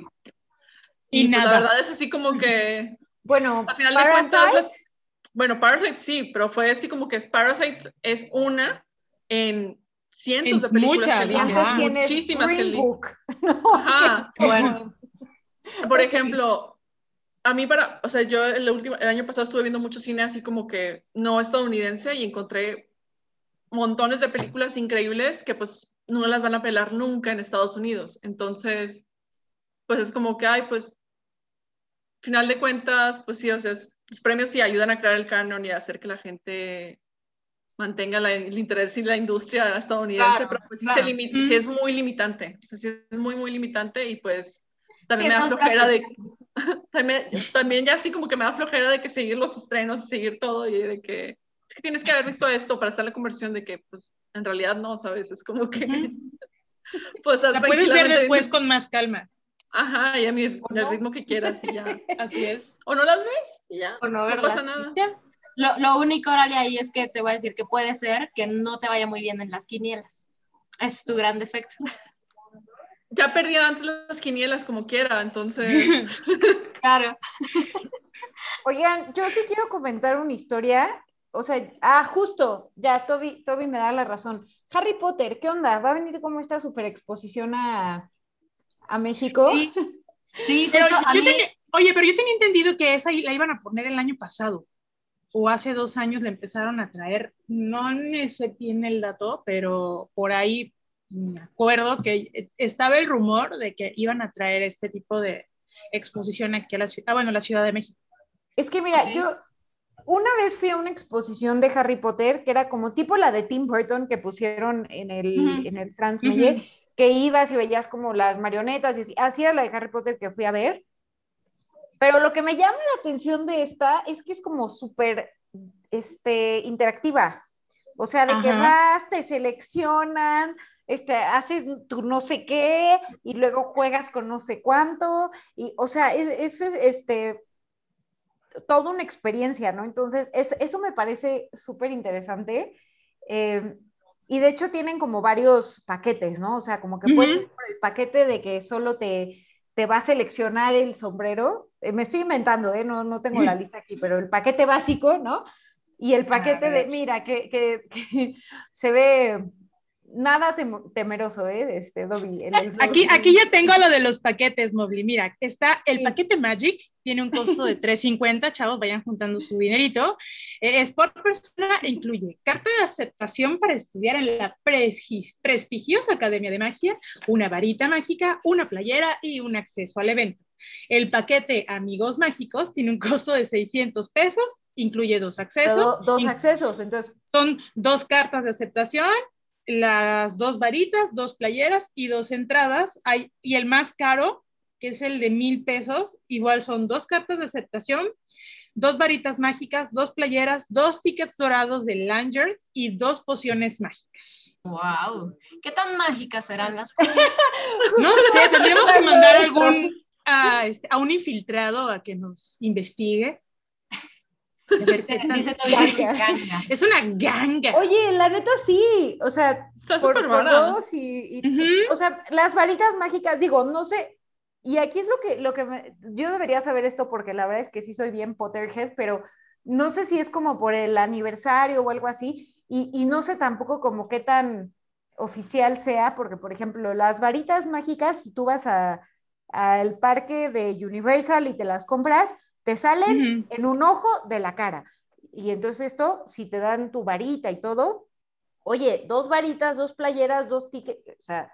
Speaker 5: Y
Speaker 4: y pues, la
Speaker 5: nada.
Speaker 4: verdad es así como que
Speaker 2: Bueno,
Speaker 4: al final de
Speaker 2: Parasite,
Speaker 4: cuentas, las, bueno, Parasite sí, pero fue así como que Parasite es una en cientos
Speaker 5: En
Speaker 4: de películas
Speaker 5: muchas,
Speaker 4: que
Speaker 2: y
Speaker 4: eligen,
Speaker 2: antes
Speaker 5: Ajá.
Speaker 2: tienes
Speaker 4: muchísimas que
Speaker 2: Green
Speaker 4: eligen.
Speaker 2: Book. ¿no?
Speaker 4: Ajá.
Speaker 2: Que es como-
Speaker 3: Bueno.
Speaker 4: Por
Speaker 2: Ok.
Speaker 4: ejemplo, a mí para, o sea, yo el, último, el año pasado estuve viendo mucho cine así como que no estadounidense y encontré montones de películas increíbles que pues no las van a pelar nunca en Estados Unidos. Entonces, pues es como que, ay, pues, final de cuentas, pues sí, o sea, es- los premios sí ayudan a crear el canon y a hacer que la gente mantenga la- el interés en la industria estadounidense,
Speaker 3: Claro,
Speaker 4: pero pues sí,
Speaker 3: claro.
Speaker 4: se limi-
Speaker 5: Mm.
Speaker 4: sí es muy limitante, o sea, sí es muy, muy limitante y pues también
Speaker 3: Sí,
Speaker 4: me da
Speaker 3: son
Speaker 4: flojera
Speaker 3: frases.
Speaker 4: de... También, también ya así como que me da flojera de que seguir los estrenos, seguir todo y de que es que tienes que haber visto esto para hacer la conversión de que pues en realidad no, ¿sabes? Es como que
Speaker 5: Ujú.
Speaker 4: puedes estar
Speaker 5: La puedes ver
Speaker 4: tranquilamente
Speaker 5: después
Speaker 4: viendo-
Speaker 5: con más calma.
Speaker 4: Ajá, y a mi,
Speaker 2: ¿O
Speaker 4: al
Speaker 2: no?
Speaker 4: ritmo que quieras y ya.
Speaker 5: Así es.
Speaker 4: O no las ves y ya,
Speaker 3: Por no
Speaker 4: no
Speaker 3: verlas,
Speaker 4: pasa
Speaker 3: sí.
Speaker 4: nada.
Speaker 5: Ya.
Speaker 3: Lo, lo único, Oralia, ahí es que te voy a decir que puede ser que no te vaya muy bien en las quinielas. Ese es tu gran defecto.
Speaker 4: Ya perdí antes las quinielas como quiera, entonces...
Speaker 3: Claro.
Speaker 2: Oigan, yo sí quiero comentar una historia. O sea, ah, justo, ya Toby, Toby me da la razón. Harry Potter, ¿qué onda? ¿Va a venir como esta super exposición a, a México?
Speaker 3: Sí, sí,
Speaker 5: Pero
Speaker 3: justo a
Speaker 5: yo
Speaker 3: mí...
Speaker 5: tenía- oye, pero yo tenía entendido que esa la iban a poner el año pasado. O hace dos años la empezaron a traer. No me sé bien el dato, pero por ahí me acuerdo que estaba el rumor de que iban a traer este tipo de exposición aquí a la ciudad, ah, bueno, la Ciudad de México.
Speaker 2: Es que mira,
Speaker 3: Ok.
Speaker 2: yo una vez fui a una exposición de Harry Potter que era como tipo la de Tim Burton que pusieron en el,
Speaker 3: Ujú.
Speaker 2: en el Franz
Speaker 5: Ujú.
Speaker 2: Mayer, que ibas y veías como las marionetas y así, así era la de Harry Potter que fui a ver. Pero lo que me llama la atención de esta es que es como súper este, interactiva. O sea, de que
Speaker 5: Ajá.
Speaker 2: vas, te seleccionan, este, haces tu no sé qué y luego juegas con no sé cuánto. Y, o sea, es, es, es, este, toda una experiencia, ¿no? Entonces, es, eso me parece súper interesante. Eh, y de hecho tienen como varios paquetes, ¿no? O sea, como que puedes
Speaker 5: Ujú.
Speaker 2: ir por el paquete de que solo te, te va a seleccionar el sombrero. Eh, me estoy inventando, ¿eh? No, no tengo la lista aquí, pero el paquete básico, ¿no? Y el paquete de, mira, que, que, que se ve nada tem- temeroso, ¿eh? Este, Dobby. El, el,
Speaker 5: Aquí, aquí ya tengo lo de los paquetes, Mobley. Mira, está el
Speaker 2: Sí.
Speaker 5: paquete Magic, tiene un costo de tres cincuenta, chavos, vayan juntando su dinerito. Eh, es por persona, incluye carta de aceptación para estudiar en la prestigiosa Academia de Magia, una varita mágica, una playera y un acceso al evento. El paquete Amigos Mágicos tiene un costo de seiscientos pesos, incluye dos accesos.
Speaker 2: Do, dos
Speaker 5: in,
Speaker 2: accesos, entonces.
Speaker 5: Son dos cartas de aceptación, las dos varitas, dos playeras y dos entradas. Hay, y el más caro, que es el de mil pesos, igual son dos cartas de aceptación, dos varitas mágicas, dos playeras, dos tickets dorados de Lanyard y dos pociones mágicas.
Speaker 3: ¡Wow! ¿Qué tan mágicas serán las pociones?
Speaker 5: No sé, tendríamos que mandar algún a, este, a un infiltrado a que nos investigue. A ver qué tan...
Speaker 3: Dice Toby que es una ganga.
Speaker 5: Es una ganga.
Speaker 2: Oye, la neta sí, o sea,
Speaker 4: está
Speaker 2: por,
Speaker 4: súper
Speaker 2: por
Speaker 4: vara.
Speaker 2: dos y, y
Speaker 5: Uh-huh.
Speaker 2: o sea, las varitas mágicas, digo, no sé, y aquí es lo que, lo que me, yo debería saber esto porque la verdad es que sí soy bien Potterhead, pero no sé si es como por el aniversario o algo así, y, y no sé tampoco como qué tan oficial sea, porque por ejemplo, las varitas mágicas, si tú vas a, al parque de Universal y te las compras, te salen
Speaker 5: Uh-huh.
Speaker 2: en un ojo de la cara. Y entonces esto, si te dan tu varita y todo, oye, dos varitas, dos playeras, dos tickets, o sea,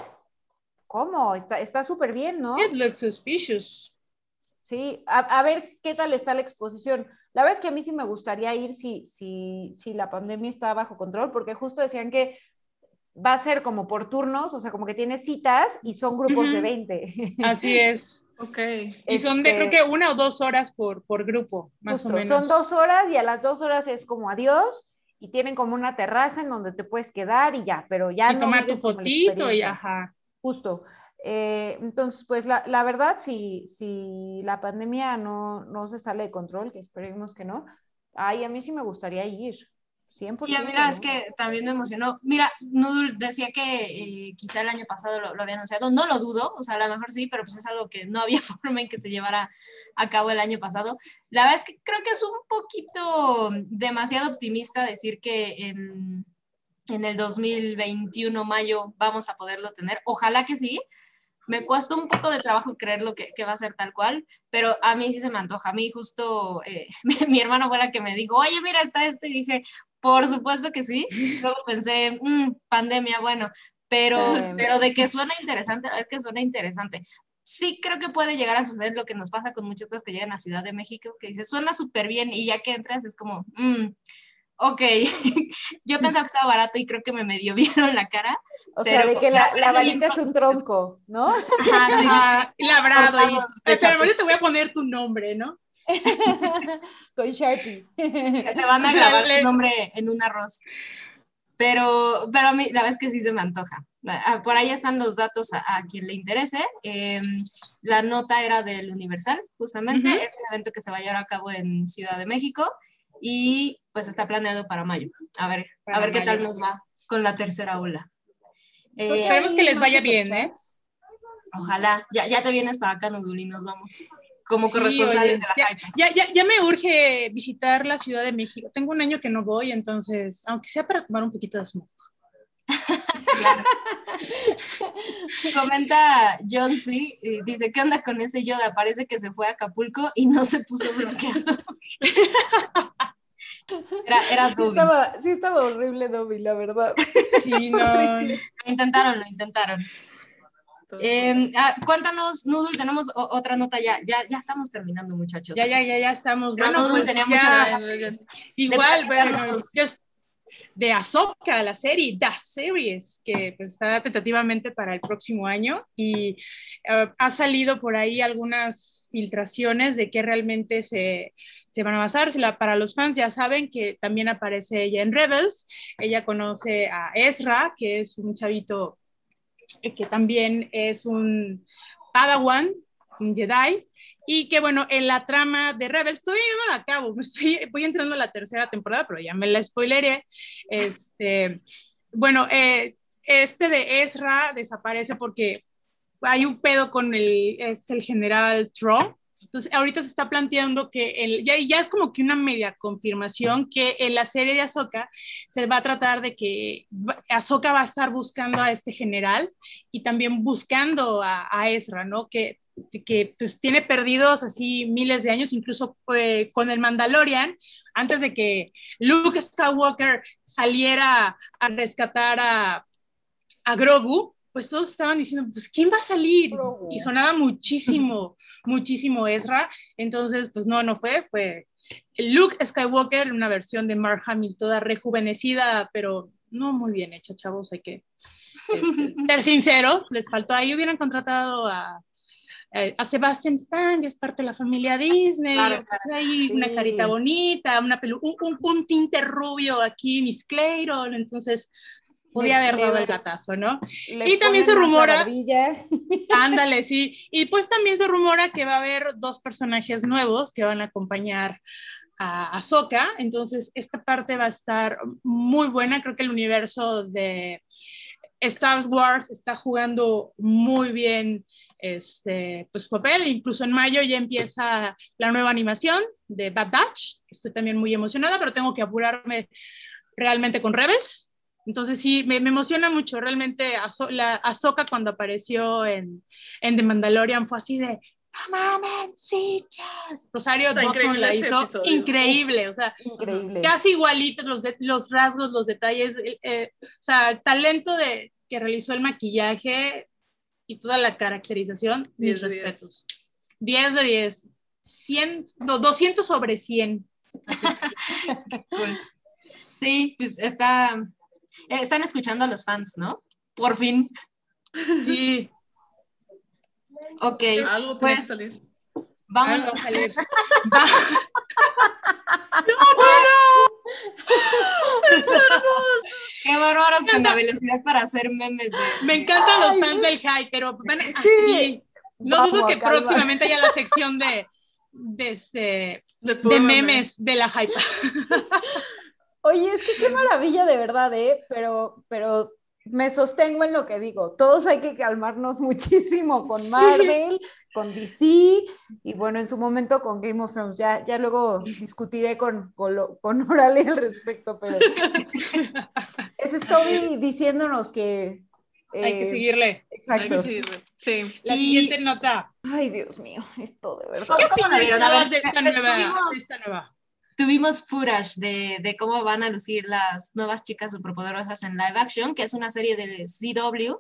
Speaker 2: ¿cómo? Está súper bien, ¿no?
Speaker 5: It looks suspicious.
Speaker 2: Sí, a, a ver qué tal está la exposición. La verdad es que a mí sí me gustaría ir si, si, si la pandemia está bajo control, porque justo decían que va a ser como por turnos, o sea, como que tiene citas y son grupos
Speaker 5: Uh-huh.
Speaker 2: de veinte.
Speaker 5: Así es.
Speaker 4: Ok.
Speaker 5: Y son de,
Speaker 2: Este,
Speaker 5: creo que una o dos horas por, por grupo, más
Speaker 2: justo,
Speaker 5: o menos.
Speaker 2: son dos horas y a las dos horas es como adiós y tienen como una terraza en donde te puedes quedar y ya, pero ya
Speaker 5: y
Speaker 2: no
Speaker 5: tomar tu
Speaker 2: vives como la
Speaker 5: fotito y
Speaker 2: experiencia.
Speaker 5: ajá.
Speaker 2: Justo. Eh, entonces, pues la, la verdad, si, si la pandemia no, no se sale de control, que esperemos que no, ay, a mí sí me gustaría ir, cien por
Speaker 3: Y a
Speaker 2: ciento.
Speaker 3: mí la
Speaker 2: ¿no?
Speaker 3: verdad es que también me emocionó. Mira, Noodle decía que eh, quizá el año pasado lo, lo había anunciado. No lo dudo, o sea, a lo mejor sí, pero pues es algo que no había forma en que se llevara a cabo el año pasado. La verdad es que creo que es un poquito demasiado optimista decir que en, en el dos mil veintiuno, mayo, vamos a poderlo tener. Ojalá que sí. Me cuesta un poco de trabajo creerlo que, que va a ser tal cual, pero a mí sí se me antoja. A mí justo eh, mi, mi hermano fue la que me dijo, oye, mira, está esto, y dije, por supuesto que sí. Luego pensé, mmm, pandemia, bueno, pero,
Speaker 2: Sí.
Speaker 3: pero de que suena interesante, es que suena interesante. Sí creo que puede llegar a suceder lo que nos pasa con muchas cosas que llegan a Ciudad de México, que dices, suena súper bien, y ya que entras es como, mmm, ok, yo pensaba que estaba barato y creo que me medio vieron la cara.
Speaker 2: O
Speaker 3: pero,
Speaker 2: sea, de que
Speaker 3: pero
Speaker 2: la, la
Speaker 3: parece bien
Speaker 2: varita es un tronco, ¿no?
Speaker 3: Ajá, sí, sí.
Speaker 5: Ajá, labrado y
Speaker 3: Cortados de
Speaker 5: pero
Speaker 3: chapín.
Speaker 5: yo te voy a poner tu nombre, ¿no?
Speaker 2: Con Sharpie.
Speaker 3: Que te van a
Speaker 5: O sea,
Speaker 3: grabar
Speaker 5: le-
Speaker 3: tu nombre en un arroz. Pero, pero a mí la verdad es que sí se me antoja. Ah, por ahí están los datos a, a quien le interese. Eh, la nota era del Universal, justamente.
Speaker 5: Ujú.
Speaker 3: Es un evento que se va a llevar a cabo en Ciudad de México y pues está planeado para mayo. A ver,
Speaker 5: Para
Speaker 3: a ver qué
Speaker 5: mayo.
Speaker 3: tal nos va con la tercera ola. Eh,
Speaker 2: Pues
Speaker 5: Esperemos
Speaker 2: ahí
Speaker 5: que les
Speaker 2: más
Speaker 5: vaya bien,
Speaker 2: superchats.
Speaker 3: Ojalá. Ya, ya te vienes para acá, Nudul, y nos vamos como
Speaker 5: Sí,
Speaker 3: corresponsales
Speaker 5: oye,
Speaker 3: de la
Speaker 5: ya,
Speaker 3: hype.
Speaker 5: ya, ya, ya me urge visitar la Ciudad de México. Tengo un año que no voy, entonces, aunque sea para tomar un poquito de smog.
Speaker 3: Claro. Comenta John C. y dice, ¿qué onda con ese Yoda? Parece que se fue a Acapulco y no se puso bloqueado. Era, era
Speaker 2: Sí
Speaker 3: Dobby.
Speaker 2: estaba, sí estaba horrible Dobby, la verdad.
Speaker 5: Sí, no.
Speaker 3: Lo intentaron, lo intentaron. Eh, ah, cuéntanos, Noodle, tenemos o- otra nota ya. ya. Ya estamos terminando, muchachos.
Speaker 5: Ya, ya, ya, ya estamos.
Speaker 3: Pero
Speaker 5: Bueno,
Speaker 3: Noodle
Speaker 5: pues
Speaker 3: tenía
Speaker 5: ya,
Speaker 3: muchas ganas de,
Speaker 5: igual,
Speaker 3: de
Speaker 5: bueno,
Speaker 3: platicarnos.
Speaker 5: just de Ahsoka, la serie, The Series, que pues está tentativamente para el próximo año y uh, ha salido por ahí algunas filtraciones de qué realmente se, se van a basar. La, para los fans ya saben que también aparece ella en Rebels, ella conoce a Ezra, que es un chavito eh, que también es un Padawan, un Jedi, y que bueno, en la trama de Rebels, estoy yendo a cabo, me estoy, voy entrando a la tercera temporada, pero ya me la spoileré. Este, bueno, eh, este de Ezra desaparece porque hay un pedo con el, es el general Thrawn. Entonces, ahorita se está planteando que el, ya, ya es como que una media confirmación que en la serie de Ahsoka se va a tratar de que Ahsoka va a estar buscando a este general y también buscando a, a Ezra, ¿no? Que que pues tiene perdidos así miles de años, incluso eh, con el Mandalorian, antes de que Luke Skywalker saliera a rescatar a, a Grogu, pues todos estaban diciendo, pues, ¿quién va a salir? Y sonaba muchísimo, muchísimo Ezra. Entonces, pues no, no fue, fue Luke Skywalker, una versión de Mark Hamill, toda rejuvenecida, pero no muy bien hecha, chavos, hay que este, ser sinceros, les faltó, ahí hubieran contratado a, a Sebastian Stan, que es parte de la familia Disney,
Speaker 3: claro,
Speaker 5: pues, ahí
Speaker 2: sí.
Speaker 5: una carita bonita, una pelu un, un, un tinte rubio aquí, Miss Clayton, entonces podía haber dado el gatazo, ¿no? Y también se rumora, ándale, sí, y pues también se rumora que va a haber dos personajes nuevos que van a acompañar a Ahsoka, entonces esta parte va a estar muy buena, creo que el universo de Star Wars está jugando muy bien este, pues, su papel, incluso en mayo ya empieza la nueva animación de Bad Batch, estoy también muy emocionada, pero tengo que apurarme realmente con Rebels, entonces sí, me, me emociona mucho, realmente Ahso la Ahsoka cuando apareció en, en The Mandalorian fue así de ¡no mames, sí, chas! Rosario Dawson la hizo increíble, o sea,
Speaker 2: increíble.
Speaker 5: Casi igualitos los, de, los rasgos, los detalles, eh, o sea, el talento de, que realizó el maquillaje y toda la caracterización, mis respetos. diez de diez, cien, no, doscientos sobre cien.
Speaker 3: Sí, pues está, eh, están escuchando a los fans, ¿no? Por fin.
Speaker 5: Sí.
Speaker 3: Ok,
Speaker 4: algo
Speaker 3: pues
Speaker 4: tiene que salir.
Speaker 3: Vámonos.
Speaker 5: Algo va a salir. Va. ¡No, no!
Speaker 3: ¡Qué bárbaros con la velocidad para hacer memes! De...
Speaker 5: Me encantan los fans del hype, pero van así. Sí. No Vamos, dudo que calma. próximamente haya la sección de, de, este, de, de memes de la hype.
Speaker 2: Oye, es que qué maravilla de verdad, ¿eh? Pero, pero me sostengo en lo que digo. Todos hay que calmarnos muchísimo con Marvel, sí. con D C y bueno, en su momento con Game of Thrones. Ya, ya luego discutiré con, con, lo, con Orale al respecto, pero eso es Toby diciéndonos que...
Speaker 5: Eh, hay que seguirle.
Speaker 2: Exacto.
Speaker 4: Hay que seguirle, sí.
Speaker 5: La
Speaker 3: y...
Speaker 5: siguiente nota.
Speaker 2: Ay, Dios mío, esto de verdad.
Speaker 3: ¿Cómo, cómo la vieron? A ver,
Speaker 5: de esta, nueva,
Speaker 3: tuvimos...
Speaker 5: de esta nueva.
Speaker 3: Tuvimos footage de, de cómo van a lucir las nuevas chicas superpoderosas en live action, que es una serie de C W,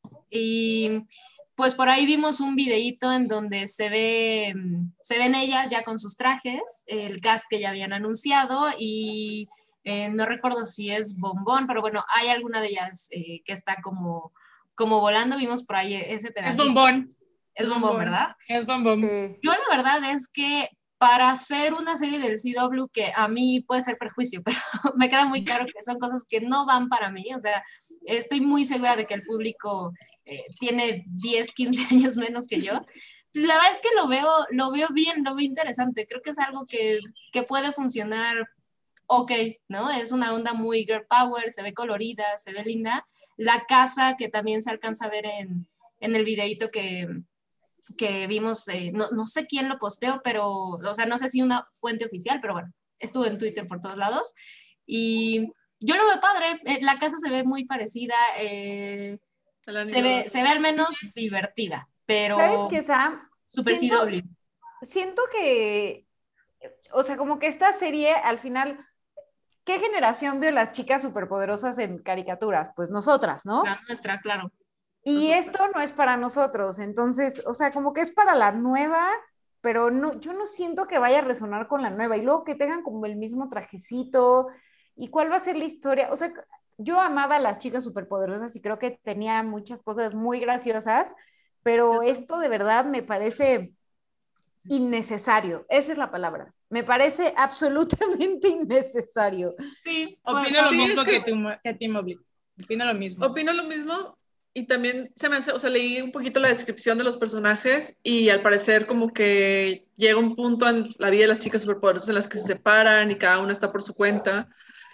Speaker 3: y pues por ahí vimos un videíto en donde se ve, se ven ellas ya con sus trajes, el cast que ya habían anunciado, y eh, no recuerdo si es Bombón, pero bueno, hay alguna de ellas eh, que está como, como volando, vimos por ahí ese pedacito.
Speaker 5: Es Bombón.
Speaker 3: Es, es Bombón, ¿verdad?
Speaker 5: Es Bombón.
Speaker 2: Sí.
Speaker 3: Yo la verdad es que para hacer una serie del C W, que a mí puede ser perjuicio, pero me queda muy claro que son cosas que no van para mí, o sea, estoy muy segura de que el público eh, tiene diez, quince años menos que yo. La verdad es que lo veo, lo veo bien, lo veo interesante, creo que es algo que, que puede funcionar ok, ¿no? Es una onda muy girl power, se ve colorida, se ve linda. La casa, que también se alcanza a ver en, en el videíto que... que vimos, eh, no, no sé quién lo posteó, pero, o sea, no sé si una fuente oficial, pero bueno, estuvo en Twitter por todos lados, y yo lo veo padre, eh, la casa se ve muy parecida, eh, se, ve, se ve al menos divertida, pero...
Speaker 2: ¿Sabes qué, Sam?
Speaker 3: Super
Speaker 2: siento,
Speaker 3: C W.
Speaker 2: Siento que, o sea, como que esta serie, al final, ¿qué generación vio las chicas superpoderosas en caricaturas? Pues nosotras, ¿no?
Speaker 3: La nuestra, claro.
Speaker 2: Y esto no es para nosotros, entonces, o sea, como que es para la nueva, pero no, yo no siento que vaya a resonar con la nueva, y luego que tengan como el mismo trajecito, y cuál va a ser la historia, o sea, yo amaba a las chicas superpoderosas y creo que tenía muchas cosas muy graciosas, pero esto de verdad me parece innecesario, esa es la palabra, me parece absolutamente innecesario.
Speaker 3: Sí,
Speaker 5: opino lo mismo que, que Tim Oblique, opino lo mismo.
Speaker 4: Opino lo mismo. Y también se me hace, o sea, leí un poquito la descripción de los personajes y al parecer como que llega un punto en la vida de las chicas superpoderosas en las que se separan y cada una está por su cuenta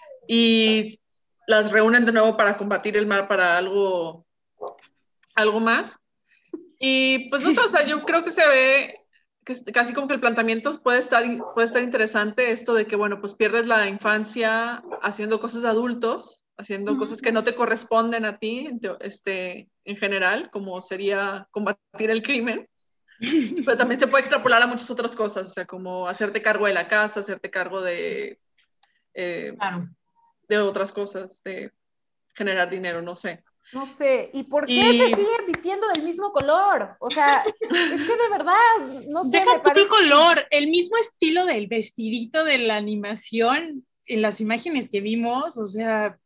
Speaker 4: y las reúnen de nuevo para combatir el mal, para algo, algo más. Y pues no sé, o sea, yo creo que se ve que casi como que el planteamiento puede estar, puede estar interesante, esto de que, bueno, pues pierdes la infancia haciendo cosas de adultos, haciendo uh-huh. cosas que no te corresponden a ti, este, en general, como sería combatir el crimen, pero también se puede extrapolar a muchas otras cosas, o sea, como hacerte cargo de la casa, hacerte cargo de, eh,
Speaker 3: claro.
Speaker 4: de otras cosas, de generar dinero, no sé.
Speaker 2: No sé, ¿y por qué
Speaker 5: Y-
Speaker 2: se siguen vistiendo del mismo color? O sea, es que de verdad, no sé,
Speaker 5: Deja
Speaker 2: me
Speaker 5: tú
Speaker 2: parece...
Speaker 5: el color, el mismo estilo del vestidito de la animación en las imágenes que vimos, o sea,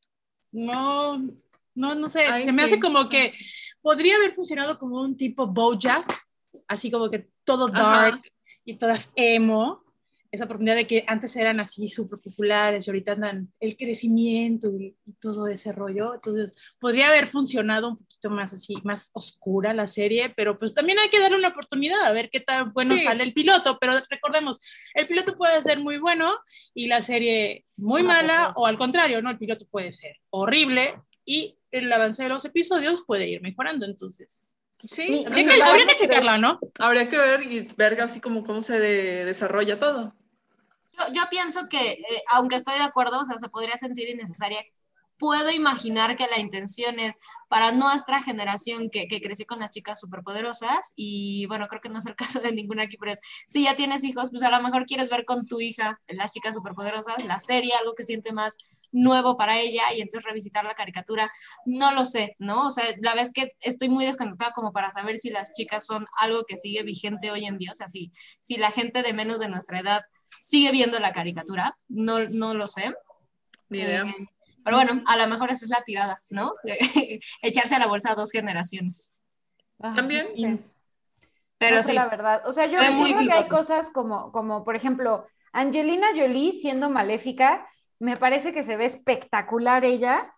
Speaker 5: no, no, no sé,
Speaker 4: Ay,
Speaker 5: se me
Speaker 4: sí.
Speaker 5: hace como que podría haber funcionado como un tipo BoJack, así como que todo dark
Speaker 4: Ajá.
Speaker 5: y todas emo, esa oportunidad de que antes eran así súper populares y ahorita andan el crecimiento y, y todo ese rollo, entonces podría haber funcionado un poquito más así, más oscura la serie, pero pues también hay que darle una oportunidad a ver qué tan bueno
Speaker 4: Sí.
Speaker 5: sale el piloto, pero recordemos, el piloto puede ser muy bueno y la serie muy
Speaker 2: Una
Speaker 5: mala,
Speaker 2: porquería.
Speaker 5: o al contrario, ¿no? El piloto puede ser horrible y el avance de los episodios puede ir mejorando, entonces
Speaker 4: Sí,
Speaker 2: Mi-
Speaker 5: habría
Speaker 2: mi
Speaker 5: que, habría que
Speaker 2: parámetro
Speaker 5: checarla,
Speaker 2: es-
Speaker 5: ¿no?
Speaker 4: habría que ver y ver así como cómo se de- desarrolla todo.
Speaker 3: Yo, yo pienso que, eh, aunque estoy de acuerdo, o sea, se podría sentir innecesaria. Puedo imaginar que la intención es para nuestra generación que, que creció con las chicas superpoderosas, y bueno, creo que no es el caso de ninguna aquí, pero es, si ya tienes hijos, pues a lo mejor quieres ver con tu hija las chicas superpoderosas, la serie, algo que siente más nuevo para ella, y entonces revisitar la caricatura, no lo sé, ¿no? O sea, la verdad es que estoy muy desconectada como para saber si las chicas son algo que sigue vigente hoy en día, o sea, si, si la gente de menos de nuestra edad sigue viendo la caricatura, no, no lo sé.
Speaker 4: Ni idea.
Speaker 3: Eh, pero bueno, a lo mejor esa es la tirada, ¿no? Echarse a la bolsa a dos generaciones.
Speaker 2: Ah,
Speaker 4: También.
Speaker 2: no sé.
Speaker 3: Pero
Speaker 2: No sé
Speaker 3: sí,
Speaker 2: la verdad. O sea, yo,
Speaker 3: Fue
Speaker 2: yo
Speaker 3: muy
Speaker 2: creo que hay
Speaker 3: simpático.
Speaker 2: cosas como, como, por ejemplo, Angelina Jolie siendo maléfica, me parece que se ve espectacular ella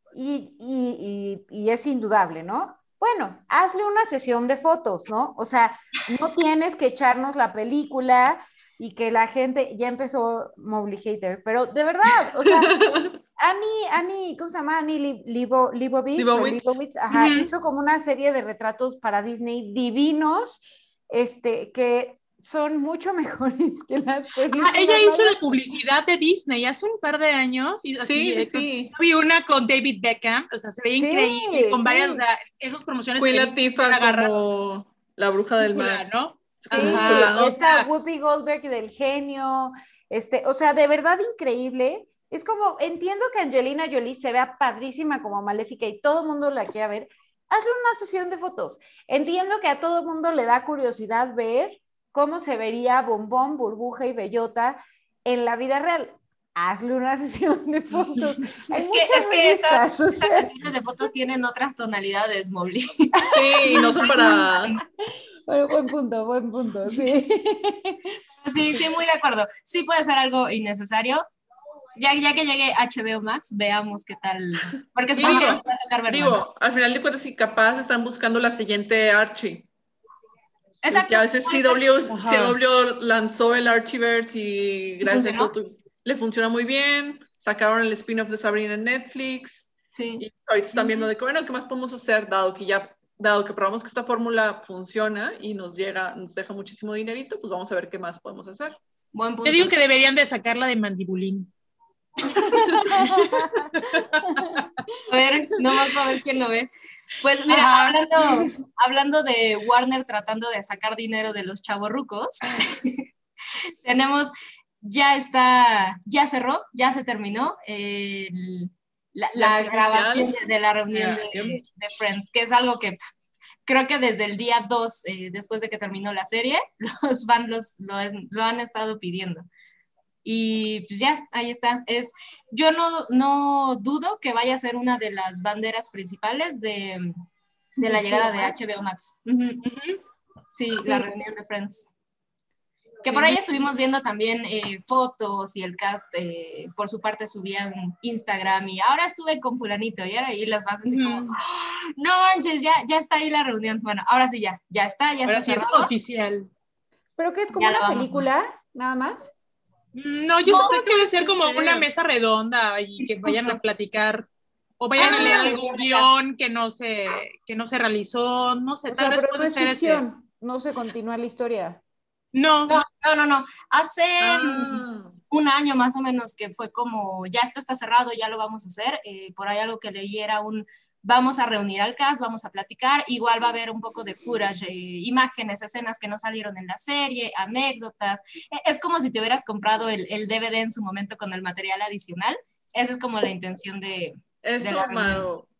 Speaker 2: y, y, y, y es indudable, ¿no? Bueno, hazle una sesión de fotos, ¿no? O sea, no tienes que echarnos la película y que la gente ya empezó Mowgli hater, pero de verdad, o sea, Annie, Annie, ¿cómo se llama? Annie Li- Libo, Libovitz, o
Speaker 4: Leibovitz.
Speaker 2: Libovitz, ajá,
Speaker 5: Ujú.
Speaker 2: hizo como una serie de retratos para Disney divinos, este, que son mucho mejores que las películas.
Speaker 5: Ah, ella
Speaker 2: la
Speaker 5: hizo
Speaker 2: verdad.
Speaker 5: la publicidad de Disney hace un par de años y así,
Speaker 4: Sí, sí,
Speaker 5: eh,
Speaker 4: sí.
Speaker 5: yo vi una con David Beckham, o sea, se veía
Speaker 2: Sí,
Speaker 5: increíble, con varias, o
Speaker 2: sí,
Speaker 5: sea, esas promociones
Speaker 4: Queen
Speaker 5: que vi
Speaker 4: Latifah
Speaker 5: agarrar
Speaker 4: como la bruja del mar.
Speaker 5: película, ¿no?
Speaker 4: Como
Speaker 2: sí,
Speaker 4: su la-
Speaker 5: Ajá, o
Speaker 2: esta
Speaker 5: sea,
Speaker 2: Whoopi Goldberg del genio, este, o sea, de verdad increíble. Es como, entiendo que Angelina Jolie se vea padrísima como maléfica y todo el mundo la quiera ver. Hazle una sesión de fotos. Entiendo que a todo el mundo le da curiosidad ver cómo se vería Bombón, Burbuja y Bellota en la vida real. Hazle una sesión de fotos. Hay
Speaker 3: Es que,
Speaker 2: muchas
Speaker 3: es que
Speaker 2: revistas,
Speaker 3: esas,
Speaker 2: o
Speaker 3: esas
Speaker 2: sea,
Speaker 3: sesiones de fotos tienen otras tonalidades, Mowgli.
Speaker 4: Sí, no son para.
Speaker 2: bueno, buen punto, buen punto, sí.
Speaker 3: Sí, sí, muy de acuerdo. Sí puede ser algo innecesario. Ya, ya que llegue H B O Max, veamos qué tal. Porque
Speaker 4: Y
Speaker 3: supongo que
Speaker 4: digo,
Speaker 3: nos va a tocar verla, ¿no?
Speaker 4: digo, al final de cuentas, si capaz están buscando la siguiente Archie. Porque
Speaker 3: Exacto.
Speaker 4: a veces
Speaker 3: puede ser.
Speaker 4: C W,
Speaker 5: Ajá.
Speaker 4: C W lanzó el Archieverse y
Speaker 3: ¿Y
Speaker 4: gracias a eso
Speaker 3: funcionó?
Speaker 4: tu- le funciona muy bien. Sacaron el spin-off de Sabrina en Netflix.
Speaker 3: Sí.
Speaker 4: Y ahorita están viendo de que, bueno, ¿qué más podemos hacer? Dado que ya, dado que probamos que esta fórmula funciona y nos llega, nos deja muchísimo dinerito, pues vamos a ver qué más podemos hacer.
Speaker 3: Buen
Speaker 5: yo
Speaker 3: punto.
Speaker 5: digo que deberían de sacarla de Mandibulín.
Speaker 3: A ver, nomás para ver quién lo ve. Pues mira,
Speaker 5: Ajá.
Speaker 3: hablando, hablando de Warner tratando de sacar dinero de los chavorrucos, tenemos, ya está, ya cerró, ya se terminó el- la,
Speaker 4: Ya
Speaker 3: la
Speaker 4: es
Speaker 3: grabación
Speaker 4: oficial.
Speaker 3: de, de la reunión
Speaker 5: Ya.
Speaker 3: de, de Friends, que es algo que pff, creo que desde el día dos, eh, después de que terminó la serie, los fans los, lo, es- lo han estado pidiendo. Y pues ya, ahí está. Es, yo no, no dudo que vaya a ser una de las banderas principales de, de la
Speaker 2: ¿De
Speaker 3: llegada de
Speaker 2: Max?
Speaker 3: H B O Max. Ujú.
Speaker 5: Ujú.
Speaker 3: Sí,
Speaker 2: Sí.
Speaker 3: la reunión de Friends. Que por ahí estuvimos viendo también eh, fotos, y el cast eh, por su parte subían Instagram y ahora estuve con fulanito y ahora y las fans así como,
Speaker 5: Ujú.
Speaker 3: ¡oh, no manches, ya, ya está ahí la reunión! Bueno, ahora sí ya, ya está, ya
Speaker 5: Ahora
Speaker 3: está
Speaker 5: sí es
Speaker 3: cerrado,
Speaker 5: oficial.
Speaker 2: Pero que es como
Speaker 3: ya la
Speaker 2: una
Speaker 3: vamos a ver.
Speaker 2: película, nada más.
Speaker 5: No, yo
Speaker 3: No,
Speaker 5: supongo que debe ser como
Speaker 4: sí.
Speaker 5: una mesa redonda y que vayan
Speaker 3: Justo.
Speaker 5: a platicar o
Speaker 3: Ah,
Speaker 5: vayan
Speaker 3: es
Speaker 5: a leer
Speaker 3: una
Speaker 5: algún
Speaker 3: reunión de
Speaker 5: guión que no se, que no se realizó, no sé,
Speaker 2: O
Speaker 5: tal
Speaker 2: sea,
Speaker 5: vez
Speaker 2: pero no
Speaker 5: puede
Speaker 2: es
Speaker 5: ser ese.
Speaker 2: ficción, no se continúa la historia.
Speaker 5: No,
Speaker 3: No, no, no, no. Hace
Speaker 4: Ah,
Speaker 3: un año más o menos que fue como, ya esto está cerrado, ya lo vamos a hacer. Eh, por ahí algo que leí era un, vamos a reunir al cast, vamos a platicar. Igual va a haber un poco de footage, eh, imágenes, escenas que no salieron en la serie, anécdotas. Eh, Es como si te hubieras comprado el, el D V D en su momento con el material adicional. Esa es como la intención de, de la
Speaker 4: eso,
Speaker 3: reunión.
Speaker 4: Maro.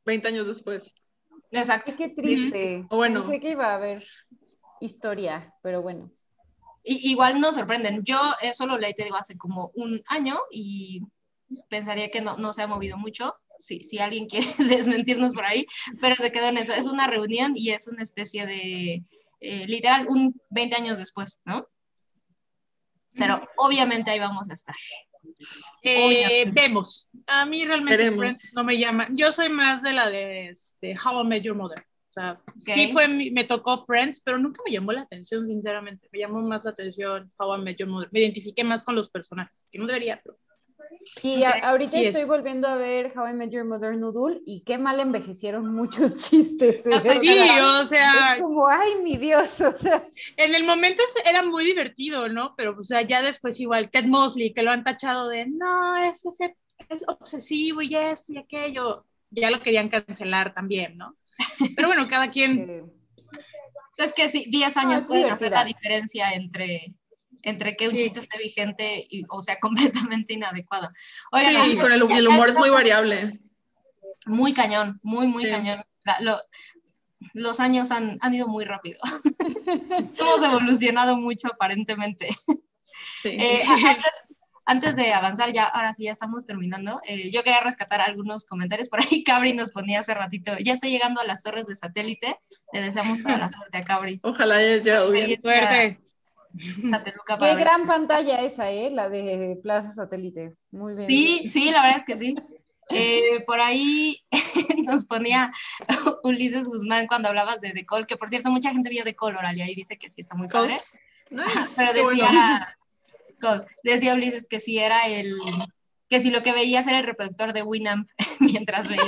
Speaker 4: veinte años después.
Speaker 3: Exacto.
Speaker 2: Qué triste.
Speaker 4: O bueno.
Speaker 2: Pensé que iba a haber historia, pero bueno.
Speaker 3: Y, igual nos sorprenden. Yo eso lo leí, te digo, hace como un año y pensaría que no, no se ha movido mucho. Sí, si alguien quiere desmentirnos por ahí, pero se quedó en eso. Es una reunión y es una especie de, eh, literal, un veinte años después, ¿no? Pero obviamente ahí vamos a estar.
Speaker 5: Eh, vemos. A mí realmente
Speaker 4: Veremos.
Speaker 5: Friends no me llama. Yo soy más de la de este, How I Met Your Mother. O sea,
Speaker 3: Okay.
Speaker 5: sí fue, mi- me tocó Friends, pero nunca me llamó la atención, sinceramente. Me llamó más la atención How I Met Your Mother. Me identifiqué más con los personajes, que no debería, pero...
Speaker 2: Y a- ahorita
Speaker 5: Sí
Speaker 2: estoy
Speaker 5: es.
Speaker 2: volviendo a ver How I Met Your Mother Noodle y qué mal envejecieron muchos chistes. ¿eh?
Speaker 3: Hasta
Speaker 5: Sí, o sea,
Speaker 2: Es como, ay, mi Dios, o sea,
Speaker 5: en el momento es- era muy divertido, ¿no? Pero, o sea, ya después igual, Ted Mosley, que lo han tachado de, no, es, es, es obsesivo y esto y aquello, ya lo querían cancelar también, ¿no? Pero bueno, cada quien...
Speaker 2: eh,
Speaker 3: Es que sí, diez años
Speaker 2: es
Speaker 3: pueden hacer
Speaker 2: divertida.
Speaker 3: la diferencia entre, entre que un
Speaker 5: Sí.
Speaker 3: chiste esté vigente y, o sea, completamente inadecuado. Oigan,
Speaker 4: Sí,
Speaker 3: amigos,
Speaker 4: con el,
Speaker 3: ya-
Speaker 4: y el
Speaker 3: ya
Speaker 4: humor es muy
Speaker 3: estamos-
Speaker 4: variable.
Speaker 3: Muy cañón, muy, muy
Speaker 4: Sí.
Speaker 3: cañón. La- lo- los años han, han ido muy rápido. Hemos evolucionado mucho aparentemente.
Speaker 4: Sí.
Speaker 3: Eh, a- antes, antes de avanzar, ya, ahora sí ya estamos terminando, eh, yo quería rescatar algunos comentarios. Por ahí Cabri nos ponía hace ratito, ya estoy llegando a las torres de satélite, le deseamos toda la suerte a Cabri.
Speaker 4: Ojalá hayas llegado bien.
Speaker 5: Suerte.
Speaker 3: Sateluca para
Speaker 2: qué
Speaker 3: ver.
Speaker 2: gran pantalla esa, ¿eh? La de Plaza Satélite. Muy bien.
Speaker 3: Sí, sí, la verdad es que sí. Eh, por ahí nos ponía Ulises Guzmán cuando hablabas de The Call, que por cierto mucha gente vio The Call, Oralia, y dice que sí está muy padre.
Speaker 4: Nice.
Speaker 3: Pero
Speaker 4: Qué
Speaker 3: decía,
Speaker 4: bueno.
Speaker 3: Call, decía Ulises que sí era el, que si lo que veías era el reproductor de Winamp mientras veías.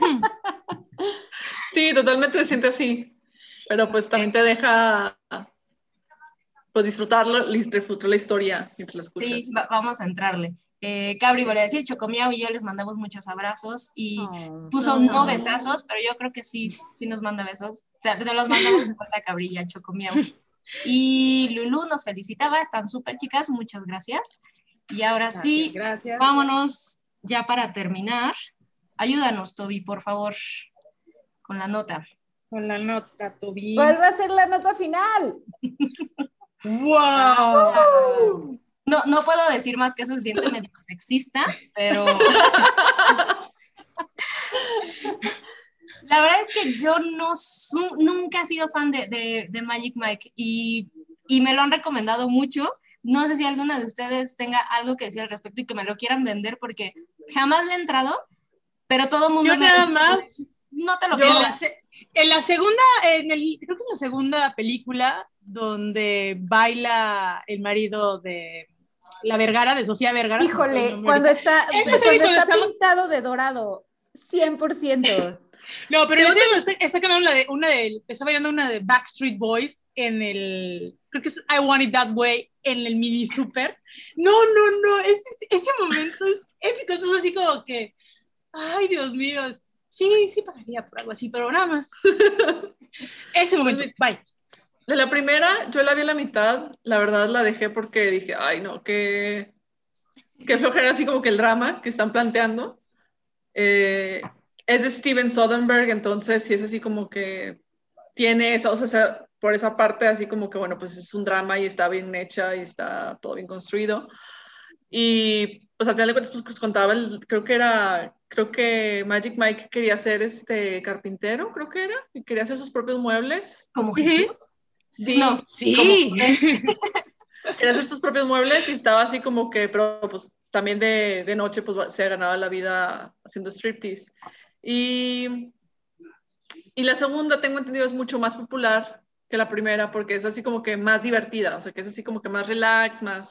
Speaker 4: Sí, totalmente se siente así. Pero pues también te deja pues disfrutarlo, disfrutar la historia mientras la escuchas.
Speaker 3: Sí, va- vamos a entrarle. Eh, Cabri volvió a decir, Chocomiao y yo les mandamos muchos abrazos y
Speaker 2: Oh,
Speaker 3: puso
Speaker 4: no.
Speaker 3: no besazos, pero yo creo que sí, sí nos manda besos. Te, te los mandamos de vuelta a Cabri y a Chocomiao. Y Lulu nos felicitaba, están súper chicas, muchas gracias. Y ahora sí,
Speaker 5: Gracias.
Speaker 3: vámonos ya para terminar. Ayúdanos, Toby, por favor, con la nota.
Speaker 5: Con la nota, Toby.
Speaker 2: ¿cuál va a ser la nota final?
Speaker 5: ¡Wow!
Speaker 3: No, no puedo decir más que eso se siente medio sexista, pero la verdad es que yo no su- nunca he sido fan de, de, de Magic Mike y, y me lo han recomendado mucho. No sé si alguna de ustedes tenga algo que decir al respecto y que me lo quieran vender porque jamás le he entrado, pero todo el mundo
Speaker 5: Yo
Speaker 3: me ha
Speaker 5: nada
Speaker 3: dicho,
Speaker 5: más,
Speaker 3: no te lo
Speaker 5: yo en la,
Speaker 3: pierdas.
Speaker 5: se- en la segunda, en el, creo que es la segunda película donde baila el marido de la Vergara, de Sofía Vergara. se me fue el
Speaker 2: Híjole,
Speaker 5: nombre
Speaker 2: cuando
Speaker 5: ahorita.
Speaker 2: está,
Speaker 5: Esa
Speaker 2: cuando
Speaker 5: serie cuando
Speaker 2: está
Speaker 5: estaba-
Speaker 2: pintado de dorado, cien por ciento.
Speaker 5: No, pero
Speaker 4: ¿Qué
Speaker 5: en la
Speaker 4: otro?
Speaker 5: serie está, está cantando una de, una de, está bailando una de Backstreet Boys en el, creo que es I Want It That Way, en el mini super. No, no, no, ese, ese momento es épico, es así como que, ay, Dios mío, sí, sí pagaría por algo así, pero nada más. Ese momento, bye.
Speaker 4: De la primera, yo la vi a la mitad, la verdad la dejé porque dije, ay no, qué, qué flojera así como que el drama que están planteando. Eh, es de Steven Soderbergh, entonces sí es así como que tiene eso, o sea, por esa parte así como que, bueno, pues es un drama y está bien hecha y está todo bien construido. Y pues al final de cuentas, pues os contaba, el, creo que era, creo que Magic Mike quería ser este carpintero, creo que era, y quería hacer sus propios muebles.
Speaker 3: Como Jesús.
Speaker 4: Sí,
Speaker 3: No,
Speaker 5: Sí.
Speaker 3: como-
Speaker 4: quería hacer sus propios muebles y estaba así como que, pero pues también de, de noche pues se ganaba la vida haciendo striptease. Y, y la segunda, tengo entendido, es mucho más popular que la primera porque es así como que más divertida, o sea, que es así como que más relax, más,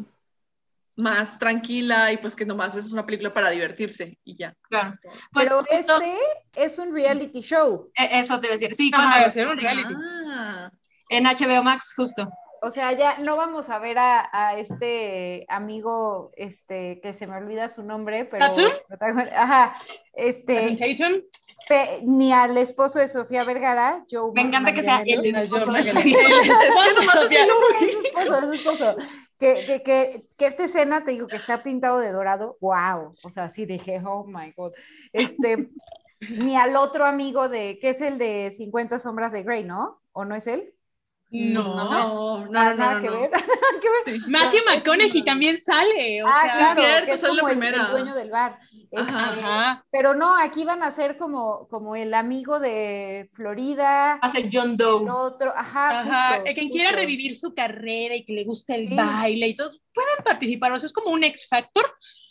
Speaker 4: más tranquila y pues que nomás es una película para divertirse y ya.
Speaker 3: claro. Pues
Speaker 2: Pero
Speaker 3: justo,
Speaker 2: este es un reality show.
Speaker 3: eh, eso te iba a decir. Sí,
Speaker 5: Ajá,
Speaker 3: cuando-
Speaker 5: hacer un reality.
Speaker 4: Ah,
Speaker 3: en H B O Max, justo.
Speaker 2: O sea, ya no vamos a ver a, a este amigo, este, que se me olvida su nombre, pero...
Speaker 5: ¿Tatum?
Speaker 2: protagon- Ajá, este,
Speaker 5: Tatum.
Speaker 2: pe- ni al esposo de Sofía Vergara, Joe
Speaker 3: Me encanta que sea
Speaker 2: Manganiello.
Speaker 3: el
Speaker 5: No,
Speaker 3: esposo
Speaker 5: yo
Speaker 3: de
Speaker 5: me
Speaker 3: Sofía.
Speaker 5: El esposo, Sofía.
Speaker 2: Es su esposo, es su esposo. Que, que, que, que esta escena, te digo, que está pintado de dorado, wow, o sea, sí dije, oh my God. Este, ni al otro amigo de, que es el de cincuenta sombras de Grey, ¿no? ¿O no es él?
Speaker 5: No,
Speaker 4: no, no, no,
Speaker 2: Ah,
Speaker 4: no,
Speaker 2: nada
Speaker 4: no,
Speaker 2: que
Speaker 4: no.
Speaker 2: ver, nada que ver.
Speaker 4: Sí.
Speaker 5: Matthew
Speaker 2: No, es
Speaker 5: McConaughey
Speaker 2: un-
Speaker 5: también sale. O
Speaker 2: Ah,
Speaker 5: sea,
Speaker 2: claro,
Speaker 4: cierto,
Speaker 2: que es
Speaker 4: soy la
Speaker 2: como el, el
Speaker 4: primera.
Speaker 2: dueño del bar. Este,
Speaker 5: Ajá.
Speaker 2: pero no, aquí van a ser como, como el amigo de Florida,
Speaker 3: Va a ser John
Speaker 2: el
Speaker 3: Doe.
Speaker 2: otro, ajá,
Speaker 5: Ajá,
Speaker 2: justo,
Speaker 5: eh, quien
Speaker 2: justo.
Speaker 5: quiera revivir su carrera y que le guste el
Speaker 2: Sí.
Speaker 5: baile y todo, pueden participar. O sea, es como un X Factor,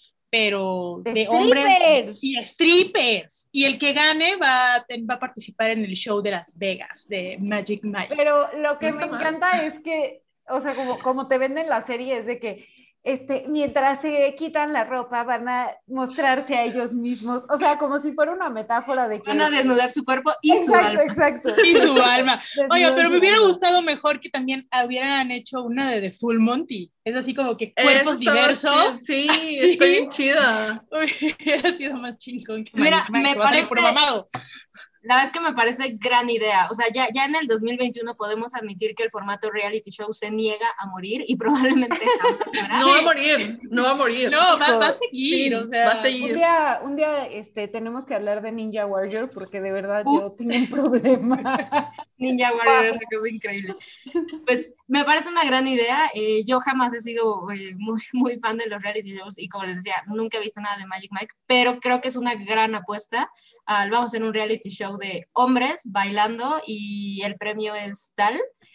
Speaker 5: pero
Speaker 2: De
Speaker 5: de, hombres
Speaker 2: strippers.
Speaker 5: y strippers. Y el que gane va, va a participar en el show de Las Vegas, de Magic Mike.
Speaker 2: Pero lo que
Speaker 4: No
Speaker 2: me
Speaker 4: está mal.
Speaker 2: encanta es que, o sea, como, como te venden la serie, es de que este, mientras se quitan la ropa van a mostrarse a ellos mismos, o sea, como si fuera una metáfora de que...
Speaker 3: Van a desnudar su cuerpo y su
Speaker 2: Exacto,
Speaker 3: alma.
Speaker 2: exacto.
Speaker 5: Y su alma. Oye,
Speaker 2: Desnudan
Speaker 5: pero
Speaker 2: su
Speaker 5: me hubiera
Speaker 2: alma.
Speaker 5: gustado mejor que también hubieran hecho una de The Full Monty. Es así como que cuerpos
Speaker 4: Eso estaba
Speaker 5: diversos.
Speaker 4: chido. Sí,
Speaker 5: así.
Speaker 4: está bien chida.
Speaker 5: Hubiera sido más chingón que
Speaker 3: Mira,
Speaker 5: Magic Mike,
Speaker 3: me
Speaker 5: que va a salir
Speaker 3: parece-
Speaker 5: puro mamado.
Speaker 3: La verdad es que me parece gran idea. O sea, ya, ya en el dos mil veintiuno podemos admitir que el formato reality show se niega a morir y probablemente jamás muera.
Speaker 4: No va a morir, no va a morir.
Speaker 5: No, va,
Speaker 2: Hijo,
Speaker 5: va a seguir,
Speaker 4: sí,
Speaker 5: o sea.
Speaker 4: va a
Speaker 2: Un
Speaker 4: seguir.
Speaker 2: día, un día este, tenemos que hablar de Ninja Warrior porque de verdad
Speaker 3: Uh.
Speaker 2: yo tengo un problema.
Speaker 3: Ninja Warrior es una cosa increíble. Pues me parece una gran idea. Eh, yo jamás he sido eh, muy, muy fan de los reality shows y como les decía, nunca he visto nada de Magic Mike, pero creo que es una gran apuesta. Uh, vamos a hacer un reality show de hombres bailando y el premio es tal.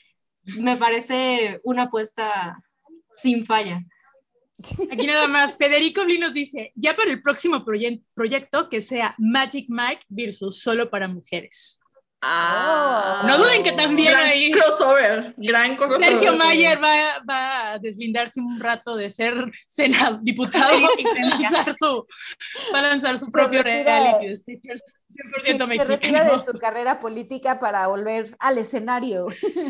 Speaker 3: Me parece una apuesta sin falla.
Speaker 5: Aquí nada más, Federico Bli nos dice, ya para el próximo proye- proyecto que sea Magic Mike versus Solo para Mujeres.
Speaker 4: Ah,
Speaker 5: No duden que también
Speaker 4: gran
Speaker 5: ahí
Speaker 4: crossover, gran crossover.
Speaker 5: Sergio Mayer va, va a deslindarse un rato de ser senador, diputado y lanzar su, va a lanzar su
Speaker 2: Se
Speaker 5: propio
Speaker 2: retira-
Speaker 5: reality de stickers cien por ciento
Speaker 2: Sí, se retira de
Speaker 5: mexicano.
Speaker 2: su carrera política para volver al escenario.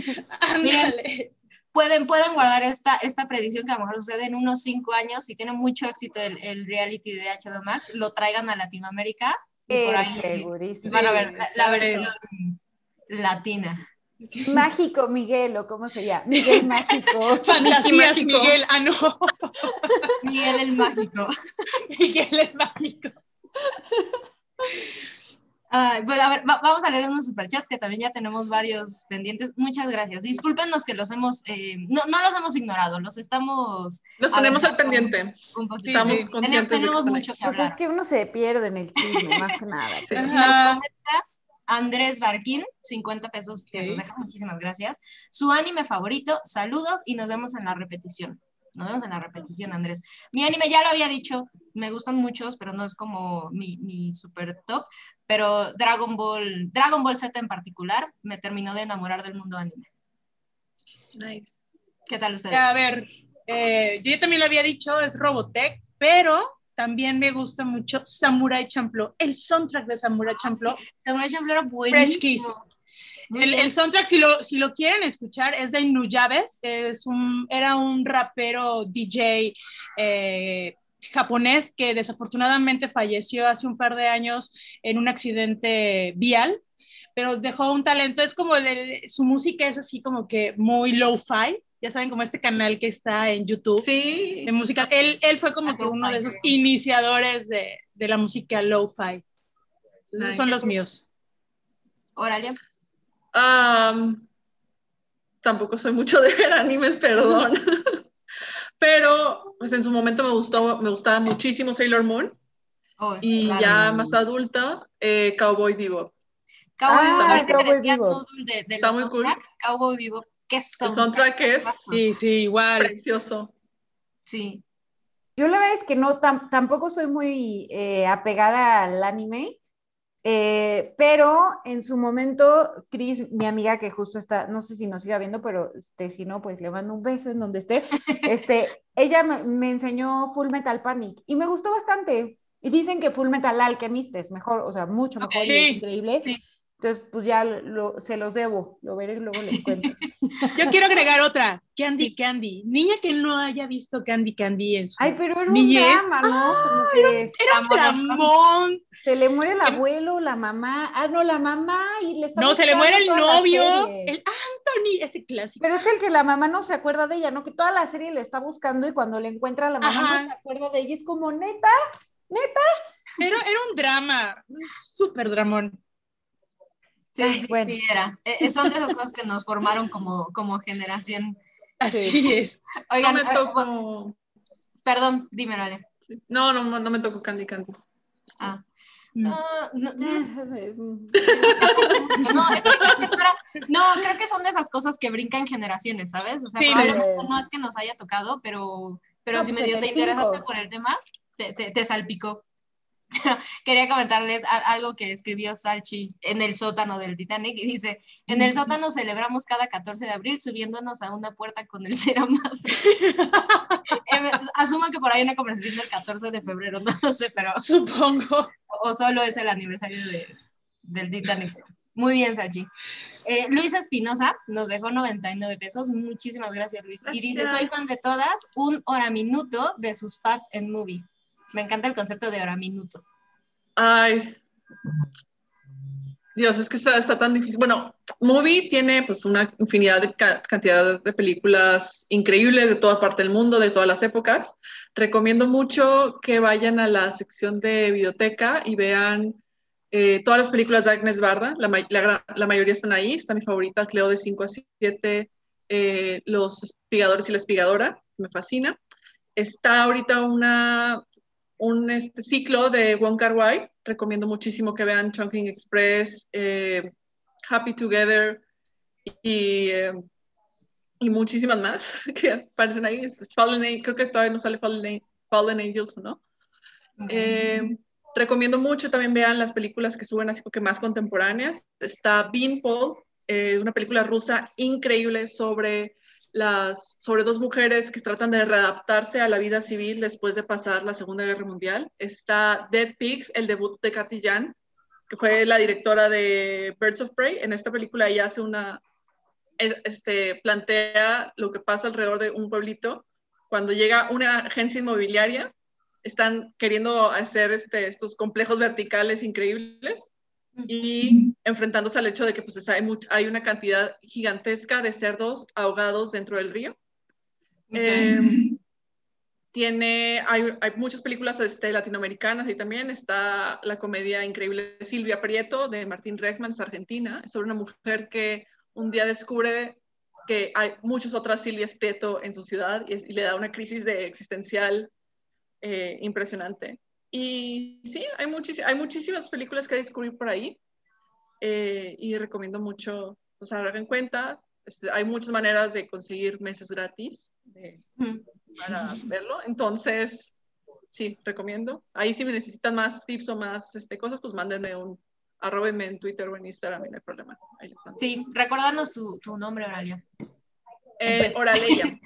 Speaker 5: Ándale.
Speaker 3: Pueden, pueden guardar esta, esta predicción que a lo mejor sucede en unos cinco años, si tiene mucho éxito el, el reality de H B O Max, lo traigan a Latinoamérica y por
Speaker 2: Eh,
Speaker 3: ahí
Speaker 2: segurísimo.
Speaker 3: van a ver la, la
Speaker 5: Sí,
Speaker 3: versión latina.
Speaker 2: Mágico Miguel, o cómo sería, Miguel Mágico.
Speaker 5: Fantasías,
Speaker 4: Mágico.
Speaker 5: Miguel. Ah, no.
Speaker 3: Miguel el Mágico.
Speaker 5: Miguel el Mágico.
Speaker 3: Ah, pues a ver, va- vamos a leer unos superchats que también ya tenemos varios pendientes. Muchas gracias. Discúlpenos que los hemos, eh, no, no los hemos ignorado, los estamos
Speaker 4: Los tenemos al
Speaker 3: aventando
Speaker 4: pendiente.
Speaker 3: un poquito.
Speaker 4: Estamos
Speaker 5: sí.
Speaker 4: conscientes de que
Speaker 3: Tenemos
Speaker 4: están ahí.
Speaker 3: mucho que
Speaker 2: Pues
Speaker 3: hablar.
Speaker 2: es que uno se pierde en el chisme, más que nada.
Speaker 4: Sí.
Speaker 2: pero-
Speaker 3: Nos
Speaker 5: Ajá.
Speaker 3: comenta Andrés Barquín, cincuenta pesos que
Speaker 5: Ok.
Speaker 3: nos deja, muchísimas gracias. Su anime favorito, saludos y nos vemos en la repetición. Nos vemos en la repetición, Andrés. Mi anime ya lo había dicho, me gustan muchos, pero no es como mi, mi super top. Pero Dragon Ball, Dragon Ball Z en particular, me terminó de enamorar del mundo anime.
Speaker 4: Nice.
Speaker 3: ¿Qué tal ustedes?
Speaker 5: A ver, eh, yo ya también lo había dicho, es Robotech, pero también me gusta mucho Samurai Champloo. El soundtrack de Samurai Champloo,
Speaker 3: Samurai Champloo era buenísimo.
Speaker 5: Fresh Kiss.
Speaker 3: Muy
Speaker 5: El,
Speaker 3: bien.
Speaker 5: el soundtrack, si lo, si lo quieren escuchar, es de Nuyabes. Es un, era un rapero D J eh, japonés que desafortunadamente falleció hace un par de años en un accidente vial, pero dejó un talento. Es como el- el- su música es así como que muy low-fi. Ya saben, como este canal que está en YouTube
Speaker 4: Sí.
Speaker 5: de música. Él, él fue como
Speaker 3: Ah,
Speaker 5: que uno de
Speaker 3: lo-fi.
Speaker 5: esos iniciadores de, de la música lo-fi. Esos
Speaker 4: Nice.
Speaker 5: son los míos.
Speaker 3: Oralia.
Speaker 4: Am, tampoco soy mucho de ver animes, perdón. Pero pues en su momento me gustó, me gustaba muchísimo Sailor Moon.
Speaker 3: Oh,
Speaker 4: Y
Speaker 3: claro.
Speaker 4: ya más adulta, eh, Cowboy Bebop.
Speaker 3: Cowboy
Speaker 2: Ah,
Speaker 3: Bebop, ahorita que
Speaker 2: Cowboy
Speaker 3: decía
Speaker 2: Bebop.
Speaker 3: Noodle de, de
Speaker 4: Está
Speaker 3: los
Speaker 4: muy cool.
Speaker 3: soundtrack, Cowboy Bebop, ¿qué soundtrack?
Speaker 4: soundtrack es-
Speaker 5: Sí, sí, igual.
Speaker 4: Precioso.
Speaker 3: Sí.
Speaker 2: Yo la verdad es que no, tam- tampoco soy muy eh, apegada al anime, eh, pero en su momento, Chris, mi amiga que justo está, no sé si nos siga viendo, pero este, si no, pues le mando un beso en donde esté. Este, ella me, me enseñó Full Metal Panic y me gustó bastante. Y dicen que Full Metal Alchemist es mejor, o sea, mucho mejor
Speaker 3: Ok,
Speaker 2: y es
Speaker 5: sí,
Speaker 2: increíble.
Speaker 3: sí.
Speaker 2: Entonces, pues ya lo- se los debo, lo veré y luego les cuento.
Speaker 5: Yo quiero agregar otra. Candy Candy. Niña que no haya visto Candy Candy en su
Speaker 2: Ay, pero era un
Speaker 5: niñez.
Speaker 2: drama, ¿no? Como que
Speaker 5: Era un tramón.
Speaker 2: se le muere el abuelo, la mamá. Ah, no, la mamá y le está
Speaker 5: No, se le muere el
Speaker 2: buscando toda la
Speaker 5: novio.
Speaker 2: serie.
Speaker 5: El Anthony, ese clásico.
Speaker 2: Pero es el que la mamá no se acuerda de ella, ¿no? Que toda la serie le está buscando y cuando le encuentra la mamá
Speaker 5: Ajá.
Speaker 2: no se acuerda de ella. Es como, neta, neta.
Speaker 5: Era, era un drama, súper dramón.
Speaker 3: Sí,
Speaker 2: Ay,
Speaker 3: sí,
Speaker 2: bueno.
Speaker 3: sí, era. Eh, son de esas cosas que nos formaron como, como generación.
Speaker 5: Así
Speaker 2: Sí.
Speaker 5: es.
Speaker 3: Oigan,
Speaker 4: no me
Speaker 3: eh,
Speaker 4: tocó.
Speaker 3: bueno, perdón, dímelo, Ale.
Speaker 4: No, no, no me tocó Candy Candy.
Speaker 3: Ah.
Speaker 5: Mm.
Speaker 3: Ah, no, no,
Speaker 2: Eh,
Speaker 3: no, es que creo que para- no, creo que son de esas cosas que brincan generaciones, ¿sabes? O sea,
Speaker 5: Sí,
Speaker 3: probablemente
Speaker 2: sí.
Speaker 3: no es que nos haya tocado, pero, pero
Speaker 2: No,
Speaker 3: si
Speaker 2: pues
Speaker 3: medio
Speaker 2: en
Speaker 3: te
Speaker 2: el
Speaker 3: interesaste
Speaker 2: cinco.
Speaker 3: por el tema, te, te, te salpicó. Quería comentarles a- algo que escribió Salchi en el sótano del Titanic y dice, en el sótano celebramos cada catorce de abril subiéndonos a una puerta con el cero madre. Eh, asumo que por ahí hay una conversación del catorce de febrero, no lo sé, pero
Speaker 5: Supongo.
Speaker 3: o solo es el aniversario de, del Titanic. Muy bien, Salchi. Eh, Luis Espinosa nos dejó noventa y nueve pesos. Muchísimas gracias, Luis. Y dice,
Speaker 4: Gracias.
Speaker 3: soy fan de todas, un hora minuto de sus faves en movie. Me encanta el concepto de hora minuto.
Speaker 4: Ay, Dios, es que está, está tan difícil. Bueno, Movie tiene pues una infinidad de ca- cantidad de películas increíbles de toda parte del mundo, de todas las épocas. Recomiendo mucho que vayan a la sección de videoteca y vean eh, todas las películas de Agnes Barda. La, ma- la gra- la mayoría están ahí. Está mi favorita, Cleo de cinco a siete, eh, Los espigadores y la espigadora. Me fascina. Está ahorita una un este, ciclo de Wong Kar-wai. Recomiendo muchísimo que vean Chungking Express, eh, Happy Together y, eh, y muchísimas más que aparecen ahí. Este, Fallen, creo que todavía no sale Fallen, Fallen Angels, ¿no?
Speaker 3: Okay.
Speaker 4: Eh, recomiendo mucho también vean las películas que suben así como que más contemporáneas. Está Beanpole, eh, una película rusa increíble sobre las, sobre dos mujeres que tratan de readaptarse a la vida civil después de pasar la Segunda Guerra Mundial. Está Dead Pigs, el debut de Cathy Yan, que fue la directora de Birds of Prey. En esta película ella hace una, este, plantea lo que pasa alrededor de un pueblito cuando llega una agencia inmobiliaria. Están queriendo hacer este, estos complejos verticales increíbles y enfrentándose al hecho de que pues, hay, much- hay una cantidad gigantesca de cerdos ahogados dentro del río.
Speaker 3: Okay.
Speaker 4: Eh, tiene, hay, hay muchas películas este, latinoamericanas y también está la comedia increíble de Silvia Prieto de Martín Rechman, es argentina, es sobre una mujer que un día descubre que hay muchas otras Silvias Prieto en su ciudad y, es, y le da una crisis de existencial eh, impresionante. Y sí, hay, muchis, hay muchísimas películas que descubrir por ahí eh, y recomiendo mucho, o sea, hagan cuenta, este, hay muchas maneras de conseguir meses gratis eh, para verlo, entonces sí, recomiendo. Ahí si me necesitan más tips o más este, cosas, pues mándenme un, arróbenme en Twitter o en Instagram y no hay problema. Ahí les mando.
Speaker 3: Sí, recuérdanos tu, tu nombre, Oralia.
Speaker 4: Eh, Oraleia.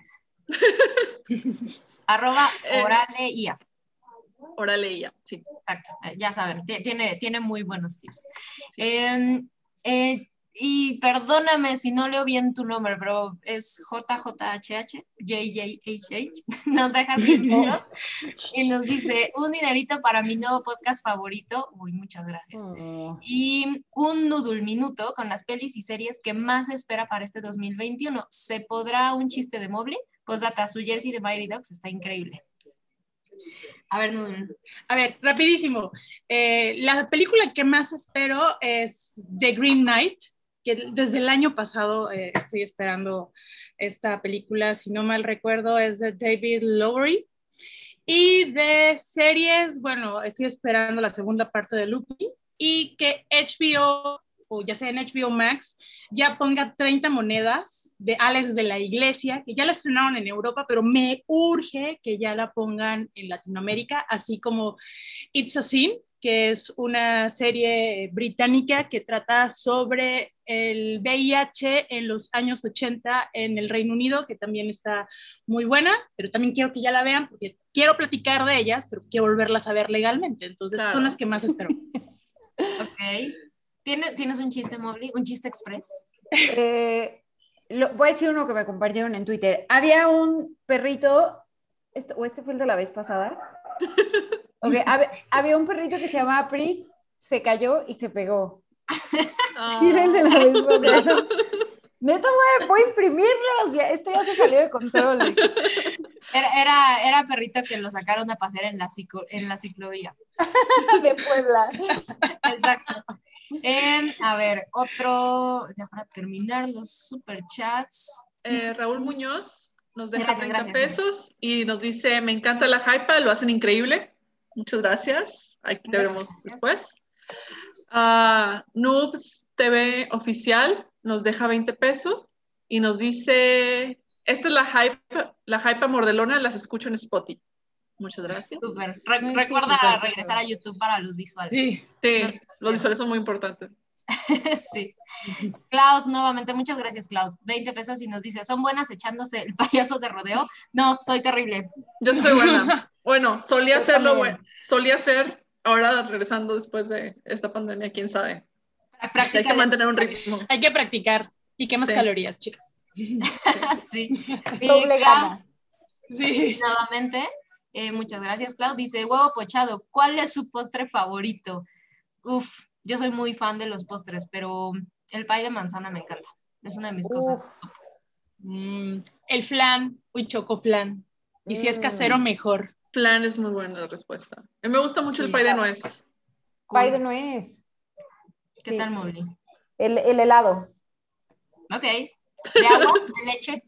Speaker 3: Arroba
Speaker 4: Eh,
Speaker 3: Oraleia.
Speaker 4: Oraleia, sí.
Speaker 3: Exacto, eh, ya saben, t- tiene, tiene muy buenos tips.
Speaker 4: Sí.
Speaker 3: Eh, eh, y perdóname si no leo bien tu nombre, pero es J J H H, J J H H, nos deja cien pesos y nos dice, un dinerito para mi nuevo podcast favorito, uy, muchas gracias,
Speaker 2: Oh.
Speaker 3: y un noodle minuto con las pelis y series que más se espera para este dos mil veintiuno. ¿Se podrá un chiste de Mobley? Postdata, su jersey de Mighty Ducks está increíble. A ver, Noodle.
Speaker 5: A ver, rapidísimo. Eh, la película que más espero es The Green Knight, que desde el año pasado eh, estoy esperando esta película, si no mal recuerdo, es de David Lowery. Y de series, bueno, estoy esperando la segunda parte de Lupin y que H B O, o ya sea en H B O Max, ya ponga treinta monedas de Alex de la Iglesia, que ya la estrenaron en Europa, pero me urge que ya la pongan en Latinoamérica, así como It's a Sin, que es una serie británica que trata sobre el V I H en los años ochenta en el Reino Unido, que también está muy buena, pero también quiero que ya la vean porque quiero platicar de ellas, pero quiero volverlas a ver legalmente. Entonces,
Speaker 4: Claro.
Speaker 5: son las que más espero.
Speaker 3: Ok. ¿Tienes, ¿Tienes un chiste, Mobley? ¿Un chiste express?
Speaker 2: Eh, lo, voy a decir uno que me compartieron en Twitter. Había un perrito, esto, o este fue el de la vez pasada. Okay, había, había un perrito que se llamaba Pri, se cayó y se pegó.
Speaker 4: Oh.
Speaker 2: Sí, era el de la vez pasada. Neta, voy, voy a imprimirlos. Ya, esto ya se salió de control.
Speaker 3: Era, era, era perrito que lo sacaron a pasear en la, ciclo, en la ciclovía.
Speaker 2: De Puebla.
Speaker 3: Exacto. Eh, a ver, otro, ya para terminar los superchats.
Speaker 4: Eh, Raúl Muñoz nos deja
Speaker 3: Gracias,
Speaker 4: treinta
Speaker 3: gracias.
Speaker 4: pesos y nos dice, me encanta la hypa, lo hacen increíble. Muchas gracias. Aquí te
Speaker 3: Gracias.
Speaker 4: veremos después. Uh, Noobs T V Oficial nos deja veinte pesos y nos dice, esta es la hype, la hype mordelona, las escucho en Spotify. Muchas gracias.
Speaker 3: Súper. Re
Speaker 2: No
Speaker 3: recuerda
Speaker 2: entiendo.
Speaker 3: regresar a YouTube para los visuales.
Speaker 5: Sí.
Speaker 4: Sí,
Speaker 3: No te
Speaker 4: los visuales son muy importantes.
Speaker 3: Sí. Cloud, nuevamente, muchas gracias, Cloud. veinte pesos y nos dice, ¿son buenas echándose el payaso de rodeo? No, soy terrible.
Speaker 4: Yo soy buena. Bueno, solía
Speaker 2: Yo
Speaker 4: hacerlo,
Speaker 2: también.
Speaker 4: bueno, solía hacer, ahora regresando después de esta pandemia, quién sabe. Hay que mantener un ritmo.
Speaker 5: Hay que practicar. Y qué más
Speaker 4: Sí.
Speaker 5: calorías, chicas.
Speaker 3: Sí. Y
Speaker 2: Doble
Speaker 3: Cloud,
Speaker 2: gana.
Speaker 5: Sí.
Speaker 3: nuevamente, eh, muchas gracias, Cloud. Dice, huevo pochado, ¿cuál es su postre favorito? Uf, yo soy muy fan de los postres, pero el pay de manzana me encanta. Es una de mis
Speaker 2: Uf.
Speaker 3: cosas.
Speaker 5: Mm, el flan, uy, choco flan. Y si es
Speaker 2: Mm.
Speaker 5: casero, mejor.
Speaker 4: Plan es muy buena la respuesta. A mí me gusta mucho
Speaker 5: Sí.
Speaker 4: el pay de nuez.
Speaker 3: Cool.
Speaker 2: Pay de nuez.
Speaker 3: ¿Qué
Speaker 2: Sí.
Speaker 3: tal, Mowgli?
Speaker 2: El, el helado.
Speaker 3: Ok. ¿De agua? ¿De leche?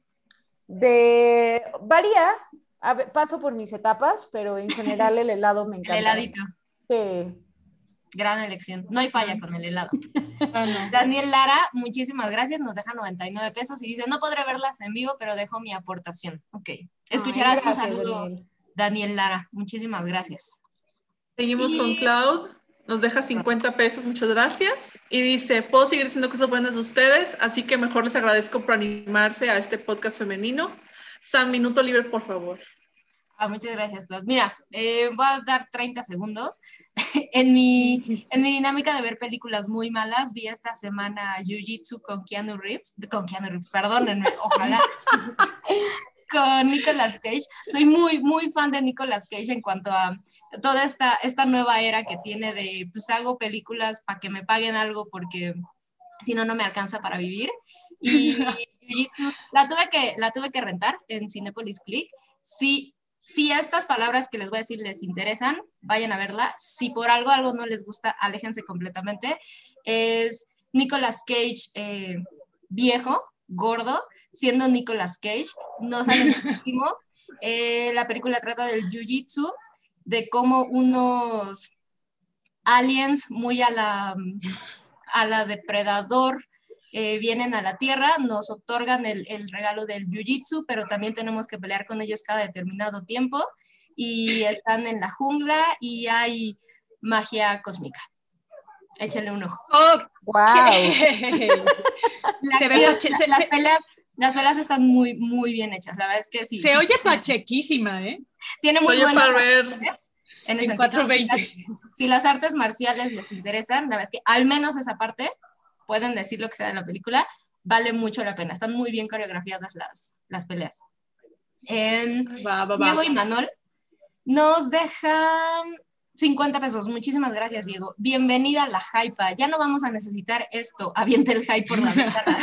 Speaker 2: De varía. A ver, paso por mis etapas, pero en general el helado me
Speaker 3: El
Speaker 2: encanta.
Speaker 3: heladito.
Speaker 2: Sí.
Speaker 3: Gran elección. No hay falla con el helado.
Speaker 5: Ah, no.
Speaker 3: Daniel Lara, muchísimas gracias. Nos deja noventa y nueve pesos y dice, no podré verlas en vivo, pero dejo mi aportación. Ok. Escucharás
Speaker 2: Ay,
Speaker 3: tu
Speaker 2: gracias,
Speaker 3: saludo,
Speaker 2: Daniel.
Speaker 3: Daniel Lara. Muchísimas gracias.
Speaker 4: Seguimos
Speaker 3: Y-
Speaker 4: con Cloud. Nos deja cincuenta pesos, muchas gracias. Y dice, puedo seguir haciendo cosas buenas de ustedes, así que mejor les agradezco por animarse a este podcast femenino. San Minuto Libre, por favor.
Speaker 3: Ah, muchas gracias, Claude. Mira, eh, voy a dar treinta segundos. en, mi, en mi dinámica de ver películas muy malas, vi esta semana Jiu-Jitsu con Keanu Reeves, con Keanu Reeves, perdónenme, ojalá, con Nicolas Cage. Soy muy, muy fan de Nicolas Cage en cuanto a toda esta, esta nueva era que tiene de, pues hago películas para que me paguen algo porque si no, no me alcanza para vivir. Y Jiu-Jitsu, la tuve que, la tuve que rentar en Cinépolis Click. Sí. Si estas palabras que les voy a decir les interesan, vayan a verla. Si por algo, algo no les gusta, aléjense completamente. Es Nicolas Cage eh, viejo, gordo, siendo Nicolas Cage. No sale muchísimo. Eh, la película trata del jiu-jitsu, de cómo unos aliens muy a la, a la depredador Eh, vienen a la Tierra, nos otorgan el, el regalo del jiu-jitsu, pero también tenemos que pelear con ellos cada determinado tiempo y están en la jungla y hay magia cósmica. Échale un ojo.
Speaker 5: Oh,
Speaker 2: Wow.
Speaker 3: La
Speaker 5: Se ve
Speaker 3: acción,
Speaker 5: pache-
Speaker 3: la-
Speaker 5: se-
Speaker 3: las,
Speaker 5: se-
Speaker 3: peleas, las peleas están muy, muy bien hechas. La verdad es que sí.
Speaker 5: Se
Speaker 3: sí,
Speaker 5: oye pachequísima, ¿eh?
Speaker 3: tiene muy
Speaker 4: Oye,
Speaker 3: buenos
Speaker 4: para ver.
Speaker 3: actores en ese
Speaker 5: En
Speaker 3: sentido.
Speaker 5: cuatro
Speaker 3: Si
Speaker 5: veinte.
Speaker 3: las, si las artes marciales les interesan, la verdad es que al menos esa parte, pueden decir lo que sea de la película, vale mucho la pena. Están muy bien coreografiadas las, las peleas. Eh,
Speaker 5: Va, va, va.
Speaker 3: Diego y Manol nos dejan cincuenta pesos. Muchísimas gracias, Diego. Bienvenida a la hypa. Ya no vamos a necesitar esto. Aviente el hype por la ventana.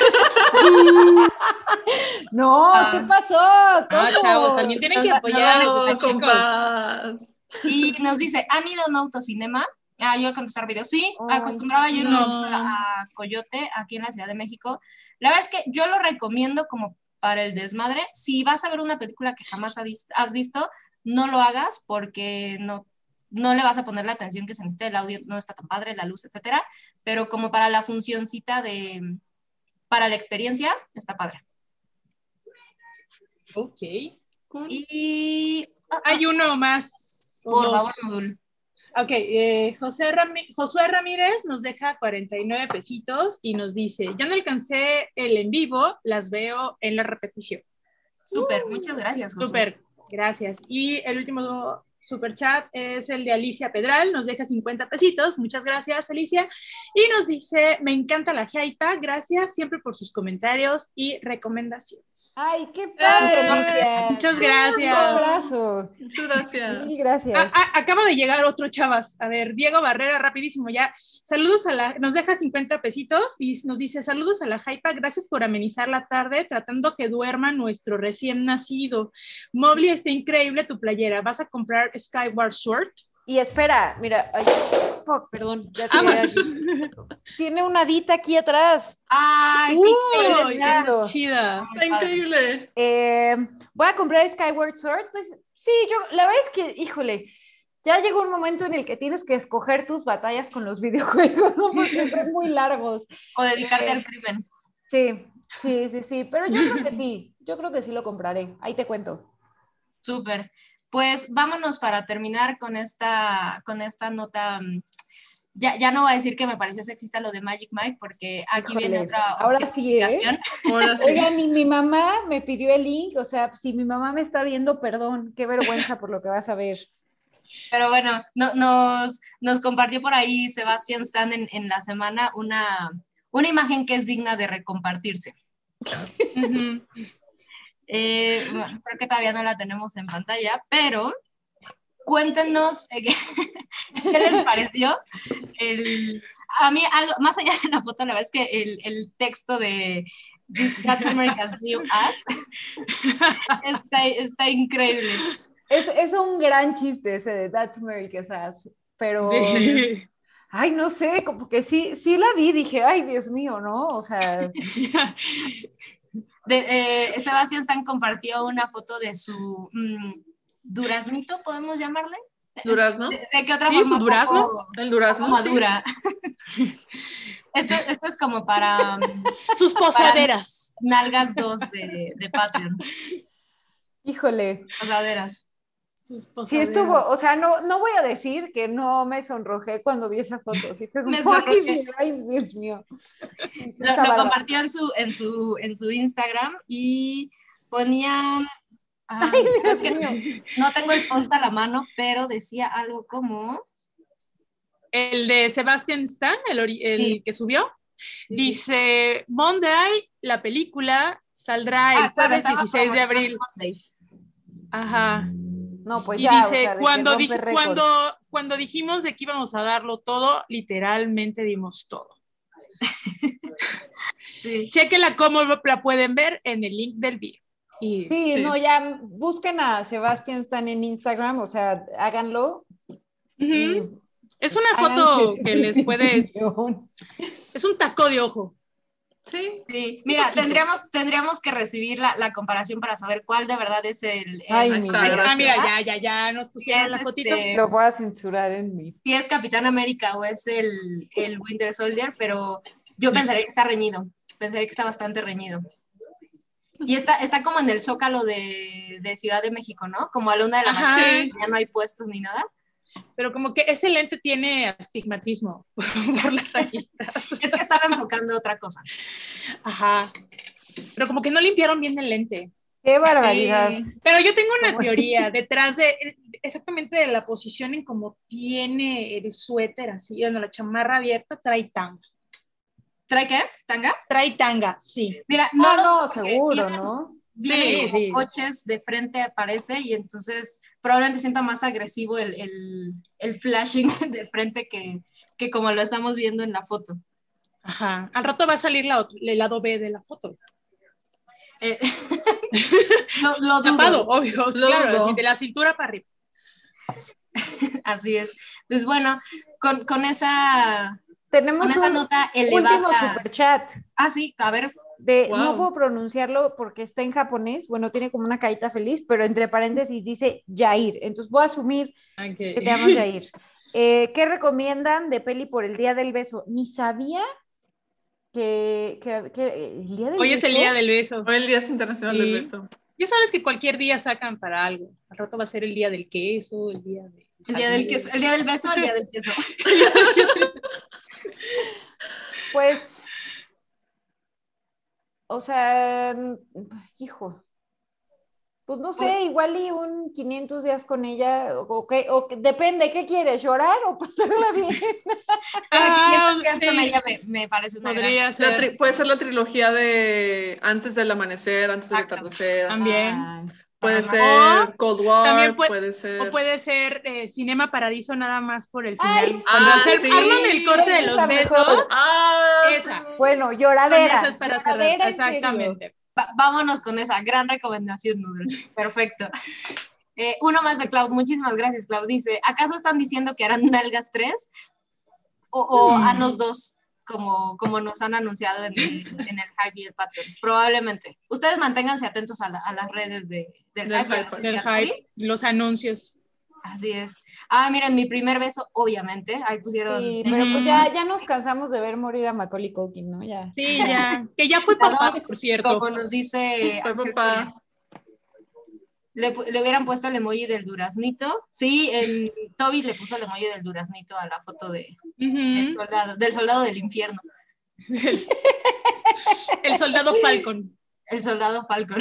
Speaker 2: No,
Speaker 3: Ah.
Speaker 2: ¿qué pasó? ¿Cómo?
Speaker 5: Ah, chavos, también tienen que
Speaker 3: Nos-
Speaker 5: apoyar a
Speaker 3: nos
Speaker 5: los
Speaker 3: van a
Speaker 4: No,
Speaker 5: chicos.
Speaker 4: compas.
Speaker 3: Y nos dice, ¿han ido a un autocinema? Ah, yo al contestar video, sí,
Speaker 2: Ay,
Speaker 3: acostumbraba yo ir
Speaker 5: no.
Speaker 3: mucho a, a Coyote, aquí en la Ciudad de México. La verdad es que yo lo recomiendo como para el desmadre. Si vas a ver una película que jamás has vis- has visto, no lo hagas porque no, no le vas a poner la atención que se necesita, el audio no está tan padre, la luz, etcétera. Pero como para la funcioncita de, para la experiencia, está padre.
Speaker 5: Ok.
Speaker 3: Y, ah,
Speaker 5: Hay uno más. o
Speaker 3: por
Speaker 5: dos.
Speaker 3: favor, Nudul.
Speaker 5: Ok, eh, José Rami- Josué Ramírez nos deja cuarenta y nueve pesitos y nos dice, ya no alcancé el en vivo, las veo en la repetición.
Speaker 3: Súper, muchas gracias, Josué.
Speaker 5: Súper, gracias. Y el último super chat es el de Alicia Pedral, nos deja cincuenta pesitos, muchas gracias Alicia, y nos dice, me encanta la Hypa, gracias siempre por sus comentarios y recomendaciones.
Speaker 2: Ay, qué padre,
Speaker 4: ¡Eh!
Speaker 2: Alicia.
Speaker 5: Muchas gracias.
Speaker 2: Un abrazo.
Speaker 4: Muchas gracias.
Speaker 2: Mil gracias.
Speaker 5: A- a- acaba de llegar otro chavas, a ver, Diego Barrera, rapidísimo ya, saludos a la, nos deja cincuenta pesitos y nos dice, saludos a la Hypa, gracias por amenizar la tarde tratando que duerma nuestro recién nacido. Mobley, está increíble tu playera, ¿vas a comprar Skyward Sword?
Speaker 2: Y espera, mira, ay, fuck, perdón. Ya
Speaker 5: Ah,
Speaker 2: tiré
Speaker 5: pues.
Speaker 2: aquí. Tiene una hadita aquí atrás.
Speaker 3: ¡Ay, qué
Speaker 5: Uy,
Speaker 3: increíble!
Speaker 5: está
Speaker 2: lindo.
Speaker 5: chida.
Speaker 4: Está increíble.
Speaker 2: Eh, voy a comprar Skyward Sword. Pues sí, yo, la verdad es que, híjole, ya llegó un momento en el que tienes que escoger tus batallas con los videojuegos, ¿no? Porque son muy largos.
Speaker 3: O dedicarte
Speaker 2: Eh,
Speaker 3: al crimen.
Speaker 2: Sí, sí, sí, sí. Pero yo creo que sí. Yo creo que sí lo compraré. Ahí te cuento.
Speaker 3: Súper. Pues vámonos para terminar con esta, con esta nota. Ya, ya no voy a decir que me pareció sexista lo de Magic Mike, porque aquí
Speaker 2: Híjole,
Speaker 3: viene otra
Speaker 2: ahora sí, ¿eh?
Speaker 3: objetificación.
Speaker 4: Ahora sí.
Speaker 2: Oigan, y mi mamá me pidió el link, o sea, si mi mamá me está viendo, perdón, qué vergüenza por lo que vas a ver.
Speaker 3: Pero bueno, no, nos, nos compartió por ahí Sebastián Stan en, en la semana una, una imagen que es digna de recompartirse.
Speaker 5: Uh-huh.
Speaker 3: Eh, bueno, creo que todavía no la tenemos en pantalla, pero cuéntenos eh, qué les pareció. El, a mí, algo, más allá de la foto, la verdad es que el, el texto de That's America's New Us está, está increíble.
Speaker 2: Es, es un gran chiste ese de That's America's Ass, pero...
Speaker 5: Sí.
Speaker 2: Ay, no sé, como que sí, sí la vi, dije, ay, Dios mío, ¿no? O sea...
Speaker 3: De, eh, Sebastián Stan compartió una foto de su mmm, duraznito, ¿podemos llamarle?
Speaker 4: ¿Durazno?
Speaker 3: ¿De, de qué otra
Speaker 5: ¿Sí,
Speaker 3: forma?
Speaker 5: su durazno?
Speaker 3: Poco,
Speaker 4: El durazno.
Speaker 3: poco
Speaker 4: Sí.
Speaker 3: madura. Esto, esto es como para... um,
Speaker 5: Sus posaderas.
Speaker 3: Para nalgas dos de, de Patreon.
Speaker 2: Híjole.
Speaker 3: Posaderas.
Speaker 5: Sus
Speaker 2: Sí
Speaker 5: posaderas.
Speaker 2: estuvo, o sea, no, no voy a decir que no me sonrojé cuando vi esa foto. Sí fue como,
Speaker 3: Me sonrojé.
Speaker 2: ay, Dios mío. Sí, sí,
Speaker 3: Lo,
Speaker 2: está
Speaker 3: lo
Speaker 2: bárbaro.
Speaker 3: compartió en su, en, su, en su Instagram y ponía... Ay,
Speaker 2: Ay,
Speaker 3: es
Speaker 2: Dios
Speaker 3: que
Speaker 2: mío.
Speaker 3: no tengo el post a la mano, pero decía algo como...
Speaker 5: El de Sebastian Stan, el, ori- el
Speaker 3: Sí.
Speaker 5: que subió,
Speaker 3: Sí,
Speaker 5: dice, Monday, la película, saldrá el
Speaker 3: Ah, claro,
Speaker 5: jueves
Speaker 3: estaba
Speaker 5: dieciséis de
Speaker 3: promocionando
Speaker 5: abril.
Speaker 3: Monday.
Speaker 5: Ajá.
Speaker 2: No, pues
Speaker 5: Y
Speaker 2: ya,
Speaker 5: dice,
Speaker 2: o sea, de
Speaker 5: cuando,
Speaker 2: que
Speaker 5: dij-
Speaker 2: rompe récords.
Speaker 5: cuando, cuando dijimos de que íbamos a darlo todo, literalmente dimos todo.
Speaker 3: Sí.
Speaker 5: Chequenla cómo la pueden ver en el link del video. Y,
Speaker 2: Sí,
Speaker 4: Sí.
Speaker 2: no, ya busquen a Sebastián Stan en Instagram, o sea, háganlo. y
Speaker 5: Ujú. Es una
Speaker 2: háganse
Speaker 5: foto
Speaker 2: su
Speaker 5: que les puede,
Speaker 2: opinión.
Speaker 5: es un taco de ojo.
Speaker 4: Sí.
Speaker 3: Sí, mira,
Speaker 5: poquito.
Speaker 3: tendríamos, tendríamos que recibir la, la comparación para saber cuál de verdad es el, el
Speaker 2: Ay,
Speaker 4: Ahí
Speaker 2: mi
Speaker 4: está,
Speaker 2: Dios.
Speaker 4: gracias.
Speaker 5: Ah, mira, ya, ya, ya nos pusieron
Speaker 3: es
Speaker 5: la fotito.
Speaker 3: este-
Speaker 2: Lo voy a censurar en mi...
Speaker 3: si es Capitán América o es el, el Winter Soldier, pero yo pensaría que está reñido, pensaría que está bastante reñido. Y está, está como en el Zócalo de, de Ciudad de México, ¿no? Como a la una de la
Speaker 5: Ajá.
Speaker 3: mañana,
Speaker 4: Sí.
Speaker 3: ya no hay puestos ni nada.
Speaker 5: Pero como que ese lente tiene astigmatismo por las rayitas.
Speaker 3: Es que estaba enfocando otra cosa.
Speaker 5: Ajá. Pero como que no limpiaron bien el lente.
Speaker 2: ¡Qué barbaridad!
Speaker 5: Sí. Pero yo tengo una
Speaker 2: ¿Cómo?
Speaker 5: teoría detrás de exactamente de la posición en cómo tiene el suéter así, bueno, la chamarra abierta, trae tanga.
Speaker 3: ¿Trae qué? ¿Tanga?
Speaker 5: Trae tanga, sí.
Speaker 3: Mira, no
Speaker 2: Ah,
Speaker 3: lo
Speaker 2: no,
Speaker 3: dudo porque
Speaker 2: seguro,
Speaker 3: vienen-
Speaker 2: ¿no?
Speaker 3: Vienen
Speaker 5: Sí,
Speaker 3: como
Speaker 5: sí.
Speaker 3: coches de frente, aparece, y entonces probablemente sienta más agresivo el, el, el flashing de frente que, que como lo estamos viendo en la foto.
Speaker 5: Ajá. Al rato va a salir la otro- el lado B de la foto.
Speaker 3: Eh, lo, lo dudo.
Speaker 5: Tapado, obvio,
Speaker 4: Lo
Speaker 5: claro,
Speaker 4: dudo.
Speaker 5: así, de la cintura para arriba.
Speaker 3: Así es. Pues bueno, con, con esa,
Speaker 2: Tenemos
Speaker 3: con esa
Speaker 2: un
Speaker 3: nota
Speaker 2: último
Speaker 3: elevada.
Speaker 2: superchat.
Speaker 3: Ah, sí, a ver.
Speaker 2: De,
Speaker 4: Wow.
Speaker 2: no puedo pronunciarlo porque está en japonés, bueno, tiene como una carita feliz, pero entre paréntesis dice Yair, entonces voy a asumir que te llamas Yair. Eh, ¿Qué recomiendan de peli por el Día del Beso? Ni sabía que, que, que el Día del
Speaker 5: Hoy
Speaker 2: Beso...
Speaker 5: es el día del beso.
Speaker 4: Hoy el Día Internacional
Speaker 5: Sí.
Speaker 4: del Beso.
Speaker 5: Ya sabes que cualquier día sacan para algo. Al rato va a ser el día del queso, el día de...
Speaker 3: El día del queso, el día del beso, el día del queso.
Speaker 2: Pues, o sea, hijo, Pues no sé, igual y un quinientos días con ella, o, que, o que, depende, ¿qué quieres? ¿Llorar o pasarla bien?
Speaker 3: Ah, quinientos días sí. Con ella me, me parece una
Speaker 4: Podría
Speaker 3: gran...
Speaker 4: ser. Tri- puede ser la trilogía de antes del amanecer, antes del atardecer.
Speaker 5: También.
Speaker 2: Ah.
Speaker 4: Puede
Speaker 5: Ah,
Speaker 4: ser
Speaker 5: o
Speaker 4: Cold War,
Speaker 5: también puede,
Speaker 4: puede ser...
Speaker 5: O puede ser eh, Cinema Paradiso nada más por el final.
Speaker 2: Ay,
Speaker 5: Cuando
Speaker 4: ah,
Speaker 5: hacer,
Speaker 4: sí.
Speaker 5: arman el corte de los besos.
Speaker 4: Ah,
Speaker 5: esa.
Speaker 2: Bueno, lloradera.
Speaker 5: Esa es para
Speaker 2: lloradera,
Speaker 5: cerrar. Exactamente.
Speaker 3: Va, vámonos con esa gran recomendación, Noodle. Perfecto. Eh, uno más de Cloud. Muchísimas gracias, Cloud. Dice, ¿acaso están diciendo que harán nalgas tres? O, o mm. Anos dos, como, como nos han anunciado en el, en el Hype y el Patreon. Probablemente. Ustedes manténganse atentos a, la, a las redes de, del,
Speaker 5: del
Speaker 3: Hype.
Speaker 5: Hype, del hype los anuncios.
Speaker 3: Así es. Ah, miren, mi primer beso, obviamente. Ahí pusieron...
Speaker 2: Sí, pero pues ya, ya nos cansamos de ver morir a Macaulay Culkin, ¿no? Ya.
Speaker 5: Sí, ya. Que ya fue papá, por cierto.
Speaker 3: Como nos dice Ángel Coria. Le, le hubieran puesto el emoji del duraznito. Sí, el Toby le puso el emoji del duraznito a la foto de, uh-huh. del, soldado, del soldado del infierno.
Speaker 5: El, el soldado Falcon.
Speaker 3: El soldado Falcon.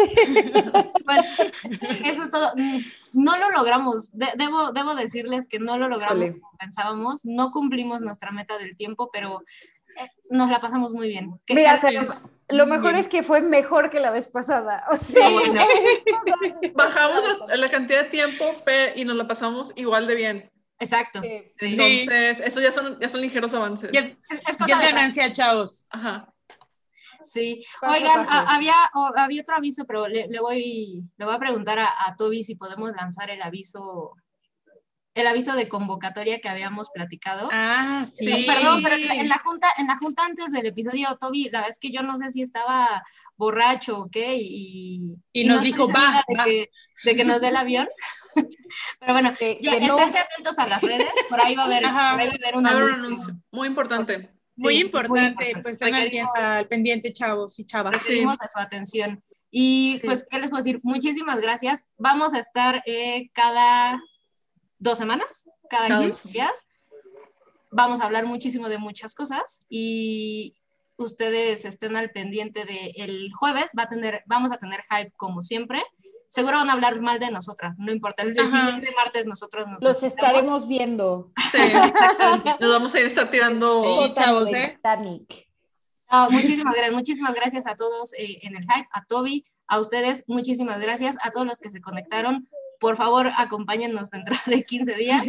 Speaker 3: Pues eso es todo. No lo logramos. De, debo, debo decirles que no lo logramos Vale. como pensábamos. No cumplimos nuestra meta del tiempo, pero eh, nos la pasamos muy bien. ¿Qué,
Speaker 2: Mira,
Speaker 3: qué
Speaker 2: lo mejor bien. es que fue mejor que la vez pasada. O sea,
Speaker 4: sí, bueno. Bajamos la, la cantidad de tiempo y nos la pasamos igual de bien.
Speaker 3: Exacto.
Speaker 2: Sí.
Speaker 4: Entonces, eso ya son, ya son ligeros avances.
Speaker 5: Ya es, es, es, cosa ya es ganancia, chavos.
Speaker 4: Ajá.
Speaker 3: Sí. Oigan, a, había, o, había otro aviso, pero le, le, voy, le voy a preguntar a, a Toby si podemos lanzar el aviso, el aviso de convocatoria que habíamos platicado.
Speaker 5: Ah, sí.
Speaker 3: Eh, perdón, pero en la junta, en la junta antes del episodio, Toby, la verdad es que yo no sé si estaba borracho o qué, y,
Speaker 5: y, y nos no dijo, va,
Speaker 3: de,
Speaker 5: va.
Speaker 3: Que, de que nos dé el avión. Pero bueno, que, ya, que esténse no. atentos a las redes, por ahí va a haber, por ahí va a haber un
Speaker 4: anuncio. anuncio. Muy importante.
Speaker 5: Muy, sí, importante, muy importante, pues estén al, al pendiente, chavos y chavas.
Speaker 3: Requerimos sí. de su atención. Y sí. pues, ¿qué les puedo decir? Muchísimas gracias. Vamos a estar eh, cada dos semanas, cada no. quince días. Vamos a hablar muchísimo de muchas cosas y ustedes estén al pendiente de el jueves. Va a tener, vamos a tener Hype como siempre. Seguro van a hablar mal de nosotras, no importa. El, el siguiente martes nosotros nos
Speaker 2: los estaremos viendo.
Speaker 4: Sí, nos vamos a ir estar tirando
Speaker 5: sí, chavos, ¿eh?
Speaker 2: Titanic.
Speaker 3: Oh, muchísimas gracias, muchísimas gracias a todos eh, en el Hype, a Toby, a ustedes, muchísimas gracias a todos los que se conectaron. Por favor, acompáñennos dentro de quince días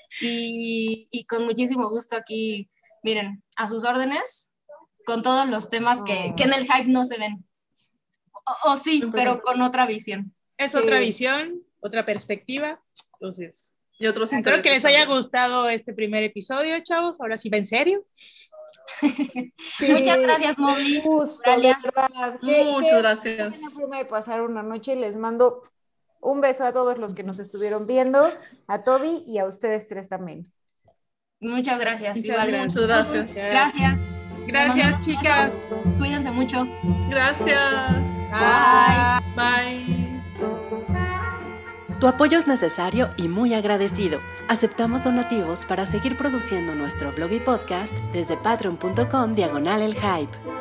Speaker 3: y, y con muchísimo gusto aquí, miren, a sus órdenes, con todos los temas que, que en el Hype no se ven. O, o sí, pero con otra visión.
Speaker 5: Es otra sí. visión, otra perspectiva, entonces...
Speaker 4: Y otros
Speaker 5: espero que les haya gustado este primer episodio, chavos. Ahora sí va en serio.
Speaker 3: Sí. Muchas gracias, Mobley.
Speaker 2: Gusto, de verdad.
Speaker 4: Muchas qué, gracias.
Speaker 2: Qué forma de pasar una noche. Les mando un beso a todos los que nos estuvieron viendo, a Toby y a ustedes tres también.
Speaker 3: Muchas gracias.
Speaker 4: Muchas, igual. Muchas gracias.
Speaker 3: Gracias.
Speaker 5: Gracias, chicas.
Speaker 3: Beso. Cuídense mucho.
Speaker 4: Gracias.
Speaker 3: Bye.
Speaker 4: Bye.
Speaker 6: Tu apoyo es necesario y muy agradecido. Aceptamos donativos para seguir produciendo nuestro blog y podcast desde patreon punto com diagonal el hype.